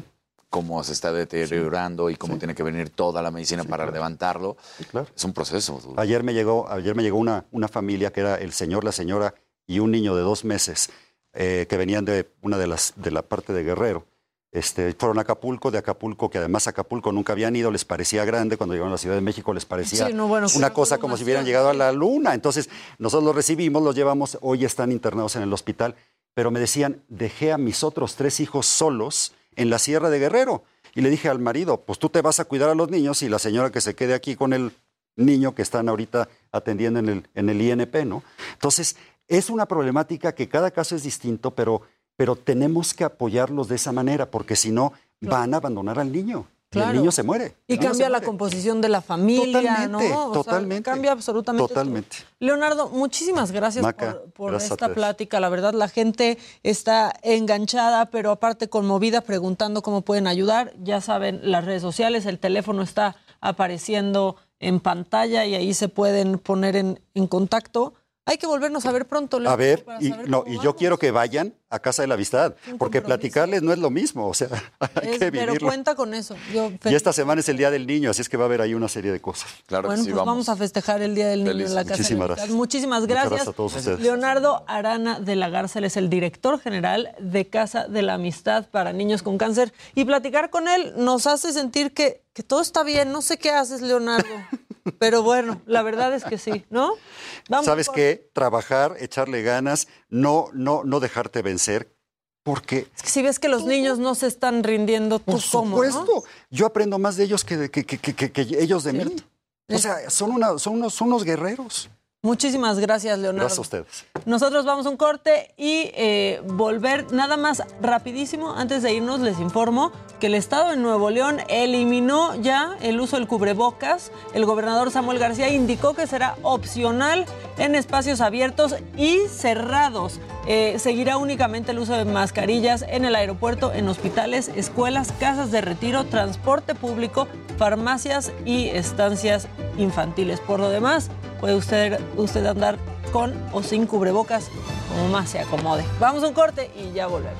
cómo se está deteriorando y cómo sí. tiene que venir toda la medicina sí, para claro. levantarlo. Sí, claro. Es un proceso. Ayer me llegó, ayer me llegó una, una familia que era el señor, la señora y un niño de dos meses eh, que venían de una de las de la parte de Guerrero. Este, fueron a Acapulco, de Acapulco, que además Acapulco nunca habían ido, les parecía grande, cuando llegaron a la Ciudad de México les parecía sí, no, bueno, una cosa como si hubieran llegado a la luna. Entonces nosotros los recibimos, los llevamos, hoy están internados en el hospital, pero me decían, dejé a mis otros tres hijos solos en la Sierra de Guerrero. Y le dije al marido, pues tú te vas a cuidar a los niños y la señora que se quede aquí con el niño que están ahorita atendiendo en el, en el I N P, ¿no? Entonces, es una problemática que cada caso es distinto, pero, pero tenemos que apoyarlos de esa manera, porque si no, claro. van a abandonar al niño. Claro. Y el niño se muere. Y cambia la composición de la familia, totalmente, ¿no? O totalmente. Sea, cambia absolutamente Totalmente. todo. Leonardo, muchísimas gracias Maca, por, por gracias esta plática. La verdad, la gente está enganchada, pero aparte conmovida, preguntando cómo pueden ayudar. Ya saben, las redes sociales, el teléfono está apareciendo en pantalla y ahí se pueden poner en, en contacto. Hay que volvernos a ver pronto, Leonardo. A ver, y, no, y yo quiero que vayan a Casa de la Amistad, porque platicarles no es lo mismo, o sea, hay es, que vivirlo. Pero cuenta con eso. Yo y esta semana es el Día del Niño, así es que va a haber ahí una serie de cosas. Claro bueno, que sí, pues vamos. vamos a festejar el Día del Niño Feliz. en la Casa Muchísimas de la gracias. Muchísimas gracias. Muchas gracias a todos ustedes. Leonardo Arana de la Garza, él es el director general de Casa de la Amistad para Niños con Cáncer. Y platicar con él nos hace sentir que, que todo está bien. No sé qué haces, Leonardo. Pero bueno, la verdad es que sí, ¿no? Vamos ¿Sabes por... qué? Trabajar, echarle ganas, no, no, no dejarte vencer, porque... Es que si ves que los tú, niños no se están rindiendo, ¿tú cómo? Por supuesto. ¿No? Yo aprendo más de ellos que, que, que, que, que, que ellos de Cierto. mí. O sea, son, una, son, unos, son unos guerreros. Muchísimas gracias, Leonardo. Gracias a ustedes. Nosotros vamos a un corte y eh, volver nada más rapidísimo. Antes de irnos, les informo que el Estado de Nuevo León eliminó ya el uso del cubrebocas. El gobernador Samuel García indicó que será opcional en espacios abiertos y cerrados. Eh, seguirá únicamente el uso de mascarillas en el aeropuerto, en hospitales, escuelas, casas de retiro, transporte público, farmacias y estancias infantiles. Por lo demás, puede usted, usted andar con o sin cubrebocas, como más se acomode. Vamos a un corte y ya volvemos.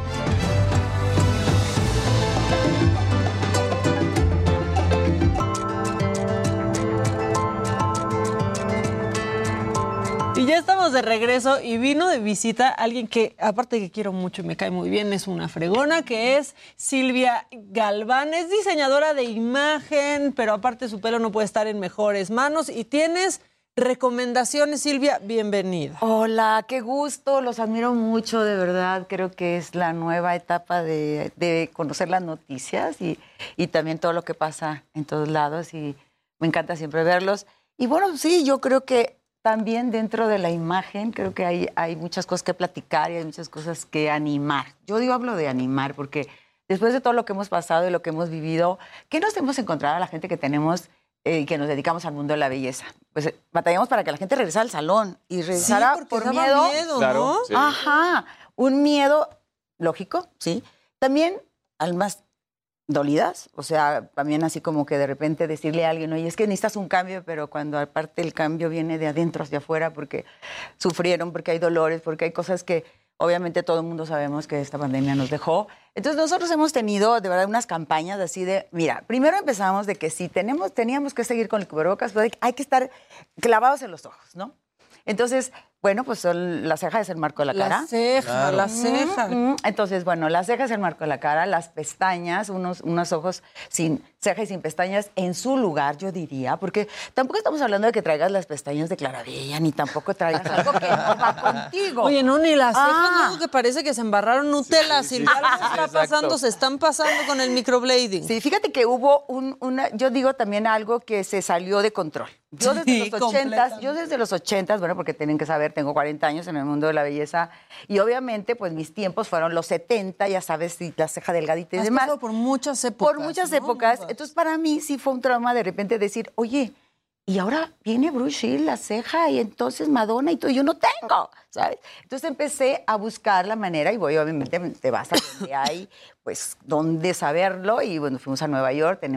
Y ya estamos de regreso y vino de visita alguien que, aparte que quiero mucho y me cae muy bien, es una fregona, que es Silvia Galván. Es diseñadora de imagen, pero aparte su pelo no puede estar en mejores manos. Y tienes recomendaciones, Silvia, bienvenida. Hola, qué gusto, los admiro mucho, de verdad. Creo que es la nueva etapa de, de conocer las noticias y, y también todo lo que pasa en todos lados. Y me encanta siempre verlos. Y bueno, sí, yo creo que también dentro de la imagen creo que hay, hay muchas cosas que platicar y hay muchas cosas que animar. Yo digo, hablo de animar porque después de todo lo que hemos pasado y lo que hemos vivido, ¿qué nos hemos encontrado a la gente que tenemos y eh, que nos dedicamos al mundo de la belleza? Pues eh, batallamos para que la gente regresara al salón y regresara sí, por daba miedo. miedo, claro, ¿no? Sí. Ajá, un miedo lógico, sí. También almas dolidas, o sea, también así como que de repente decirle a alguien, oye, es que necesitas un cambio, pero cuando aparte el cambio viene de adentro hacia afuera porque sufrieron, porque hay dolores, porque hay cosas que obviamente todo el mundo sabemos que esta pandemia nos dejó. Entonces nosotros hemos tenido de verdad unas campañas así de, mira, primero empezamos de que si tenemos, teníamos que seguir con el cubrebocas, pero hay que estar clavados en los ojos, ¿no? Entonces, bueno, pues son, la ceja es el marco de la, la cara. Ceja, claro. La ceja, mm, mm. Entonces, bueno, la ceja es el marco de la cara, las pestañas, unos, unos ojos sin ceja y sin pestañas en su lugar, yo diría, porque tampoco estamos hablando de que traigas las pestañas de Clarabella, ni tampoco traigas algo que no va contigo. Oye, no, ni las cejas, Ah. no, que parece que se embarraron Nutella, Sí, sí, Silvia, algo sí, está exacto. pasando, se están pasando con el microblading. Sí, fíjate que hubo un, una, yo digo también algo que se salió de control. Yo desde Sí, los ochentas, yo desde los ochentas, bueno, porque tienen que saber, tengo cuarenta años en el mundo de la belleza y obviamente pues mis tiempos fueron los setenta, ya sabes, y la ceja delgadita y Has demás. pasado por muchas épocas. Por muchas ¿no? épocas. Entonces para mí sí fue un trauma de repente decir, oye, y ahora viene Bruce Lee, la ceja, y entonces Madonna y todo, yo no tengo, ¿sabes? Entonces empecé a buscar la manera y voy, obviamente, te vas a donde hay, pues, dónde saberlo. Y bueno, fuimos a Nueva York, tenemos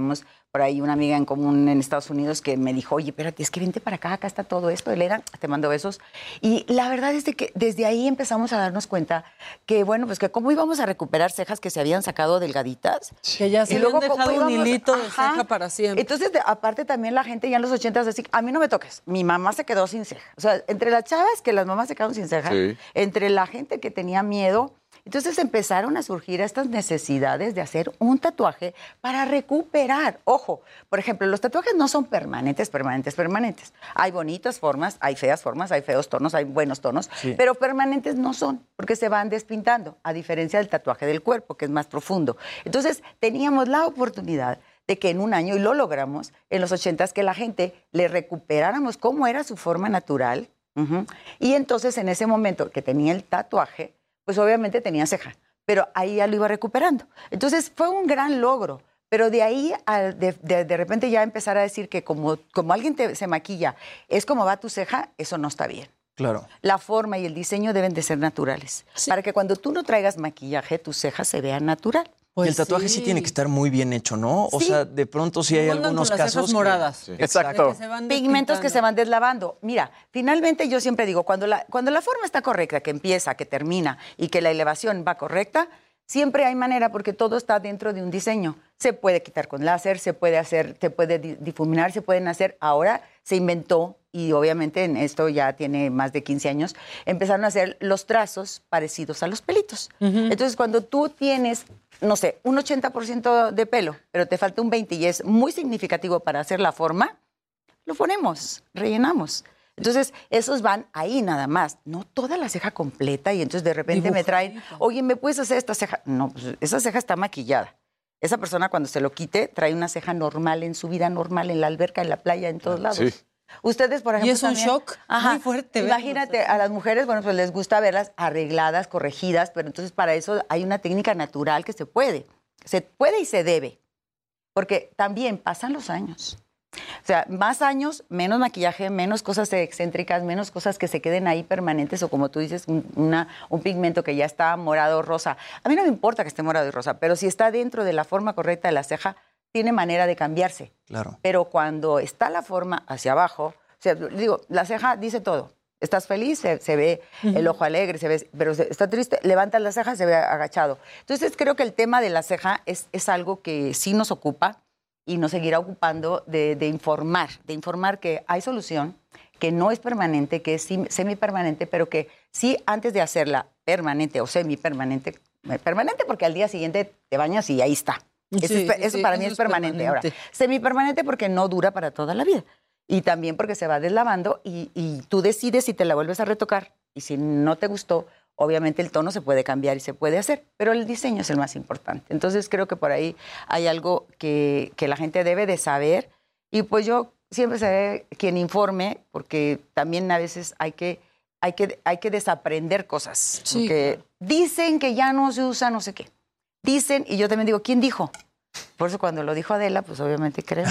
por ahí una amiga en común en Estados Unidos que me dijo, oye, espérate, es que vente para acá, acá está todo esto, Elena, te mando besos. Y la verdad es de que desde ahí empezamos a darnos cuenta que, bueno, pues que cómo íbamos a recuperar cejas que se habían sacado delgaditas. Que ya se y habían luego, dejado ¿cómo un íbamos? hilito de Ajá. ceja para siempre. Entonces, de- aparte también la gente ya en los ochentas decía, a mí no me toques, mi mamá se quedó sin ceja. O sea, entre las chavas que las mamás se quedaron sin ceja, Sí. entre la gente que tenía miedo, entonces empezaron a surgir estas necesidades de hacer un tatuaje para recuperar. Ojo, por ejemplo, los tatuajes no son permanentes, permanentes, permanentes. Hay bonitas formas, hay feas formas, hay feos tonos, hay buenos tonos, Sí. pero permanentes no son, porque se van despintando, a diferencia del tatuaje del cuerpo, que es más profundo. Entonces, teníamos la oportunidad de que en un año, y lo logramos, en los ochentas, que la gente le recuperáramos cómo era su forma natural. Ujú. Y entonces, en ese momento que tenía el tatuaje, pues obviamente tenía ceja, pero ahí ya lo iba recuperando. Entonces fue un gran logro, pero de ahí a de, de, de repente ya empezar a decir que como, como alguien te, se maquilla, es como va tu ceja, eso no está bien. Claro. La forma y el diseño deben de ser naturales, para que cuando tú no traigas maquillaje, tu ceja se vea natural. y el tatuaje sí. sí tiene que estar muy bien hecho, ¿no? O Sí. sea, de pronto sí hay Andan algunos con las cejas casos. que- moradas. Sí. Exacto. Pigmentos que se van deslavando. Mira, finalmente yo siempre digo, cuando la, cuando la forma está correcta, que empieza, que termina y que la elevación va correcta, siempre hay manera porque todo está dentro de un diseño. Se puede quitar con láser, se puede hacer, se puede di- difuminar, se pueden hacer. Ahora se inventó, y obviamente en esto ya tiene más de quince años, empezaron a hacer los trazos parecidos a los pelitos. Entonces, cuando tú tienes, no sé, un ochenta por ciento de pelo, pero te falta un veinte y es muy significativo para hacer la forma, lo ponemos, rellenamos. Entonces, esos van ahí nada más, no toda la ceja completa y entonces de repente me traen, oye, ¿me puedes hacer esta ceja? No, pues esa ceja está maquillada. Esa persona cuando se lo quite trae una ceja normal en su vida normal, en la alberca, en la playa, en todos lados. Sí. Ustedes, por ejemplo, Y es un también- shock Ajá. muy fuerte verlos Imagínate, a las mujeres, bueno, pues les gusta verlas arregladas, corregidas, pero entonces para eso hay una técnica natural que se puede. Se puede y se debe. Porque también pasan los años. O sea, más años, menos maquillaje, menos cosas excéntricas, menos cosas que se queden ahí permanentes o como tú dices, un, una, un pigmento que ya está morado o rosa. A mí no me importa que esté morado y rosa, pero si está dentro de la forma correcta de la ceja, tiene manera de cambiarse. Claro. Pero cuando está la forma hacia abajo, o sea, digo, la ceja dice todo. Estás feliz, se, se ve el ojo alegre, se ve, pero se- está triste, levantas la ceja, se ve agachado. Entonces creo que el tema de la ceja es, es algo que sí nos ocupa y nos seguirá ocupando de, de informar, de informar que hay solución, que no es permanente, que es sim- semipermanente, pero que sí antes de hacerla permanente o semipermanente, eh, permanente porque al día siguiente te bañas y ahí está. Eso, Sí, es, sí, eso sí, para eso mí es es permanente. permanente. Ahora, semipermanente porque no dura para toda la vida. Y también porque se va deslavando y, y tú decides si te la vuelves a retocar. Y si no te gustó, obviamente el tono se puede cambiar y se puede hacer, pero el diseño es el más importante. Entonces creo que por ahí hay algo que, que la gente debe de saber. Y pues yo siempre seré quien informe, porque también a veces hay que, hay que, hay que desaprender cosas. Sí, Porque dicen que ya no se usa no sé qué. Dicen, y yo también digo, ¿quién dijo? Por eso cuando lo dijo Adela, pues obviamente creen.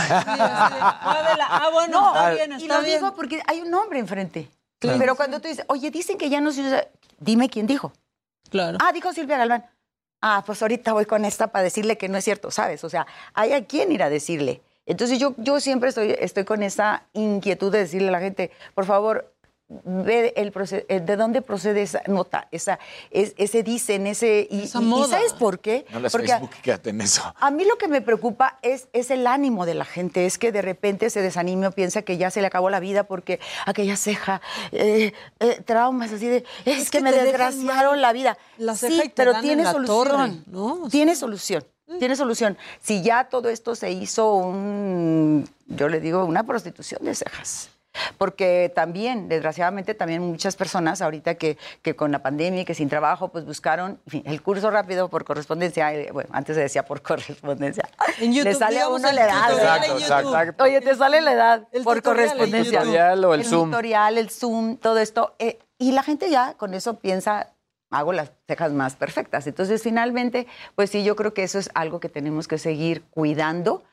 Ah, bueno, No, está bien, y está lo bien. digo porque hay un nombre enfrente. Claro. Pero cuando tú dices, oye, dicen que ya no se usa, dime quién dijo. Claro. Ah, dijo Silvia Galván. Ah, pues ahorita voy con esta para decirle que no es cierto, ¿sabes? O sea, hay a quién ir a decirle. Entonces yo, yo siempre estoy, estoy con esa inquietud de decirle a la gente, por favor, ve el proce- eh, de dónde procede esa nota, esa, es- ese dicen, ese... Y, Esa y- y moda. ¿sabes por qué? No les Porque Facebook, quédate en eso. a mí lo que me preocupa es, es el ánimo de la gente, es que de repente se desanime o piensa que ya se le acabó la vida porque aquella ceja, eh, eh, traumas así de, es, Es que, que me te dejan desgraciaron mal la vida. la ceja sí, y te pero dan en tiene la solución, torre, ¿no? tiene solución, tiene solución. Si ya todo esto se hizo un, yo le digo, una prostitución de cejas. Porque también, desgraciadamente, también muchas personas ahorita que, que con la pandemia y que sin trabajo, pues buscaron en fin, el curso rápido por correspondencia. eh, Bueno, antes se decía por correspondencia. En YouTube, Le sale a digamos, uno el la edad. tutorial Exacto, en YouTube. exacto. Oye, te sale la edad El por tutorial en correspondencia. El tutorial o el Zoom. tutorial, el Zoom, todo esto. eh, y la gente ya con eso piensa, hago las cejas más perfectas. Entonces, finalmente, pues sí, yo creo que eso es algo que tenemos que seguir cuidando,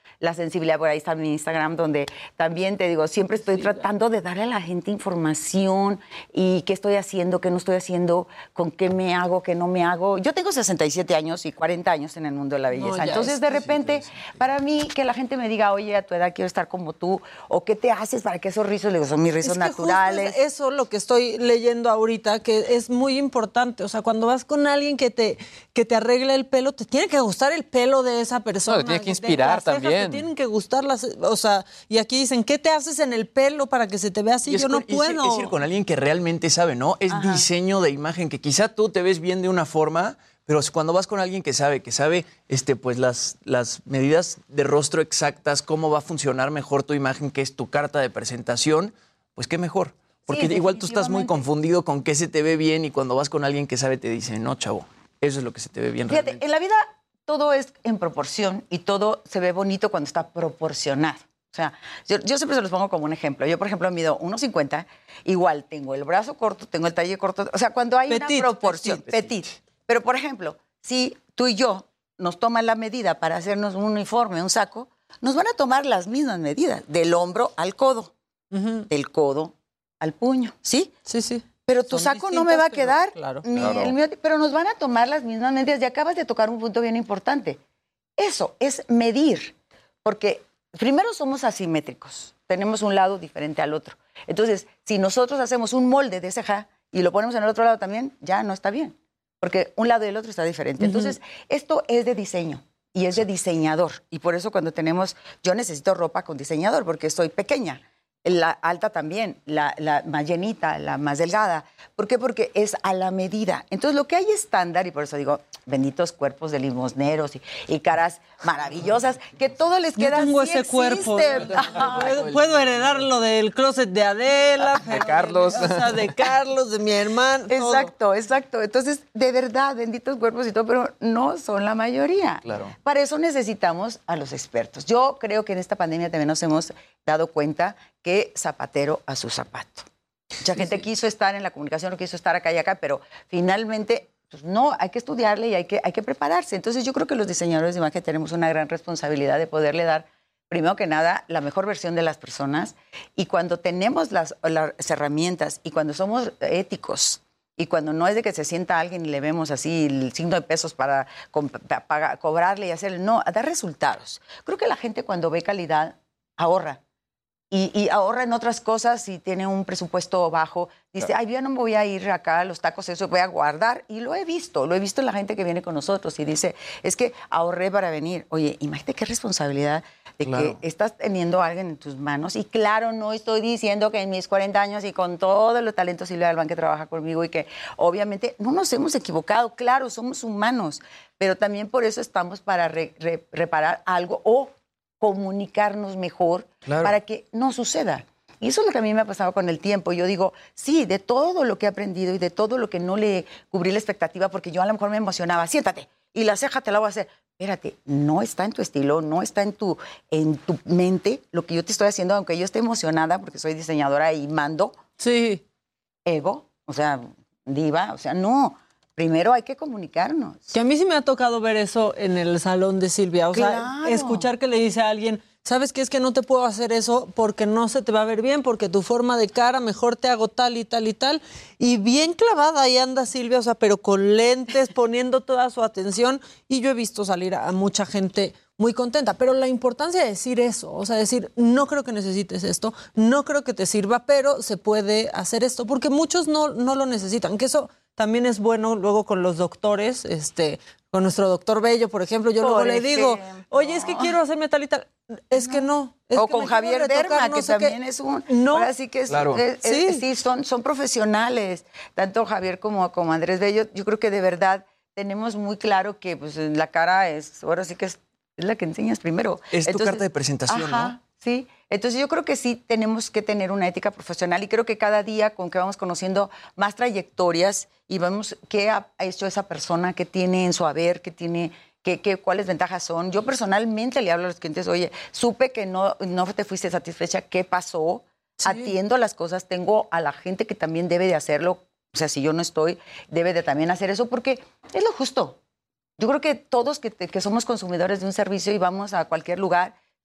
la sensibilidad. Por ahí está mi Instagram, donde también te digo, siempre estoy tratando de darle a la gente información y qué estoy haciendo, qué no estoy haciendo, con qué me hago, qué no me hago. Yo tengo sesenta y siete años y cuarenta años en el mundo de la belleza. No, Entonces, de repente, para mí, que la gente me diga, oye, a tu edad quiero estar como tú, o qué te haces para que esos rizos, le digo, son mis rizos Es que naturales. justo es eso lo que estoy leyendo ahorita, que es muy importante. O sea, cuando vas con alguien que te, que te arregle el pelo, te tiene que gustar el pelo de esa persona. No, te tiene que inspirar las cejas, también. Te tienen que gustar las... O sea, y aquí dicen, ¿qué te haces en el pelo para que se te vea así? Y es Yo no con- es- puedo. Es ir con alguien que realmente sabe, ¿no? Es Ajá. diseño de imagen, que quizá tú te ves bien de una forma, pero cuando vas con alguien que sabe, que sabe este, pues las, las medidas de rostro exactas, cómo va a funcionar mejor tu imagen, que es tu carta de presentación, pues qué mejor. Porque Sí, igual tú estás muy definitivamente. confundido con qué se te ve bien y cuando vas con alguien que sabe te dice, no, chavo, eso es lo que se te ve bien Fíjate, realmente. en la vida todo es en proporción y todo se ve bonito cuando está proporcionado. O sea, yo, yo siempre se los pongo como un ejemplo. Yo, por ejemplo, mido uno cincuenta, igual tengo el brazo corto, tengo el talle corto. O sea, cuando hay Petit, una proporción, petit, Pero, por ejemplo, si tú y yo nos toman la medida para hacernos un uniforme, un saco, nos van a tomar las mismas medidas, del hombro al codo, del codo al puño, ¿sí? Sí, sí. Pero tu Son saco no me va a distintas, quedar, pero- claro. ni Claro. el mío, pero nos van a tomar las mismas medidas. Y acabas de tocar un punto bien importante. Eso es medir, porque primero somos asimétricos, tenemos un lado diferente al otro. Entonces, si nosotros hacemos un molde de ceja y lo ponemos en el otro lado también, ya no está bien, porque un lado y el otro está diferente. Entonces, esto es de diseño y es de diseñador. Y por eso cuando tenemos, yo necesito ropa con diseñador, porque soy pequeña. La alta también, la, la más llenita, la más delgada. ¿Por qué? Porque es a la medida. Entonces, lo que hay estándar, y por eso digo, benditos cuerpos de limosneros y, y caras maravillosas, que todo les Yo queda tengo sí ese cuerpo. existe. Puedo, puedo heredar lo del closet de Adela, De Carlos. o sea, de Carlos, de mi hermano. todo. Exacto, exacto. Entonces, de verdad, benditos cuerpos y todo, pero no son la mayoría. Claro. Para eso necesitamos a los expertos. Yo creo que en esta pandemia también nos hemos dado cuenta que zapatero a su zapato. Mucha gente quiso estar en la comunicación, no quiso estar acá y acá, pero finalmente, pues no, hay que estudiarle y hay que, hay que prepararse. Entonces, yo creo que los diseñadores de imagen tenemos una gran responsabilidad de poderle dar, primero que nada, la mejor versión de las personas. Y cuando tenemos las, las herramientas y cuando somos éticos, y cuando no es de que se sienta alguien y le vemos así el signo de pesos para, com- para pagar- cobrarle y hacerle, no, a dar resultados. Creo que la gente cuando ve calidad ahorra. Y, y ahorra en otras cosas y tiene un presupuesto bajo. Dice, ay, yo no me voy a ir acá a los tacos, eso voy a guardar. Y lo he visto, lo he visto en la gente que viene con nosotros y dice, es que ahorré para venir. Oye, imagínate qué responsabilidad de Claro. que estás teniendo a alguien en tus manos. Y claro, no estoy diciendo que en mis cuarenta años y con todo el talento Silvia Galván que trabaja conmigo y que obviamente no nos hemos equivocado. Claro, somos humanos, pero también por eso estamos para re- re- reparar algo o comunicarnos mejor Claro. para que no suceda. Y eso es lo que a mí me ha pasado con el tiempo. Yo digo, sí, de todo lo que he aprendido y de todo lo que no le cubrí la expectativa, porque yo a lo mejor me emocionaba, siéntate, y la ceja te la voy a hacer. Espérate, no está en tu estilo, no está en tu, en tu mente lo que yo te estoy haciendo, aunque yo esté emocionada porque soy diseñadora y mando. Sí. Ego, o sea, diva, o sea, no. Primero hay que comunicarnos. Que a mí sí me ha tocado ver eso en el salón de Silvia. O sea, Claro. escuchar que le dice a alguien, ¿sabes qué? Es que no te puedo hacer eso porque no se te va a ver bien, porque tu forma de cara, mejor te hago tal y tal y tal. Y bien clavada ahí anda Silvia, o sea, pero con lentes, poniendo toda su atención. Y yo he visto salir a mucha gente muy contenta. Pero la importancia de decir eso, o sea, decir, no creo que necesites esto, no creo que te sirva, pero se puede hacer esto, porque muchos no, no lo necesitan, que eso también es bueno luego con los doctores, este, con nuestro doctor Bello, por ejemplo, yo Por luego le digo, ejemplo. oye, es que quiero hacerme tal y tal. Es que no. Es o que con me quiero Javier retocar, Derma, no que sé también qué. es un... No. Ahora sí que es, Claro. es- es- Sí. sí, son, son profesionales, tanto Javier como, como Andrés Bello. Yo creo que de verdad tenemos muy claro que pues, la cara es, ahora sí que es, es la que enseñas primero. Es tu carta de presentación, ajá, ¿no? Sí, entonces yo creo que sí tenemos que tener una ética profesional y creo que cada día con que vamos conociendo más trayectorias y vemos qué ha hecho esa persona, qué tiene en su haber, qué tiene, qué, qué, cuáles ventajas son. Yo personalmente le hablo a los clientes, oye, supe que no, no te fuiste satisfecha, ¿qué pasó? Sí. Atiendo las cosas, tengo a la gente que también debe de hacerlo, o sea, si yo no estoy, debe de también hacer eso porque es lo justo. Yo creo que todos que, te- que somos consumidores de un servicio y vamos a cualquier lugar,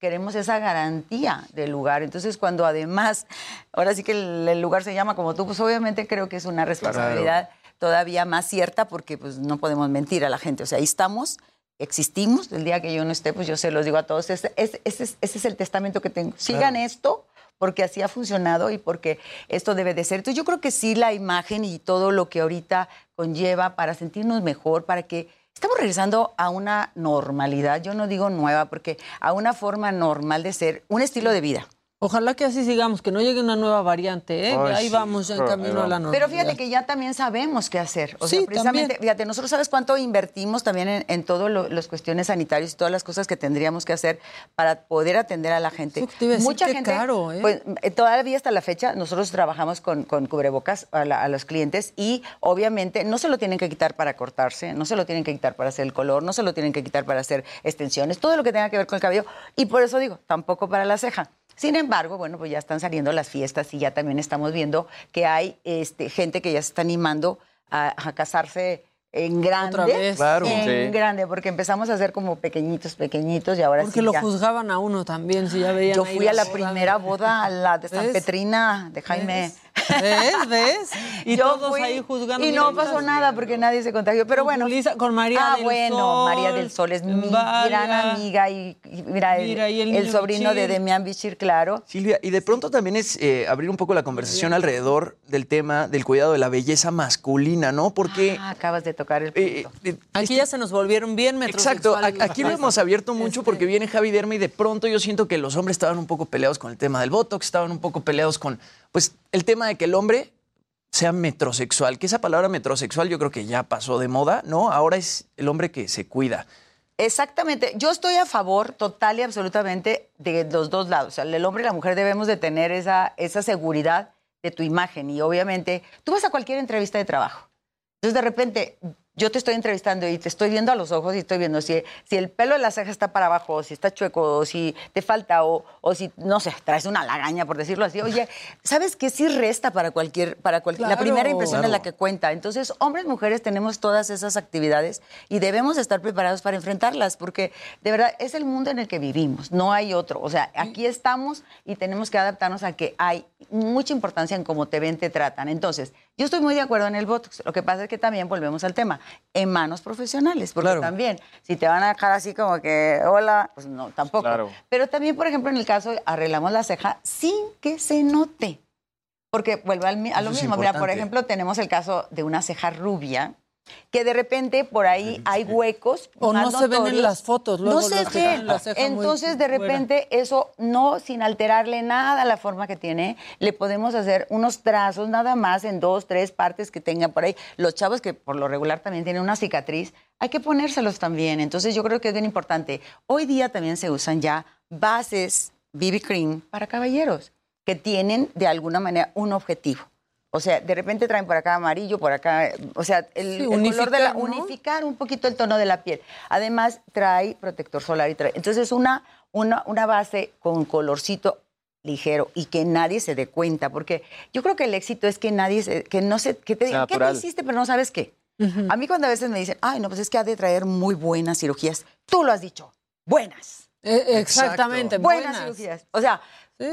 queremos esa garantía del lugar. Entonces, cuando además, ahora sí que el, el lugar se llama como tú, pues obviamente creo que es una responsabilidad claro. todavía más cierta porque pues no podemos mentir a la gente. O sea, ahí estamos, existimos. El día que yo no esté, pues yo se los digo a todos, ese, ese, ese, ese es el testamento que tengo. Sigan claro. esto porque así ha funcionado y porque esto debe de ser. Entonces, yo creo que sí la imagen y todo lo que ahorita conlleva para sentirnos mejor, para que estamos regresando a una normalidad, yo no digo nueva, porque a una forma normal de ser, un estilo de vida. Ojalá que así sigamos, que no llegue una nueva variante, ¿eh? Ay, Ahí sí. vamos en camino a la normalidad. Pero fíjate que ya también sabemos qué hacer. O sí, sea, precisamente, también. Fíjate, nosotros sabes cuánto invertimos también en, en todas las cuestiones sanitarias y todas las cosas que tendríamos que hacer para poder atender a la gente. Sí, Mucha que gente, caro, ¿eh? pues todavía hasta la fecha, nosotros trabajamos con, con cubrebocas a, la, a los clientes y obviamente no se lo tienen que quitar para cortarse, no se lo tienen que quitar para hacer el color, no se lo tienen que quitar para hacer extensiones, todo lo que tenga que ver con el cabello. Y por eso digo, tampoco para la ceja. Sin embargo, bueno, pues ya están saliendo las fiestas y ya también estamos viendo que hay este, gente que ya se está animando a, a casarse en grande. Otra vez. Claro, en sí. grande, porque empezamos a hacer como pequeñitos, pequeñitos y ahora porque sí lo ya. juzgaban a uno también, si ya veían. Yo ahí fui a la boda. primera boda, a la de San ¿Ves? Petrina, de Jaime. ¿Ves? ¿Ves? ¿Ves? Y Yo todos fui, ahí juzgando. y no pasó nada porque nadie se contagió. Pero con bueno. Lisa, con María ah, del bueno, Sol. María del Sol es mi Valia. gran amiga y, y mira, el, Mira, y el el niño sobrino Bichir. de Demián Bichir, claro. Silvia, y de pronto también es eh, abrir un poco la conversación alrededor del tema del cuidado de la belleza masculina, ¿no? Porque... Ah, acabas de tocar el punto. Eh, eh, Aquí ya se nos volvieron bien Exacto, metrosexuales. a- aquí lo hemos abierto mucho porque viene Javi Derma y de pronto yo siento que los hombres estaban un poco peleados con el tema del Botox, estaban un poco peleados con pues el tema de que el hombre sea metrosexual, que esa palabra metrosexual yo creo que ya pasó de moda, ¿no? Ahora es el hombre que se cuida. Exactamente. Yo estoy a favor total y absolutamente de los dos lados. O sea, el hombre y la mujer debemos de tener esa, esa seguridad de tu imagen. Y obviamente, tú vas a cualquier entrevista de trabajo. Entonces, de repente, yo te estoy entrevistando y te estoy viendo a los ojos y estoy viendo si, si el pelo de la ceja está para abajo, o si está chueco, o si te falta, o, o si, no sé, traes una lagaña, por decirlo así. Oye, ¿sabes qué? Sí resta para cualquier... Para cualquier Claro. la primera impresión Claro. es la que cuenta. Entonces, hombres, mujeres, tenemos todas esas actividades y debemos estar preparados para enfrentarlas, porque de verdad es el mundo en el que vivimos, no hay otro. O sea, aquí estamos y tenemos que adaptarnos a que hay mucha importancia en cómo te ven, te tratan. Entonces, yo estoy muy de acuerdo en el Botox. Lo que pasa es que también volvemos al tema, en manos profesionales, porque Claro. también, si te van a dejar así como que, hola, pues no, tampoco. Claro. Pero también, por ejemplo, en el caso, arreglamos la ceja sin que se note. Porque vuelvo al mi- a lo Eso es mismo. Mira, por importante. ejemplo, tenemos el caso de una ceja rubia, que de repente por ahí hay huecos. O no más se ven en notorios. las fotos, luego No se las que ven. tienen la ceja muy Entonces, de fuera. repente, eso no, sin alterarle nada a la forma que tiene, le podemos hacer unos trazos nada más en dos, tres partes que tengan por ahí. Los chavos que por lo regular también tienen una cicatriz, hay que ponérselos también. Entonces, yo creo que es bien importante. Hoy día también se usan ya bases B B cream para caballeros que tienen de alguna manera un objetivo. O sea, de repente traen por acá amarillo, por acá, o sea, el, Sí, el color de la, unificar, ¿no? unificar un poquito el tono de la piel. Además, trae protector solar y trae. Entonces, una, una, una base con colorcito ligero y que nadie se dé cuenta, porque yo creo que el éxito es que nadie se, que no se, que te digan, ¿qué te Natural. hiciste? Pero no sabes qué. A mí cuando a veces me dicen, ay, no, pues es que ha de traer muy buenas cirugías. Tú lo has dicho, buenas. Eh, exactamente, Buenas, buenas. cirugías. O sea,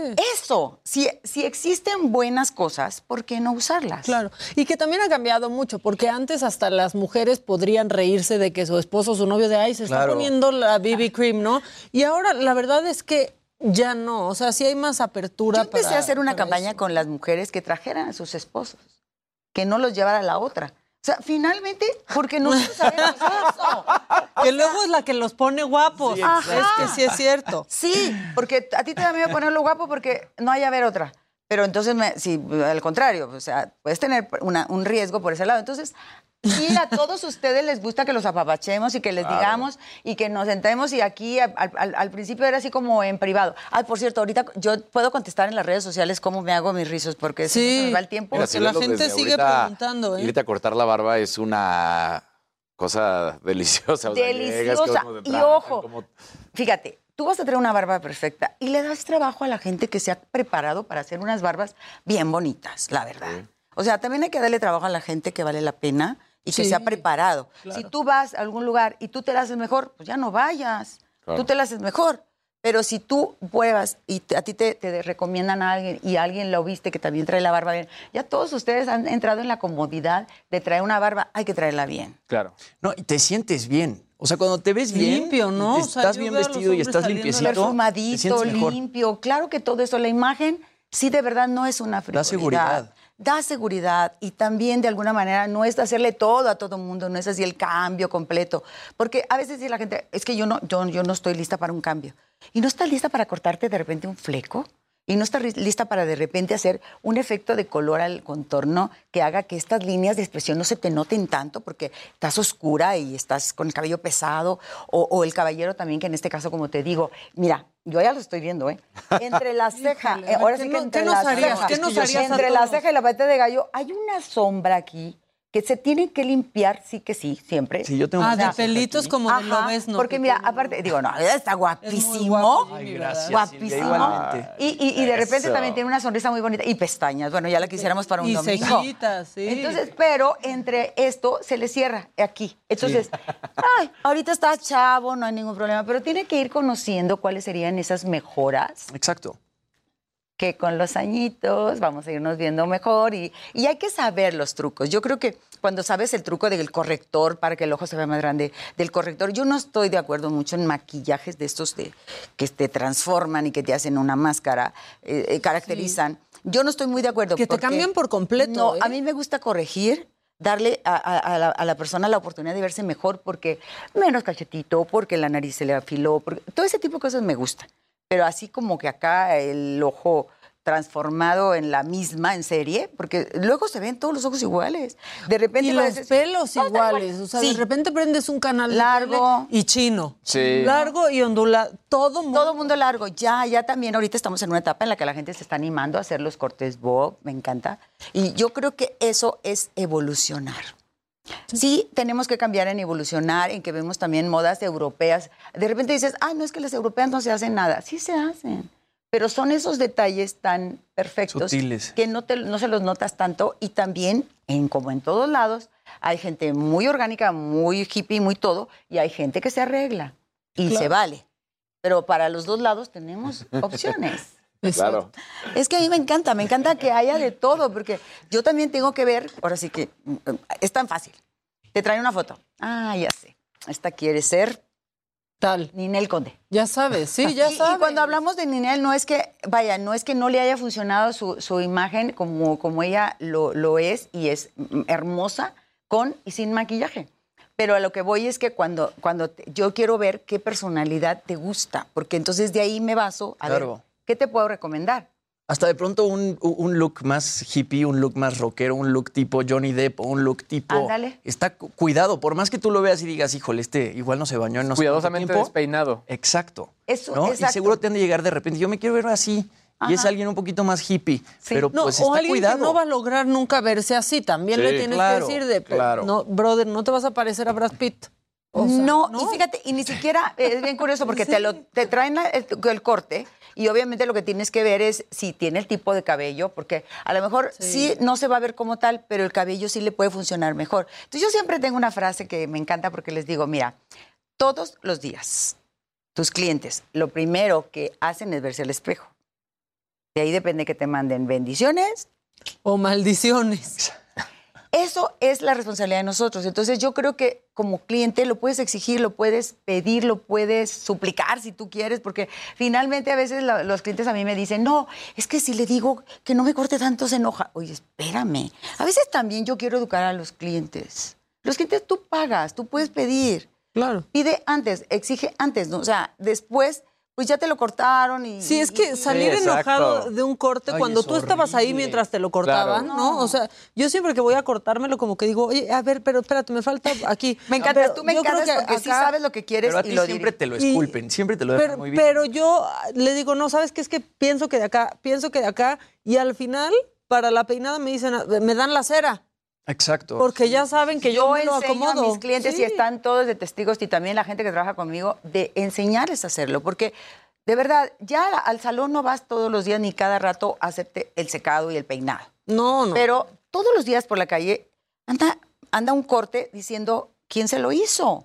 eso, si, si existen buenas cosas, ¿por qué no usarlas? Claro, y que también ha cambiado mucho, porque antes hasta las mujeres podrían reírse de que su esposo o su novio de ay, se está Claro. poniendo la B B cream, ¿no? Y ahora la verdad es que ya no, o sea, sí hay más apertura. Yo empecé para- a hacer una para campaña eso. con las mujeres que trajeran a sus esposos, que no los llevara a la otra. O sea, finalmente, porque nosotros sabemos eso. Que luego es la que los pone guapos. Sí, es exacto. que sí es cierto. Sí, porque a ti te da miedo ponerlo guapo porque no hay a ver otra. Pero entonces, me, sí, al contrario, o sea, puedes tener una- un riesgo por ese lado. Entonces, sí, a todos ustedes les gusta que los apapachemos y que les Claro. digamos y que nos sentemos y aquí al, al- al principio era así como en privado. Ah, por cierto, ahorita yo puedo contestar en las redes sociales cómo me hago mis rizos porque si no se nos va el tiempo. Mira, Porque si la verlo gente desde sigue ahorita, preguntando, ¿eh? Irte a cortar la barba es una cosa deliciosa. o sea, llegas, Deliciosa. como de Y entrada, ojo, como- fíjate, tú vas a tener una barba perfecta y le das trabajo a la gente que se ha preparado para hacer unas barbas bien bonitas, la verdad. O sea, también hay que darle trabajo a la gente que vale la pena y que Sí, se ha preparado. claro. Si tú vas a algún lugar y tú te la haces mejor, pues ya no vayas. Claro. Tú te la haces mejor. Pero si tú pruebas y te, a ti te, te recomiendan a alguien y alguien lo viste que también trae la barba bien, ya todos ustedes han entrado en la comodidad de traer una barba, hay que traerla bien. Claro. No, y te sientes bien. O sea, cuando te ves bien, limpio, ¿no? te O sea, estás yo bien veo a los vestido y hombres estás saliendo limpiecito, Perfumadito, limpio. Claro que todo eso, la imagen, sí, de verdad no es una frivolidad. Da seguridad. Da seguridad y también de alguna manera no es hacerle todo a todo mundo, no es así el cambio completo. Porque a veces dice la gente, es que yo no, yo, yo no estoy lista para un cambio. ¿Y no estás lista para cortarte de repente un fleco? ¿Y no estás lista para de repente hacer un efecto de color al contorno que haga que estas líneas de expresión no se te noten tanto porque estás oscura y estás con el cabello pesado? O, o el caballero también, que en este caso, como te digo, mira, yo ya lo estoy viendo, ¿eh? Entre la ceja, eh, ahora sí que entre la ceja, ¿qué nos harías entre la ceja y la pata de gallo, hay una sombra aquí que se tiene que limpiar, sí que sí, siempre. Sí, yo tengo Ah, una de ceja pelitos aquí. como de Ajá, lobezno. porque mira, aparte, digo, no, está guapísimo. Ay, gracias, Guapísimo. Silvia, igualmente. Y, y, y de repente Eso. también tiene una sonrisa muy bonita. Y pestañas, bueno, ya la quisiéramos para un Y domingo. cejitas, sí. Entonces, pero entre esto se le cierra aquí. Entonces, ay, ahorita está chavo, no hay ningún problema, pero tiene que ir conociendo cuáles serían esas mejoras. Exacto. Que con los añitos vamos a irnos viendo mejor y, y hay que saber los trucos. Yo creo que cuando sabes el truco del corrector para que el ojo se vea más grande, del corrector, yo no estoy de acuerdo mucho en maquillajes de estos de, que te transforman y que te hacen una máscara, eh, eh, caracterizan. Sí. Yo no estoy muy de acuerdo. Que te cambian por completo. No, ¿eh? a mí me gusta corregir, darle a, a, a, la, a la persona la oportunidad de verse mejor porque menos cachetito, porque la nariz se le afiló, porque, todo ese tipo de cosas me gustan. Pero así como que acá el ojo transformado en la misma, en serie, porque luego se ven todos los ojos iguales. De repente y los pareces, pelos iguales. O sea, sí. de repente prendes un canal largo y chino. Sí. Largo y ondulado. Todo mundo. Todo mundo largo. Ya, ya también ahorita estamos en una etapa en la que la gente se está animando a hacer los cortes bob. Me encanta. Y yo creo que eso es evolucionar. Sí, tenemos que cambiar en evolucionar, en que vemos también modas europeas. De repente dices, ah, no, es que las europeas no se hacen nada. Sí se hacen, pero son esos detalles tan perfectos sutiles, que no, te, no se los notas tanto. Y también, en, como en todos lados, hay gente muy orgánica, muy hippie, muy todo, y hay gente que se arregla y Claro. se vale. Pero para los dos lados tenemos opciones. Claro. Es que a mí me encanta, me encanta que haya de todo, porque yo también tengo que ver, ahora sí que es tan fácil. Te traen una foto. Ah, ya sé. Esta quiere ser tal. Ninel Conde. Ya sabes, sí, ya y, sabes. y cuando hablamos de Ninel, no es que, vaya, no es que no le haya funcionado su, su imagen como, como ella lo, lo es y es hermosa con y sin maquillaje. Pero a lo que voy es que cuando, cuando te, yo quiero ver qué personalidad te gusta, porque entonces de ahí me baso a Claro. ver qué te puedo recomendar. Hasta de pronto un, un look más hippie, un look más rockero, un look tipo Johnny Depp, un look tipo... Ándale. Está cu- cuidado, por más que tú lo veas y digas, híjole, este igual no se bañó en no sé cuánto Cuidadosamente tiempo. despeinado. Exacto. Eso, ¿no? Y exacto. seguro te han de llegar de repente, yo me quiero ver así. Ajá. Y es alguien un poquito más hippie. Pero No, pues o está alguien cuidado. que no va a lograr nunca verse así. También Sí, le tienes claro, que decir de, claro. no, brother, no te vas a parecer a Brad Pitt. O sea, no, y fíjate, y ni siquiera, es bien curioso porque Sí. te, lo, te traen la- el, el corte y obviamente lo que tienes que ver es si tiene el tipo de cabello, porque a lo mejor sí. sí no se va a ver como tal, pero el cabello sí le puede funcionar mejor. Entonces yo siempre tengo una frase que me encanta porque les digo, mira, todos los días tus clientes lo primero que hacen es verse al espejo. De ahí depende que te manden bendiciones o maldiciones. Eso es la responsabilidad de nosotros. Entonces yo creo que como cliente lo puedes exigir, lo puedes pedir, lo puedes suplicar si tú quieres, porque finalmente a veces la, los clientes a mí me dicen, no, es que si le digo que no me corte tanto se enoja. Oye, espérame. A veces también yo quiero educar a los clientes. Los clientes tú pagas, tú puedes pedir. Claro. Pide antes, exige antes, ¿no? O sea, después pues ya te lo cortaron y... Sí, es que salir Sí, enojado de un corte Ay, cuando es tú estabas ahí horrible. mientras te lo cortaban, Claro. ¿no? O sea, yo siempre que voy a cortármelo como que digo, oye, a ver, pero espérate, me falta aquí. Me encanta, Pero tú me yo creo encantas que porque sí acá- sabes lo que quieres Pero a y ti lo siempre diriges. te lo Y- esculpen, siempre te lo dejan Pero, muy bien. pero yo le digo, no, ¿sabes qué? Es que pienso que de acá, pienso que de acá, y al final, para la peinada me dicen, me dan la cera. Exacto. Porque ya saben que yo, Yo me lo enseño acomodo. a mis clientes Sí. y están todos de testigos y también la gente que trabaja conmigo de enseñarles a hacerlo, porque de verdad, ya al salón no vas todos los días ni cada rato a hacerte el secado y el peinado. No, no. Pero todos los días por la calle anda, anda un corte diciendo quién se lo hizo.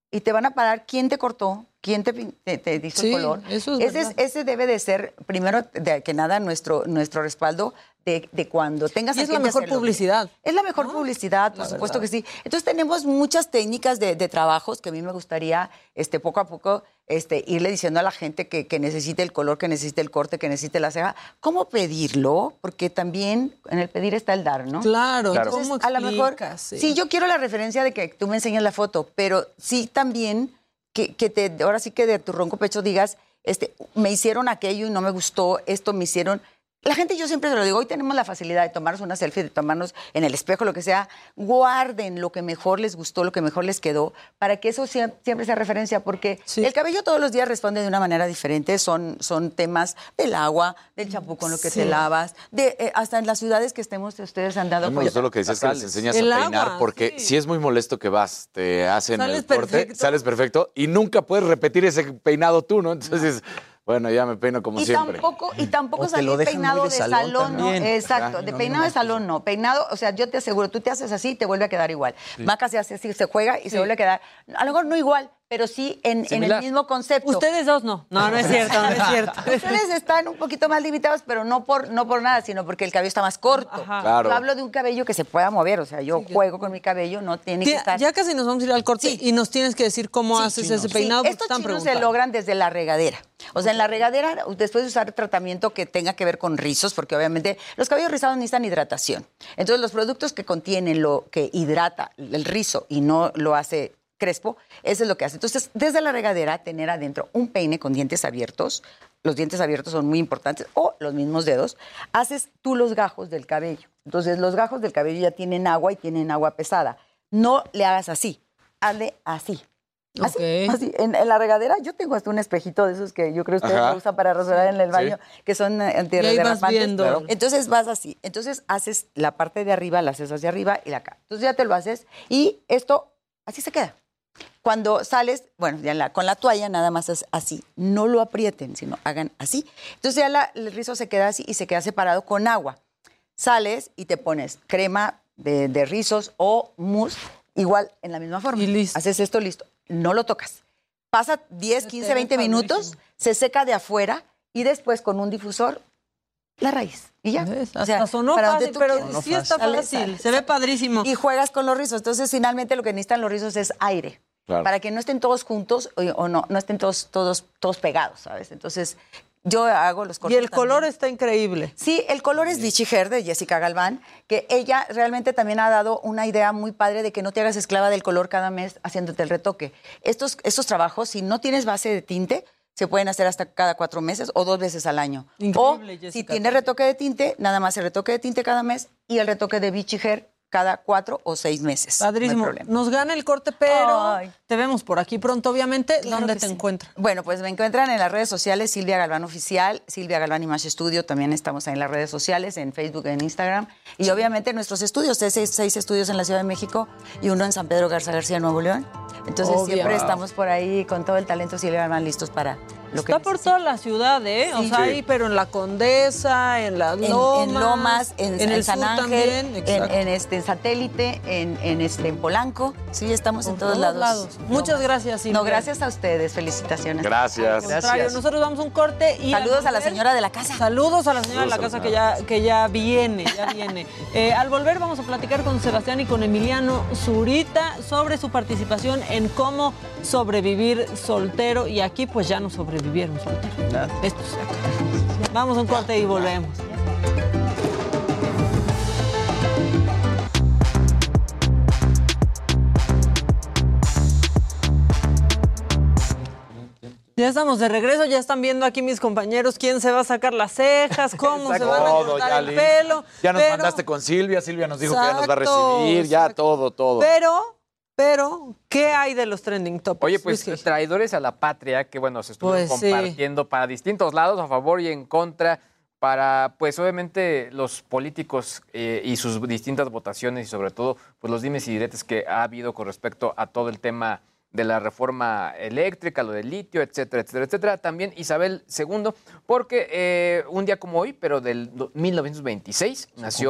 y te van a parar quién te cortó, quién te, te, te hizo Sí, el color. eso es ese, verdad. es, ese debe de ser, primero de que nada, nuestro, nuestro respaldo de, de cuando tengas Y a es la quien mejor hacerlo. publicidad. Es la mejor publicidad, por La supuesto verdad. que sí. Entonces tenemos muchas técnicas de, de trabajos que a mí me gustaría este, poco a poco este, irle diciendo a la gente que, que necesite el color, que necesite el corte, que necesite la ceja. ¿Cómo pedirlo? Porque también en el pedir está el dar, ¿no? Claro, Entonces, ¿cómo a lo mejor, explicas? Sí. sí, yo quiero la referencia de que tú me enseñes la foto, pero sí también que, que te, ahora sí que de tu ronco pecho digas, este, me hicieron aquello y no me gustó, esto me hicieron. La gente, yo siempre se lo digo, hoy tenemos la facilidad de tomarnos una selfie, de tomarnos en el espejo, lo que sea. Guarden lo que mejor les gustó, lo que mejor les quedó, para que eso sie- siempre sea referencia, porque el cabello todos los días responde de una manera diferente. Son, son temas del agua, del champú con lo que Sí. te lavas, de, eh, hasta en las ciudades que estemos, ustedes han dado A mí me cuenta. gustó lo que decías, que les enseñas a El peinar, agua, porque si es muy molesto que vas, te hacen Sales el corte, perfecto. sales perfecto y nunca puedes repetir ese peinado tú, ¿no? Entonces, bueno, ya me peino como Y siempre. tampoco, y tampoco O te salir lo dejan peinado muy de de salón, salón ¿no? también. Exacto, Ah, de no, peinado no, de salón no. Peinado, o sea, yo te aseguro, tú te haces así, te vuelve a quedar igual. Sí. Maca se hace así, se juega y Sí. se vuelve a quedar, a lo mejor no igual, pero sí en, en el Similar. mismo concepto. Ustedes dos no. No, no es cierto, no es cierto. Ustedes están un poquito más limitados, pero no por, no por nada, sino porque el cabello está más corto. Claro. Yo hablo de un cabello que se pueda mover, o sea, yo juego con mi cabello, no tiene que Tía, estar... ya casi nos vamos a ir al corte y nos tienes que decir cómo haces ese peinado. Sí, porque estos están chinos se preguntando. logran desde la regadera. O sea, en la regadera, después de usar tratamiento que tenga que ver con rizos, porque obviamente los cabellos rizados necesitan hidratación. Entonces, los productos que contienen lo que hidrata el rizo y no lo hace crespo, eso es lo que hace. Entonces, desde la regadera, tener adentro un peine con dientes abiertos, los dientes abiertos son muy importantes, o los mismos dedos, haces tú los gajos del cabello. Entonces, los gajos del cabello ya tienen agua y tienen agua pesada. No le hagas así, hazle así. Así, así. En, en la regadera yo tengo hasta un espejito de esos que yo creo que ustedes Ajá. lo usan para rasurar en el baño, Sí. que son eh, Y ahí vas antirderrapantes. viendo. Claro. Entonces vas así. Entonces haces la parte de arriba, la haces hacia arriba y la acá. Entonces ya te lo haces y esto así se queda. Cuando sales, bueno, ya la- con la toalla nada más es así. No lo aprieten, sino hagan así. Entonces ya la- el rizo se queda así y se queda separado con agua. Sales y te pones crema de, de rizos o mousse, igual en la misma forma. Y listo. Haces esto, listo. No lo tocas. Pasa diez, quince, veinte minutos, se seca de afuera y después con un difusor la raíz. Y ya. O sea, Hasta sonó para donde fácil, tú pero quieras. sí está Sale, fácil. sale, Se ve padrísimo. Y juegas con los rizos. Entonces, finalmente, lo que necesitan los rizos es aire. Claro. Para que no estén todos juntos o, o no, no estén todos, todos, todos pegados, ¿sabes? Entonces, yo hago los Y cortes el color está increíble. Sí, el color es Vichy Hair de Jessica Galván, que ella realmente también ha dado una idea muy padre de que no te hagas esclava del color cada mes haciéndote el retoque. Estos, estos trabajos, si no tienes base de tinte, se pueden hacer hasta cada cuatro meses o dos veces al año. Increíble, o Jessica, si tienes retoque de tinte, nada más el retoque de tinte cada mes y el retoque de Vichy Hair cada cuatro o seis meses. Padrísimo. No hay problema. Nos gana el corte, pero Ay. te vemos por aquí pronto, obviamente. Claro ¿Dónde que te sí. encuentran? Bueno, pues me encuentran en las redes sociales, Silvia Galván Oficial, Silvia Galván Image Studio, también estamos ahí en las redes sociales, en Facebook, en Instagram. Y obviamente nuestros estudios, seis, seis estudios en la Ciudad de México y uno en San Pedro Garza García, Nuevo León. Entonces Obvio. siempre Wow. estamos por ahí con todo el talento Silvia Galván listos para lo que Está por toda la ciudad, ¿eh? O Sí. sea, Sí. ahí, pero en la Condesa, en las en, Lomas. en Lomas, en, en el San sur Ángel, también. en, Exacto. en este en Satélite, en, en este en Polanco. Sí, estamos en todos, todos lados. lados. Muchas gracias, Silvia. No, gracias a ustedes. Felicitaciones. Gracias. Al contrario, nosotros damos un corte y Saludos al a la volver- señora de la casa. Saludos a la señora de la Saludos a casa la que ya, que ya viene, ya viene. Eh, al volver vamos a platicar con Sebastián y con Emiliano Zurita sobre su participación en cómo sobrevivir soltero. Y aquí pues ya no sobrevivieron solteros. Esto se acaba. Vamos a un corte y volvemos. Ya estamos de regreso, ya están viendo aquí mis compañeros quién se va a sacar las cejas, cómo se van a Todo, cortar ya el listo. pelo. Ya nos pero- mandaste con Silvia, Silvia nos dijo que ya nos va a Exacto, recibir, ya todo, todo. Pero, pero, ¿qué hay de los trending topics? Oye, pues Whisky? traidores a la patria, que bueno, se estuvieron Pues sí. compartiendo para distintos lados, a favor y en contra, para, pues obviamente, los políticos eh, y sus distintas votaciones y sobre todo, pues los dimes y diretes que ha habido con respecto a todo el tema de la reforma eléctrica, lo del litio, etcétera, etcétera, etcétera. También Isabel segundo, porque eh, un día como hoy, pero del do- mil novecientos veintiséis, nació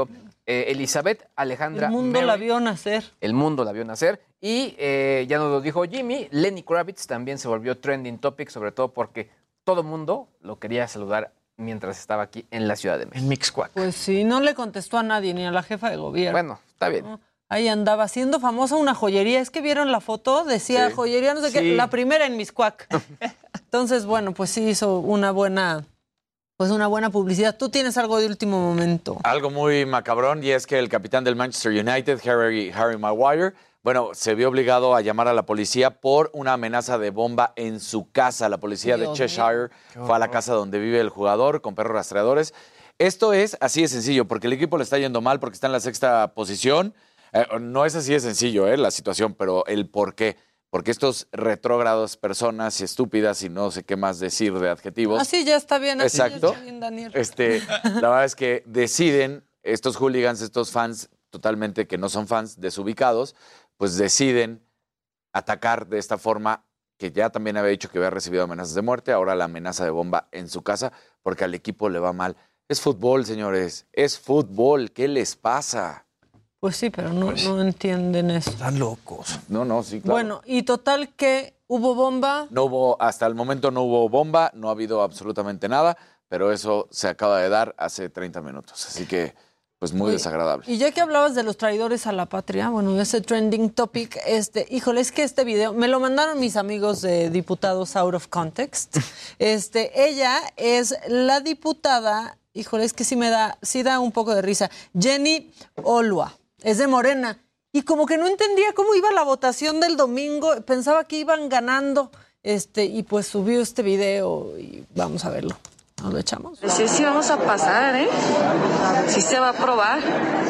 eh, Elizabeth Alejandra El mundo Mary. la vio nacer. El mundo la vio nacer. Y eh, ya nos lo dijo Jimmy, Lenny Kravitz también se volvió trending topic, sobre todo porque todo el mundo lo quería saludar mientras estaba aquí en la Ciudad de México. En Mixcoac. Pues sí, no le contestó a nadie, ni a la jefa de gobierno. Bueno, está bien. ¿No? Ahí andaba haciendo famosa una joyería. Es que vieron la foto, decía Sí. joyería, no sé Sí. qué, la primera en Mixcoac. Entonces, bueno, pues sí hizo una buena, pues una buena publicidad. Tú tienes algo de último momento. Algo muy macabrón, y es que el capitán del Manchester United, Harry, Harry Maguire, bueno, se vio obligado a llamar a la policía por una amenaza de bomba en su casa. La policía Dios de Cheshire mío. fue a la casa donde vive el jugador con perros rastreadores. Esto es así de sencillo, porque el equipo le está yendo mal, porque está en la sexta posición. Eh, no es así de sencillo eh, la situación, pero el por qué. Porque estos retrógrados, personas estúpidas y no sé qué más decir de adjetivos. Así ya está bien, así Exacto. ya está bien, Daniel. Este, la verdad es que deciden, estos hooligans, estos fans totalmente que no son fans, desubicados, pues deciden atacar de esta forma, que ya también había dicho que había recibido amenazas de muerte, ahora la amenaza de bomba en su casa, porque al equipo le va mal. Es fútbol, señores, es fútbol, ¿qué les pasa? Pues sí, pero no, no entienden eso. Están locos. No, no, sí, claro. Bueno, y total que hubo bomba. No hubo, hasta el momento no hubo bomba, no ha habido absolutamente nada, pero eso se acaba de dar hace treinta minutos, así que pues muy Oye, desagradable. Y ya que hablabas de los traidores a la patria, bueno, ese trending topic, este, híjole, es que este video me lo mandaron mis amigos de diputados out of context. Este, ella es la diputada, híjole, es que sí me da, sí da un poco de risa, Jenny Olua, es de Morena. Y como que no entendía cómo iba la votación del domingo, pensaba que iban ganando, este, y pues subió este video y vamos a verlo. ¿Nos lo echamos? Sí, sí vamos a pasar, ¿eh? Sí se va a aprobar.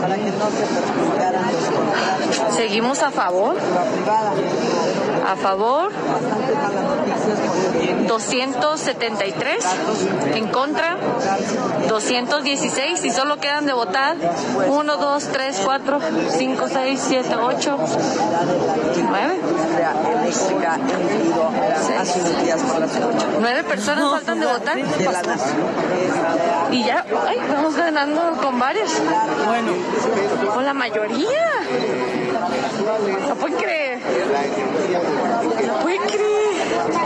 Seguimos a favor. A favor. doscientos setenta y tres. En contra. doscientos dieciséis. Y solo quedan de votar uno, dos, tres, cuatro, cinco, seis, siete, ocho, nueve. Nueve personas faltan de votar. Y ya, ay, vamos ganando con varios. Bueno, con la mayoría. No puede creer. No puede creer.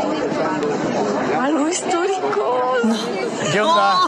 Algo histórico. ¿Qué onda?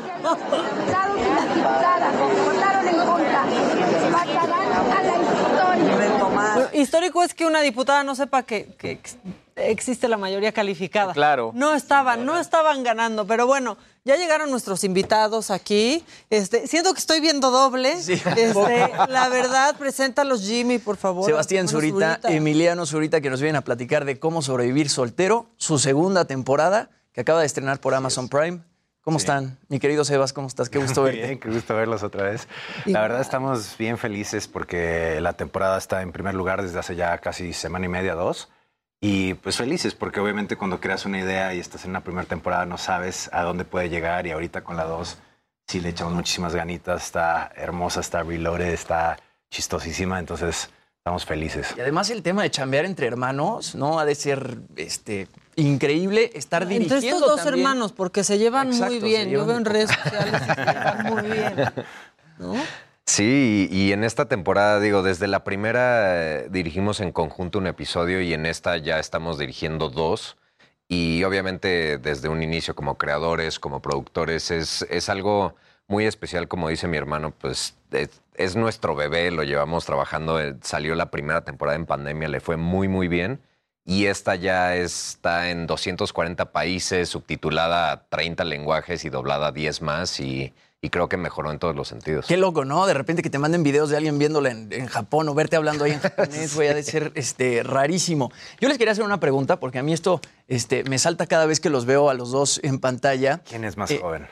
Votaron en contra. Pasarán a la historia. Bueno, histórico es que una diputada no sepa que, que ex- existe la mayoría calificada. Claro. No estaban, no estaban ganando, pero bueno, ya llegaron nuestros invitados aquí. Este, siento que estoy viendo doble. Sí. Este, la verdad, preséntalos, Jimmy, por favor. Sebastián Bueno, Zurita, Emiliano Zurita, que nos vienen a platicar de Cómo sobrevivir soltero, su segunda temporada, que acaba de estrenar por Amazon Prime. ¿Cómo Sí. están? Mi querido Sebas, ¿cómo estás? Qué gusto Muy verte. bien, qué gusto verlos otra vez. Igual. La verdad estamos bien felices porque la temporada está en primer lugar desde hace ya casi semana y media, dos. Y pues felices porque obviamente cuando creas una idea y estás en una primera temporada no sabes a dónde puede llegar, y ahorita con la dos sí le echamos muchísimas ganitas. Está hermosa, está reloaded, está chistosísima, entonces estamos felices. Y además el tema de chambear entre hermanos, ¿no? Ha de ser este, increíble estar dirigiendo Entre estos dos también. hermanos, porque se llevan Exacto, muy se bien. Yo llevan- veo en redes sociales que se llevan muy bien. ¿No? Sí, y, y en esta temporada, digo, desde la primera eh, dirigimos en conjunto un episodio y en esta ya estamos dirigiendo dos. Y obviamente desde un inicio como creadores, como productores, es, es algo muy especial, como dice mi hermano, pues es, es nuestro bebé, lo llevamos trabajando, eh, salió la primera temporada en pandemia, le fue muy, muy bien. Y esta ya está en doscientos cuarenta países, subtitulada a treinta lenguajes y doblada a diez más, y, y creo que mejoró en todos los sentidos. Qué loco, ¿no? De repente que te manden videos de alguien viéndola en, en Japón o verte hablando ahí en japonés, güey, ha de ser este, rarísimo. Yo les quería hacer una pregunta, porque a mí esto este, me salta cada vez que los veo a los dos en pantalla. ¿Quién es más Eh, joven?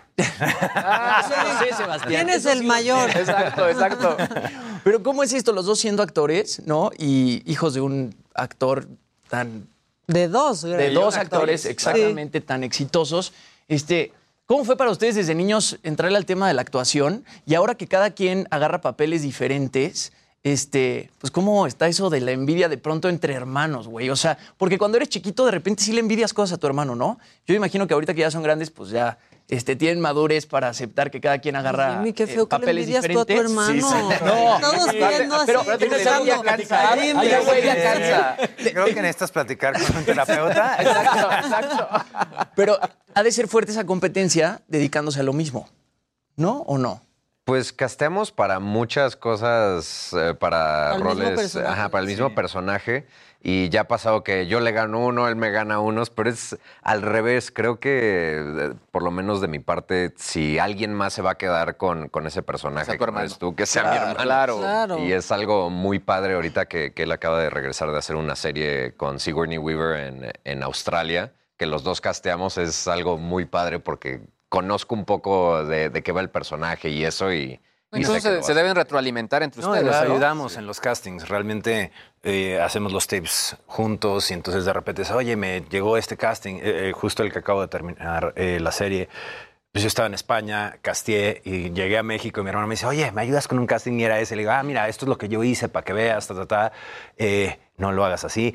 Ah, eso no sé, Sebastián. ¿Quién es Eso el sí lo mayor? sé. Exacto, exacto. Pero ¿cómo es esto? Los dos siendo actores, ¿no? Y hijos de un actor tan... De dos. De dos actores exactamente tan exitosos. Este, ¿cómo fue para ustedes desde niños entrarle al tema de la actuación? Y ahora que cada quien agarra papeles diferentes, este, pues cómo está eso de la envidia de pronto entre hermanos, güey. O sea, porque cuando eres chiquito de repente sí le envidias cosas a tu hermano, ¿no? Yo imagino que ahorita que ya son grandes, pues ya este, tienen madurez para aceptar que cada quien agarra Jimmy, qué feo eh, papeles que le envidias diferentes. tú a tu hermano. Sí, sí. No, todos viendo así. pero, pero pensando. ya cansa. Ay, güey, ya cansa. Creo que necesitas platicar con un terapeuta. Exacto, exacto. Pero ha de ser fuerte esa competencia dedicándose a lo mismo, ¿no? ¿O no? Pues casteamos para muchas cosas, eh, para Para el mismo roles, personaje, ajá, para el mismo personaje. Y ya ha pasado que yo le gano uno, él me gana unos, pero es al revés. Creo que, eh, por lo menos de mi parte, si alguien más se va a quedar con, con ese personaje, que no eres tú, que sea Claro, mi hermano. claro. Claro. Y es algo muy padre ahorita que, que él acaba de regresar de hacer una serie con Sigourney Weaver en, en Australia, que los dos casteamos. Es algo muy padre porque conozco un poco de, de qué va el personaje y eso, y... y sé Entonces que lo se, va se a deben retroalimentar entre No, ustedes. les ¿no? ayudamos en los castings. Realmente eh, hacemos los tapes juntos y entonces de repente es, oye, me llegó este casting, eh, eh, justo el que acabo de terminar eh, la serie. Pues yo estaba en España, casteé y llegué a México y mi hermano me dice, oye, ¿me ayudas con un casting? Y era ese. Le digo, ah, mira, esto es lo que yo hice para que veas, ta, ta, ta. Eh, no lo hagas así.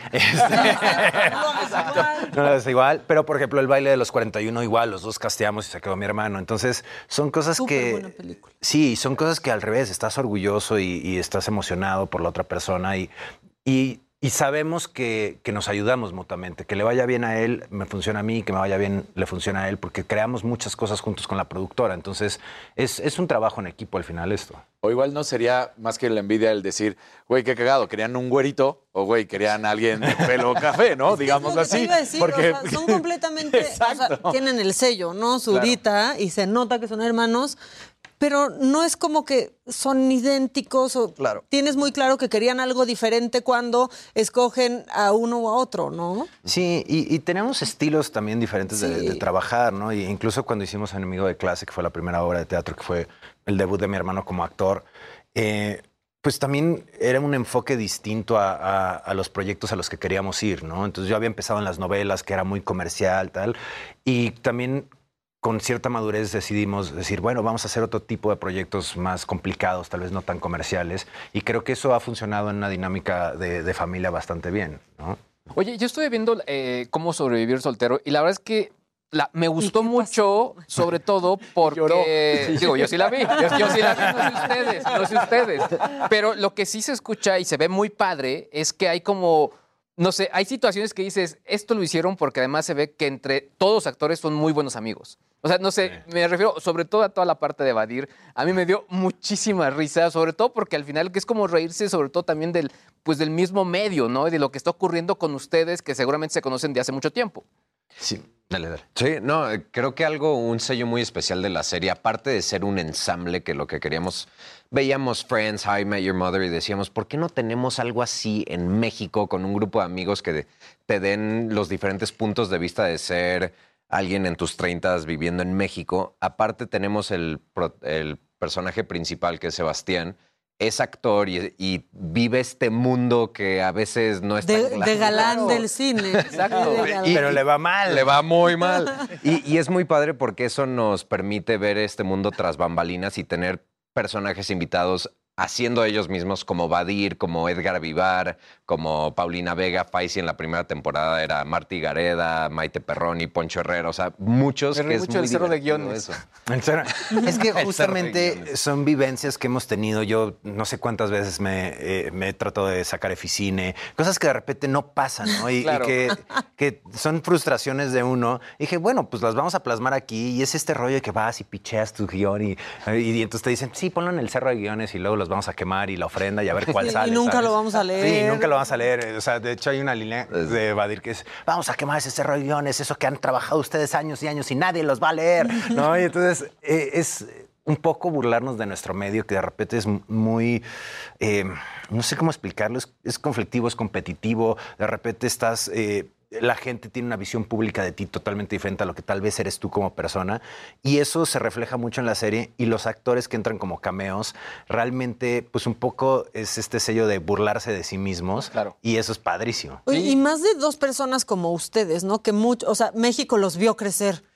No lo hagas igual. Pero, por ejemplo, el baile de los cuarenta y uno igual, los dos casteamos y se quedó mi hermano. Entonces, son cosas Súper que... buena película. Sí, son cosas que al revés, estás orgulloso y, y estás emocionado por la otra persona y... y Y sabemos que, que nos ayudamos mutuamente, que le vaya bien a él, me funciona a mí, que me vaya bien, le funciona a él, porque creamos muchas cosas juntos con la productora. Entonces, es, es un trabajo en equipo al final esto. O igual no sería más que la envidia el decir, güey, qué cagado, querían un güerito o, güey, querían a alguien de pelo café, ¿no? Digamos Es lo que te así. iba a decir, porque... o sea, son completamente, o sea, tienen el sello, ¿no? Claro. Zurita, y se nota que son hermanos, pero no es como que son idénticos o claro. Tienes muy claro que querían algo diferente cuando escogen a uno o a otro, ¿no? Sí, y, y tenemos estilos también diferentes de, Sí. de trabajar, ¿no? Y incluso cuando hicimos Enemigo de Clase, que fue la primera obra de teatro, que fue el debut de mi hermano como actor, eh, pues también era un enfoque distinto a, a, a los proyectos a los que queríamos ir, ¿no? Entonces yo había empezado en las novelas, que era muy comercial, tal, y también con cierta madurez decidimos decir, bueno, vamos a hacer otro tipo de proyectos más complicados, tal vez no tan comerciales, y creo que eso ha funcionado en una dinámica de, de familia bastante bien, ¿no? Oye, yo estuve viendo eh, cómo sobrevivir soltero y la verdad es que la, me gustó mucho, sobre todo porque... Digo, yo sí la vi, yo, yo sí la vi, no sé ustedes, no sé ustedes. Pero lo que sí se escucha y se ve muy padre es que hay como... No sé, hay situaciones que dices, esto lo hicieron porque además se ve que entre todos los actores son muy buenos amigos. O sea, no sé, sí. Me refiero sobre todo a toda la parte de evadir. A mí me dio muchísima risa, sobre todo porque al final que es como reírse sobre todo también del, pues, del mismo medio, ¿no? Y de lo que está ocurriendo con ustedes que seguramente se conocen de hace mucho tiempo. Sí, dale, dale. Sí, no, creo que algo, un sello muy especial de la serie, aparte de ser un ensamble, que lo que queríamos, veíamos Friends, How I Met Your Mother y decíamos, ¿por qué no tenemos algo así en México con un grupo de amigos que te den los diferentes puntos de vista de ser alguien en tus treintas viviendo en México? Aparte tenemos el, el personaje principal, que es Sebastián. Es actor y, y vive este mundo que a veces no es de, tan de galán del cine. Exacto. De galán. Y, pero le va mal. Le va muy mal. Y, y es muy padre porque eso nos permite ver este mundo tras bambalinas y tener personajes invitados haciendo ellos mismos, como Badir, como Edgar Vivar, como Paulina Vega. Faisy en la primera temporada era Marty Gareda, Maite Perroni, Poncho Herrera, o sea, muchos. Me que es mucho muy el cerro de divertido guiones. eso. Es que justamente son vivencias que hemos tenido. Yo no sé cuántas veces me, eh, me he tratado de sacar Eficine, cosas que de repente no pasan, ¿no? Y, Claro. y que, que son frustraciones de uno. Y dije, bueno, pues las vamos a plasmar aquí. Y es este rollo de que vas y picheas tu guión y, y, y entonces te dicen, sí, ponlo en el cerro de guiones y luego los vamos a quemar y la ofrenda y a ver cuál Sí, sale. y nunca ¿sabes? lo vamos a leer. Sí, nunca lo vamos a leer. O sea, de hecho hay una línea de Badir que es, vamos a quemar ese cerro de guiones, eso que han trabajado ustedes años y años y nadie los va a leer, ¿no? Y entonces eh, es un poco burlarnos de nuestro medio, que de repente es muy, eh, no sé cómo explicarlo, es, es conflictivo, es competitivo, de repente estás... Eh, la gente tiene una visión pública de ti totalmente diferente a lo que tal vez eres tú como persona, y eso se refleja mucho en la serie, y los actores que entran como cameos realmente pues un poco es este sello de burlarse de sí mismos, claro. Y eso es padrísimo. Oye, y más de dos personas como ustedes, ¿no? Que mucho, o sea, México los vio crecer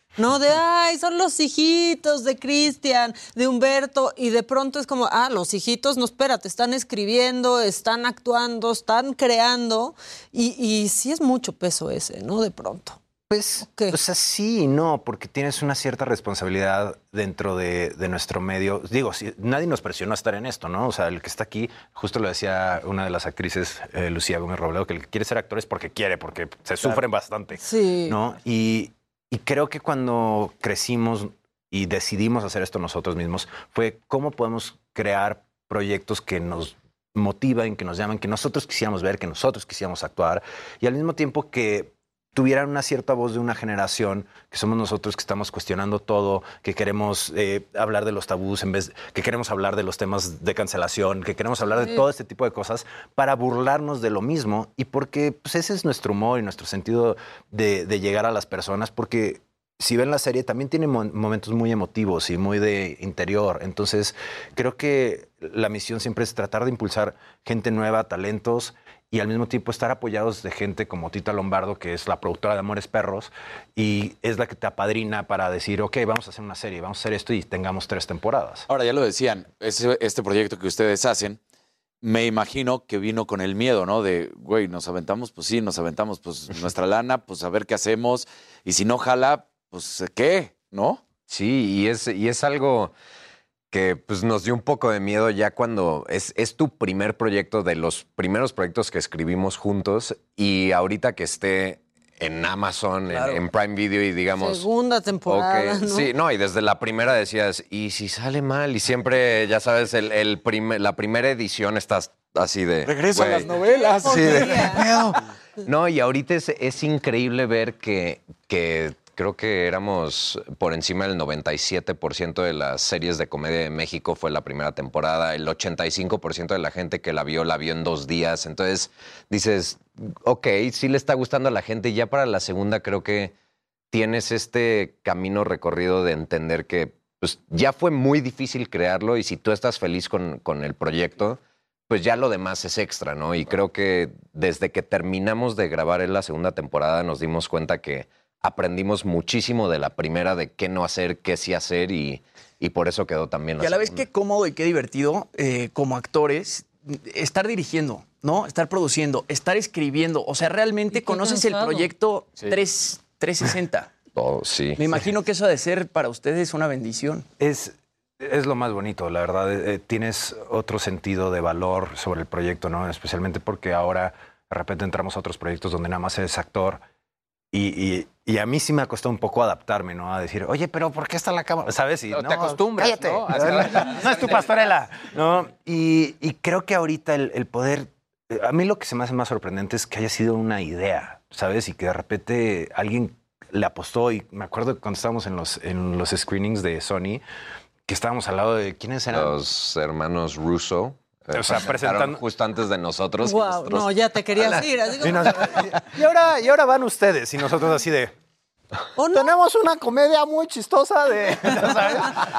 ¿no? De, ay, son los hijitos de Cristian, de Humberto, y de pronto es como, ah, los hijitos, no, espérate, están escribiendo, están actuando, están creando, y, y sí es mucho peso ese, ¿no? De pronto. Pues, o sea, sí y no, porque tienes una cierta responsabilidad dentro de, de nuestro medio. Digo, si, nadie nos presionó a estar en esto, ¿no? O sea, el que está aquí, justo lo decía una de las actrices, eh, Lucía Gómez Robledo, que el que quiere ser actor es porque quiere, porque se Claro. sufren bastante, Sí. ¿no? Y, y creo que cuando crecimos y decidimos hacer esto nosotros mismos, fue cómo podemos crear proyectos que nos motivan, que nos llaman, que nosotros quisiéramos ver, que nosotros quisiéramos actuar, y al mismo tiempo que tuvieran una cierta voz de una generación, que somos nosotros que estamos cuestionando todo, que queremos eh, hablar de los tabús, en vez que queremos hablar de los temas de cancelación, que queremos hablar Sí. de todo este tipo de cosas para burlarnos de lo mismo, y porque pues, ese es nuestro humor y nuestro sentido de, de llegar a las personas, porque si ven la serie también tiene mo- momentos muy emotivos y muy de interior. Entonces creo que la misión siempre es tratar de impulsar gente nueva, talentos, y al mismo tiempo estar apoyados de gente como Tita Lombardo, que es la productora de Amores Perros, y es la que te apadrina para decir, ok, vamos a hacer una serie, vamos a hacer esto y tengamos tres temporadas. Ahora, ya lo decían, ese- este proyecto que ustedes hacen, me imagino que vino con el miedo, ¿no? De, güey, nos aventamos, pues sí, nos aventamos, pues nuestra lana, pues a ver qué hacemos, y si no jala, pues ¿qué? ¿No? Sí, y es, y es algo que pues, nos dio un poco de miedo ya cuando es, es tu primer proyecto, de los primeros proyectos que escribimos juntos, y ahorita que esté en Amazon, Claro. en, en Prime Video, y digamos... Segunda temporada, ok, ¿no? sí, no, y desde la primera decías, ¿y si sale mal? Y siempre, ya sabes, el, el primer- la primera edición estás así de... Regreso a güey, las novelas. Sí, de, ¿qué pedo? No, y ahorita es, es increíble ver que, que creo que éramos por encima del noventa y siete por ciento de las series de comedia de México fue la primera temporada. El ochenta y cinco por ciento de la gente que la vio, la vio en dos días. Entonces dices, ok, sí le está gustando a la gente. Y ya para la segunda creo que tienes este camino recorrido de entender que pues, ya fue muy difícil crearlo, y si tú estás feliz con, con el proyecto, pues ya lo demás es extra, ¿no? Y creo que desde que terminamos de grabar en la segunda temporada nos dimos cuenta que aprendimos muchísimo de la primera, de qué no hacer, qué sí hacer, y, y por eso quedó también la Y a la vez segunda. qué cómodo y qué divertido eh, como actores estar dirigiendo, ¿no? Estar produciendo, estar escribiendo. O sea, realmente conoces el cansado. proyecto Sí. tres, trescientos sesenta. Oh, sí. Me imagino que eso ha de ser para ustedes una bendición. Es, es lo más bonito, la verdad. Eh, tienes otro sentido de valor sobre el proyecto, ¿no? Especialmente porque ahora de repente entramos a otros proyectos donde nada más eres actor. Y, y, y a mí sí me ha costado un poco adaptarme, ¿no? A decir, oye, pero ¿por qué está la cámara? ¿Sabes? Y, Pero no, te acostumbras, cállate, ¿no? No, no es tu pastorela, ¿no? Y, y creo que ahorita el, el poder... A mí lo que se me hace más sorprendente es que haya sido una idea, ¿sabes? Y que de repente alguien le apostó. Y me acuerdo que cuando estábamos en los, en los screenings de Sony, que estábamos al lado de... ¿Quiénes eran? Los hermanos Russo. O sea, presentando- justo antes de nosotros. y Wow, nosotros- no, ya te querías ir. Así Y, como, nos- y ahora, y ahora van ustedes y nosotros así de... ¿o no? Tenemos una comedia muy chistosa de... ¿sabes?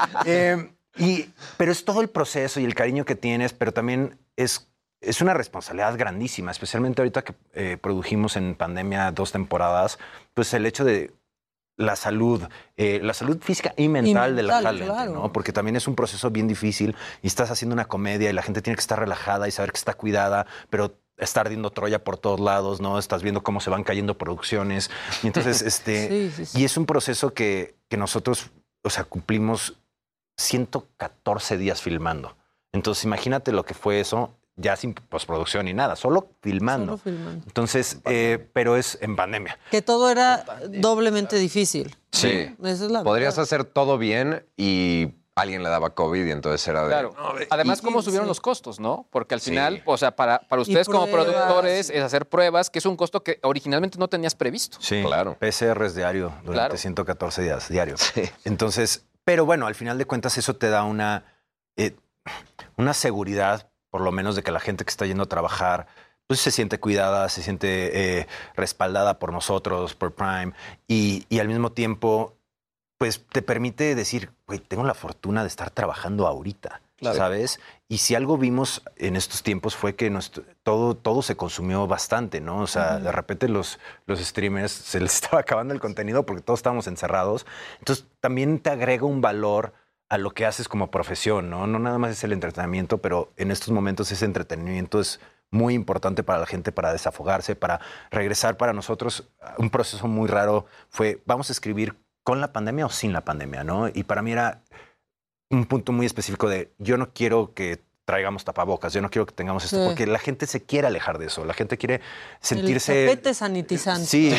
Eh, y, pero es todo el proceso y el cariño que tienes, pero también es, es una responsabilidad grandísima, especialmente ahorita que eh, produjimos en pandemia dos temporadas, pues el hecho de la salud, eh, la salud física y mental, Y de la mental, gente, claro. ¿no? Porque también es un proceso bien difícil y estás haciendo una comedia y la gente tiene que estar relajada y saber que está cuidada, pero está ardiendo Troya por todos lados, ¿no? Estás viendo cómo se van cayendo producciones. Y entonces, este... Sí, sí, sí. Y es un proceso que, que nosotros, o sea, cumplimos ciento catorce días filmando. Entonces, imagínate lo que fue eso, ya sin postproducción ni nada, solo filmando. Solo filmando. Entonces, eh, pero es en pandemia. Que todo era doblemente difícil. Sí. Esa es la Podrías verdad. hacer todo bien y alguien le daba COVID, y entonces era de... Claro. Además, y- ¿cómo y- subieron sí. los costos, no? Porque al Sí. final, o sea, para, para ustedes como pruebas. productores es hacer pruebas, que es un costo que originalmente no tenías previsto. Sí, Claro. P C Rs diario durante Claro. ciento catorce días, diario. Entonces, pero bueno, al final de cuentas eso te da una, eh, una seguridad, por lo menos, de que la gente que está yendo a trabajar pues se siente cuidada, se siente eh, respaldada por nosotros, por Prime, y, y al mismo tiempo, pues te permite decir, güey, tengo la fortuna de estar trabajando ahorita. claro. ¿sabes? Y si algo vimos en estos tiempos fue que nuestro, todo, todo se consumió bastante, ¿no? O sea, uh-huh. de repente los, los streamers se les estaba acabando el contenido porque todos estábamos encerrados. Entonces, también te agrega un valor a lo que haces como profesión, ¿no? No nada más es el entretenimiento, pero en estos momentos ese entretenimiento es muy importante para la gente, para desafogarse, para regresar. Para nosotros, un proceso muy raro fue, vamos a escribir con la pandemia o sin la pandemia, ¿no? Y para mí era un punto muy específico de, yo no quiero que traigamos tapabocas, yo no quiero que tengamos esto, sí. porque la gente se quiere alejar de eso, la gente quiere sentirse... El tapete sanitizante. Sí,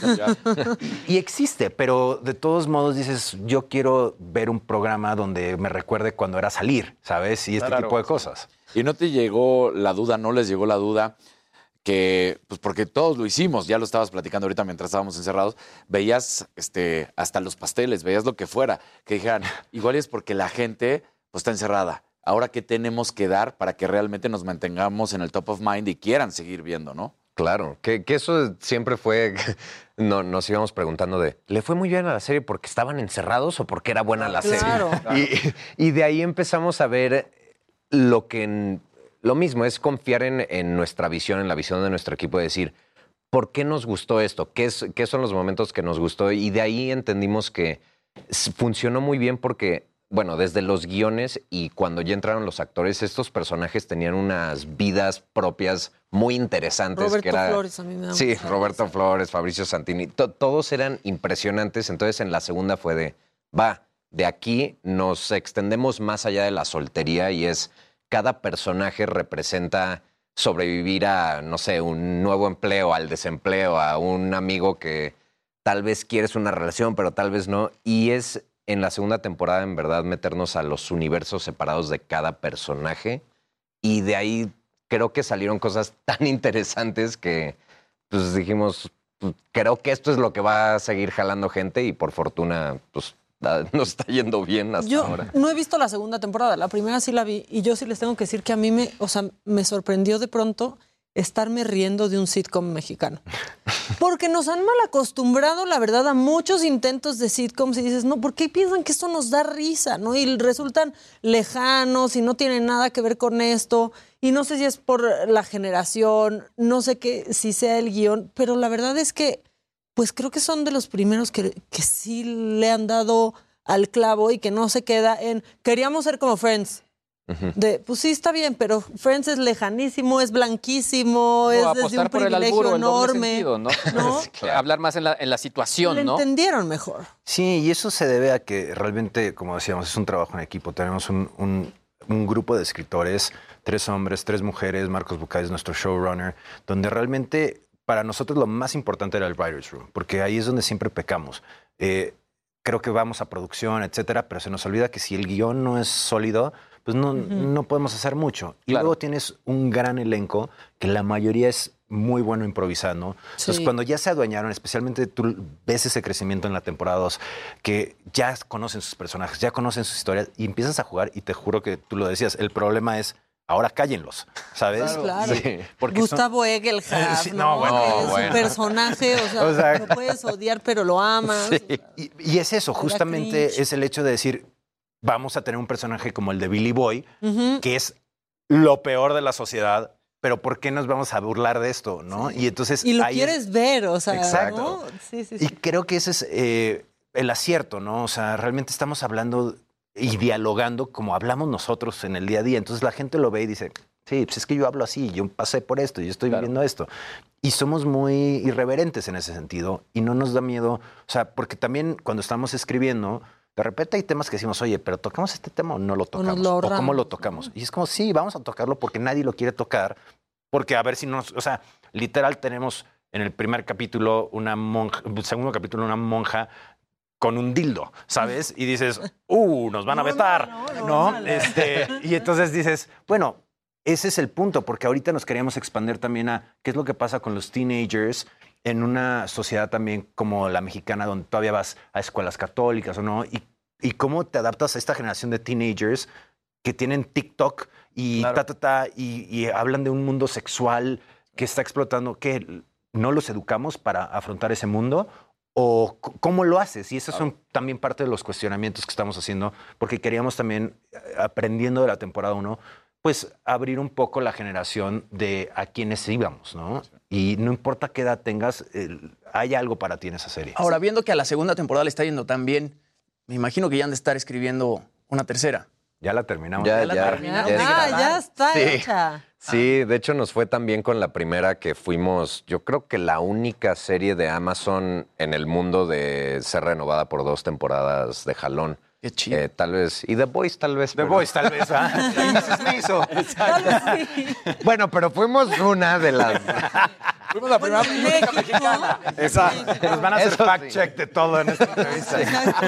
y existe, pero de todos modos dices, yo quiero ver un programa donde me recuerde cuando era salir, ¿sabes? Y este claro. tipo de cosas. ¿Y no te llegó la duda, no les llegó la duda que, pues porque todos lo hicimos, ya lo estabas platicando ahorita mientras estábamos encerrados, veías este, hasta los pasteles, veías lo que fuera, que dijeran, igual es porque la gente pues, está encerrada. Ahora, ¿qué tenemos que dar para que realmente nos mantengamos en el top of mind y quieran seguir viendo, no? Claro, que, que eso siempre fue, no, nos íbamos preguntando de, ¿le fue muy bien a la serie porque estaban encerrados o porque era buena la claro. serie? Y, y de ahí empezamos a ver lo que, lo mismo, es confiar en, en nuestra visión, en la visión de nuestro equipo, de decir, ¿por qué nos gustó esto? ¿Qué, es, qué son los momentos que nos gustó? Y de ahí entendimos que funcionó muy bien porque... Bueno, desde los guiones y cuando ya entraron los actores, estos personajes tenían unas vidas propias muy interesantes. Roberto que era, Flores, a mí me da Sí, Roberto risa. Flores, Fabricio Santini, to, todos eran impresionantes. Entonces en la segunda fue de, va, de aquí nos extendemos más allá de la soltería y es, cada personaje representa sobrevivir a, no sé, un nuevo empleo, al desempleo, a un amigo que tal vez quieres una relación, pero tal vez no. Y es... En la segunda temporada, en verdad, meternos a los universos separados de cada personaje. Y de ahí creo que salieron cosas tan interesantes que pues dijimos, creo que esto es lo que va a seguir jalando gente y por fortuna pues nos está yendo bien hasta yo ahora. No he visto la segunda temporada, la primera sí la vi y yo sí les tengo que decir que a mí me, o sea, me sorprendió de pronto estarme riendo de un sitcom mexicano. Porque nos han mal acostumbrado, la verdad, a muchos intentos de sitcoms y dices, no, ¿por qué piensan que esto nos da risa? ¿No? Y resultan lejanos y no tienen nada que ver con esto. Y no sé si es por la generación, no sé qué, si sea el guión, pero la verdad es que, pues creo que son de los primeros que, que sí le han dado al clavo y que no se queda en, queríamos ser como Friends. De, pues sí, está bien, pero Friends es lejanísimo, es blanquísimo, no, es desde un privilegio enorme. Sentido, ¿no? ¿No? Claro. Hablar más en la, en la situación, Le ¿no? entendieron mejor. Sí, y eso se debe a que realmente, como decíamos, es un trabajo en equipo. Tenemos un, un, un grupo de escritores, tres hombres, tres mujeres. Marcos Bucay es nuestro showrunner, donde realmente para nosotros lo más importante era el writer's room, porque ahí es donde siempre pecamos. Eh, creo que vamos a producción, etcétera, pero se nos olvida que si el guión no es sólido, pues no, uh-huh. no podemos hacer mucho. Y claro. luego tienes un gran elenco que la mayoría es muy bueno improvisando. Sí. Entonces, cuando ya se adueñaron, especialmente tú ves ese crecimiento en la temporada dos, que ya conocen sus personajes, ya conocen sus historias y empiezas a jugar y te juro que tú lo decías, el problema es, ahora cállenlos, ¿sabes? Claro. Sí. Gustavo son... Egelhard, sí, no, ¿no? Bueno, es bueno. un personaje, o sea, o sea, lo puedes odiar, pero lo amas. Sí. O sea, y, y es eso, justamente es el hecho de decir, vamos a tener un personaje como el de Billy Boy, uh-huh. que es lo peor de la sociedad, pero ¿por qué nos vamos a burlar de esto, no? Sí. Y entonces y lo quieres es... ver, o sea, exacto. ¿no? Sí, sí, sí. Y creo que ese es eh, el acierto, ¿no? O sea, realmente estamos hablando y dialogando como hablamos nosotros en el día a día. Entonces la gente lo ve y dice, sí, pues es que yo hablo así, yo pasé por esto, yo estoy claro. viviendo esto. Y somos muy irreverentes en ese sentido y no nos da miedo, o sea, porque también cuando estamos escribiendo, de repente hay temas que decimos, oye, pero ¿tocamos este tema o no lo tocamos? O, ¿O cómo lo tocamos? Y es como, sí, vamos a tocarlo porque nadie lo quiere tocar, porque a ver si nos... O sea, literal tenemos en el primer capítulo una monja, segundo capítulo una monja con un dildo, ¿sabes? Y dices, uh, nos van a vetar, ¿no? no, no, ¿no? Este, y entonces dices, bueno, ese es el punto, porque ahorita nos queríamos expandir también a qué es lo que pasa con los teenagers en una sociedad también como la mexicana, donde todavía vas a escuelas católicas o no, y, y cómo te adaptas a esta generación de teenagers que tienen TikTok y claro. ta, ta, ta, y, y hablan de un mundo sexual que está explotando, que no los educamos para afrontar ese mundo, ¿O c- cómo lo haces? Y esos son también parte de los cuestionamientos que estamos haciendo, porque queríamos también, eh, aprendiendo de la temporada uno, pues abrir un poco la generación de a quienes íbamos, ¿no? Y no importa qué edad tengas, el- hay algo para ti en esa serie. Ahora, viendo que a la segunda temporada le está yendo tan bien, me imagino que ya han de estar escribiendo una tercera. Ya la terminamos. Ya, Ya la ya, terminaron. ya. Ah, ya está Sí. hecha. Sí, de hecho nos fue tan bien con la primera que fuimos, yo creo que la única serie de Amazon en el mundo de ser renovada por dos temporadas de jalón. Qué chido. Eh, tal vez, y The Voice tal vez. The Voice, tal vez, ¿ah? Y missus Maisel. Bueno, pero fuimos una de las... Fuimos la primera única mexicana. Exacto. Nos van a hacer Eso sí. fact-check de todo en esta entrevista.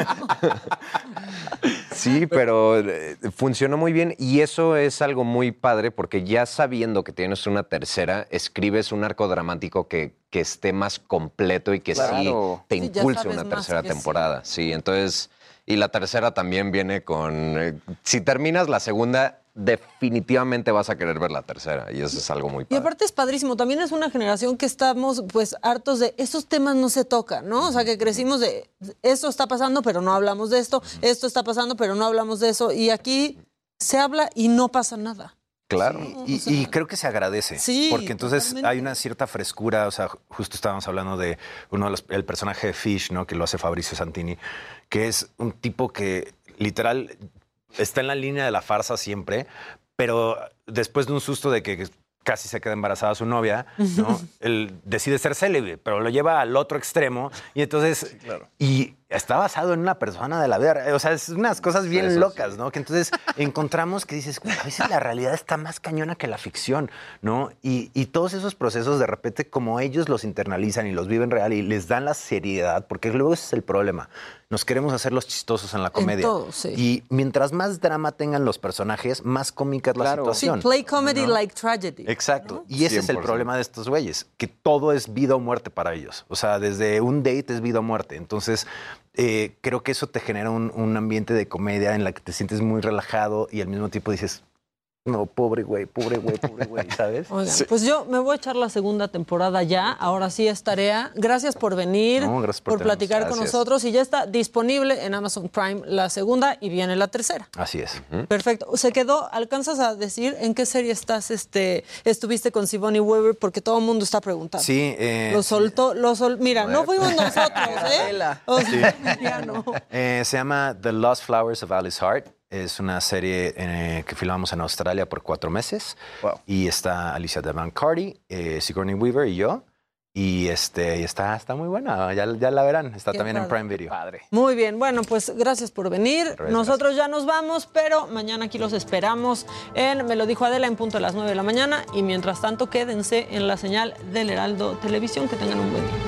Sí, pero eh, funcionó muy bien y eso es algo muy padre porque ya sabiendo que tienes una tercera, escribes un arco dramático que, que esté más completo y que Claro. sí te Sí, ya impulse sabes una más tercera que sí. temporada. Sí, entonces, y la tercera también viene con, eh, si terminas la segunda, definitivamente vas a querer ver la tercera y eso es algo muy Y padre. aparte es padrísimo, también es una generación que estamos pues hartos de estos temas no se tocan, ¿no? O sea, que crecimos de esto está pasando, pero no hablamos de esto, esto está pasando, pero no hablamos de eso, y aquí se habla y no pasa nada. Claro. Y, y creo que se agradece. Sí, Porque entonces totalmente. hay una cierta frescura. O sea, justo estábamos hablando de uno de los, el personaje de Fish, ¿no? Que lo hace Fabricio Santini, que es un tipo que literal está en la línea de la farsa siempre, pero después de un susto de que casi se queda embarazada su novia, ¿no? Él decide ser célebre, pero lo lleva al otro extremo y entonces... Y está basado en una persona de la vida real. O sea, es unas cosas bien Eso locas, ¿no? Que entonces encontramos que dices, a veces la realidad está más cañona que la ficción, ¿no? Y, y todos esos procesos de repente, como ellos los internalizan y los viven real y les dan la seriedad, porque luego ese es el problema. Nos queremos hacer los chistosos en la comedia. todo, sí. Y mientras más drama tengan los personajes, más cómica es la Claro. Sí, situación. play comedy ¿no? like tragedy. Exacto. Y ese es el cien por ciento. problema de estos güeyes, que todo es vida o muerte para ellos. O sea, desde un date es vida o muerte. Entonces, eh, creo que eso te genera un, un ambiente de comedia en la que te sientes muy relajado y al mismo tiempo dices, no, pobre güey, pobre güey, pobre güey, ¿sabes? Oigan, pues yo me voy a echar la segunda temporada ya, ahora sí es tarea. Gracias por venir, No, gracias por por tenernos. platicar con Gracias. nosotros y ya está disponible en Amazon Prime la segunda y viene la tercera. Así es. Perfecto. Se quedó, ¿alcanzas a decir en qué serie estás, este, estuviste con Sigourney Weaver? Porque todo el mundo está preguntando. Sí. Eh, Lo soltó, lo sol... Mira, no fuimos nosotros, ¿eh? Vela. O sea, ya no. eh, se llama The Lost Flowers of Alice Hart. Es una serie eh, que filmamos en Australia por cuatro meses. Wow. Y está Alicia Devan Carty, eh, Sigourney Weaver y yo. Y este y está, está muy buena. Ya, ya la verán. Está Qué también en padre. Prime Video. Padre. Muy bien, bueno, pues gracias por venir. Gracias, Nosotros ya nos vamos, pero mañana aquí los esperamos en Me lo dijo Adela en punto a las nueve de la mañana. Y mientras tanto, quédense en la señal del Heraldo Televisión. Que tengan un buen día.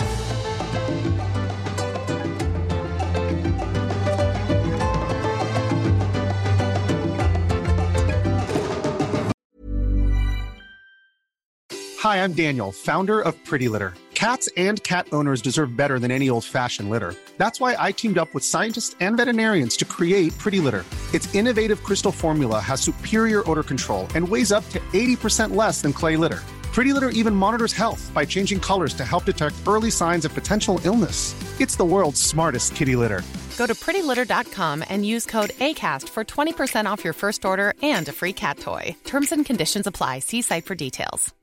Hi, I'm Daniel, founder of Pretty Litter. Cats and cat owners deserve better than any old-fashioned litter. That's why I teamed up with scientists and veterinarians to create Pretty Litter. Its innovative crystal formula has superior odor control and weighs up to eighty percent less than clay litter. Pretty Litter even monitors health by changing colors to help detect early signs of potential illness. It's the world's smartest kitty litter. Go to pretty litter dot com and use code ACAST for twenty percent off your first order and a free cat toy. Terms and conditions apply. See site for details.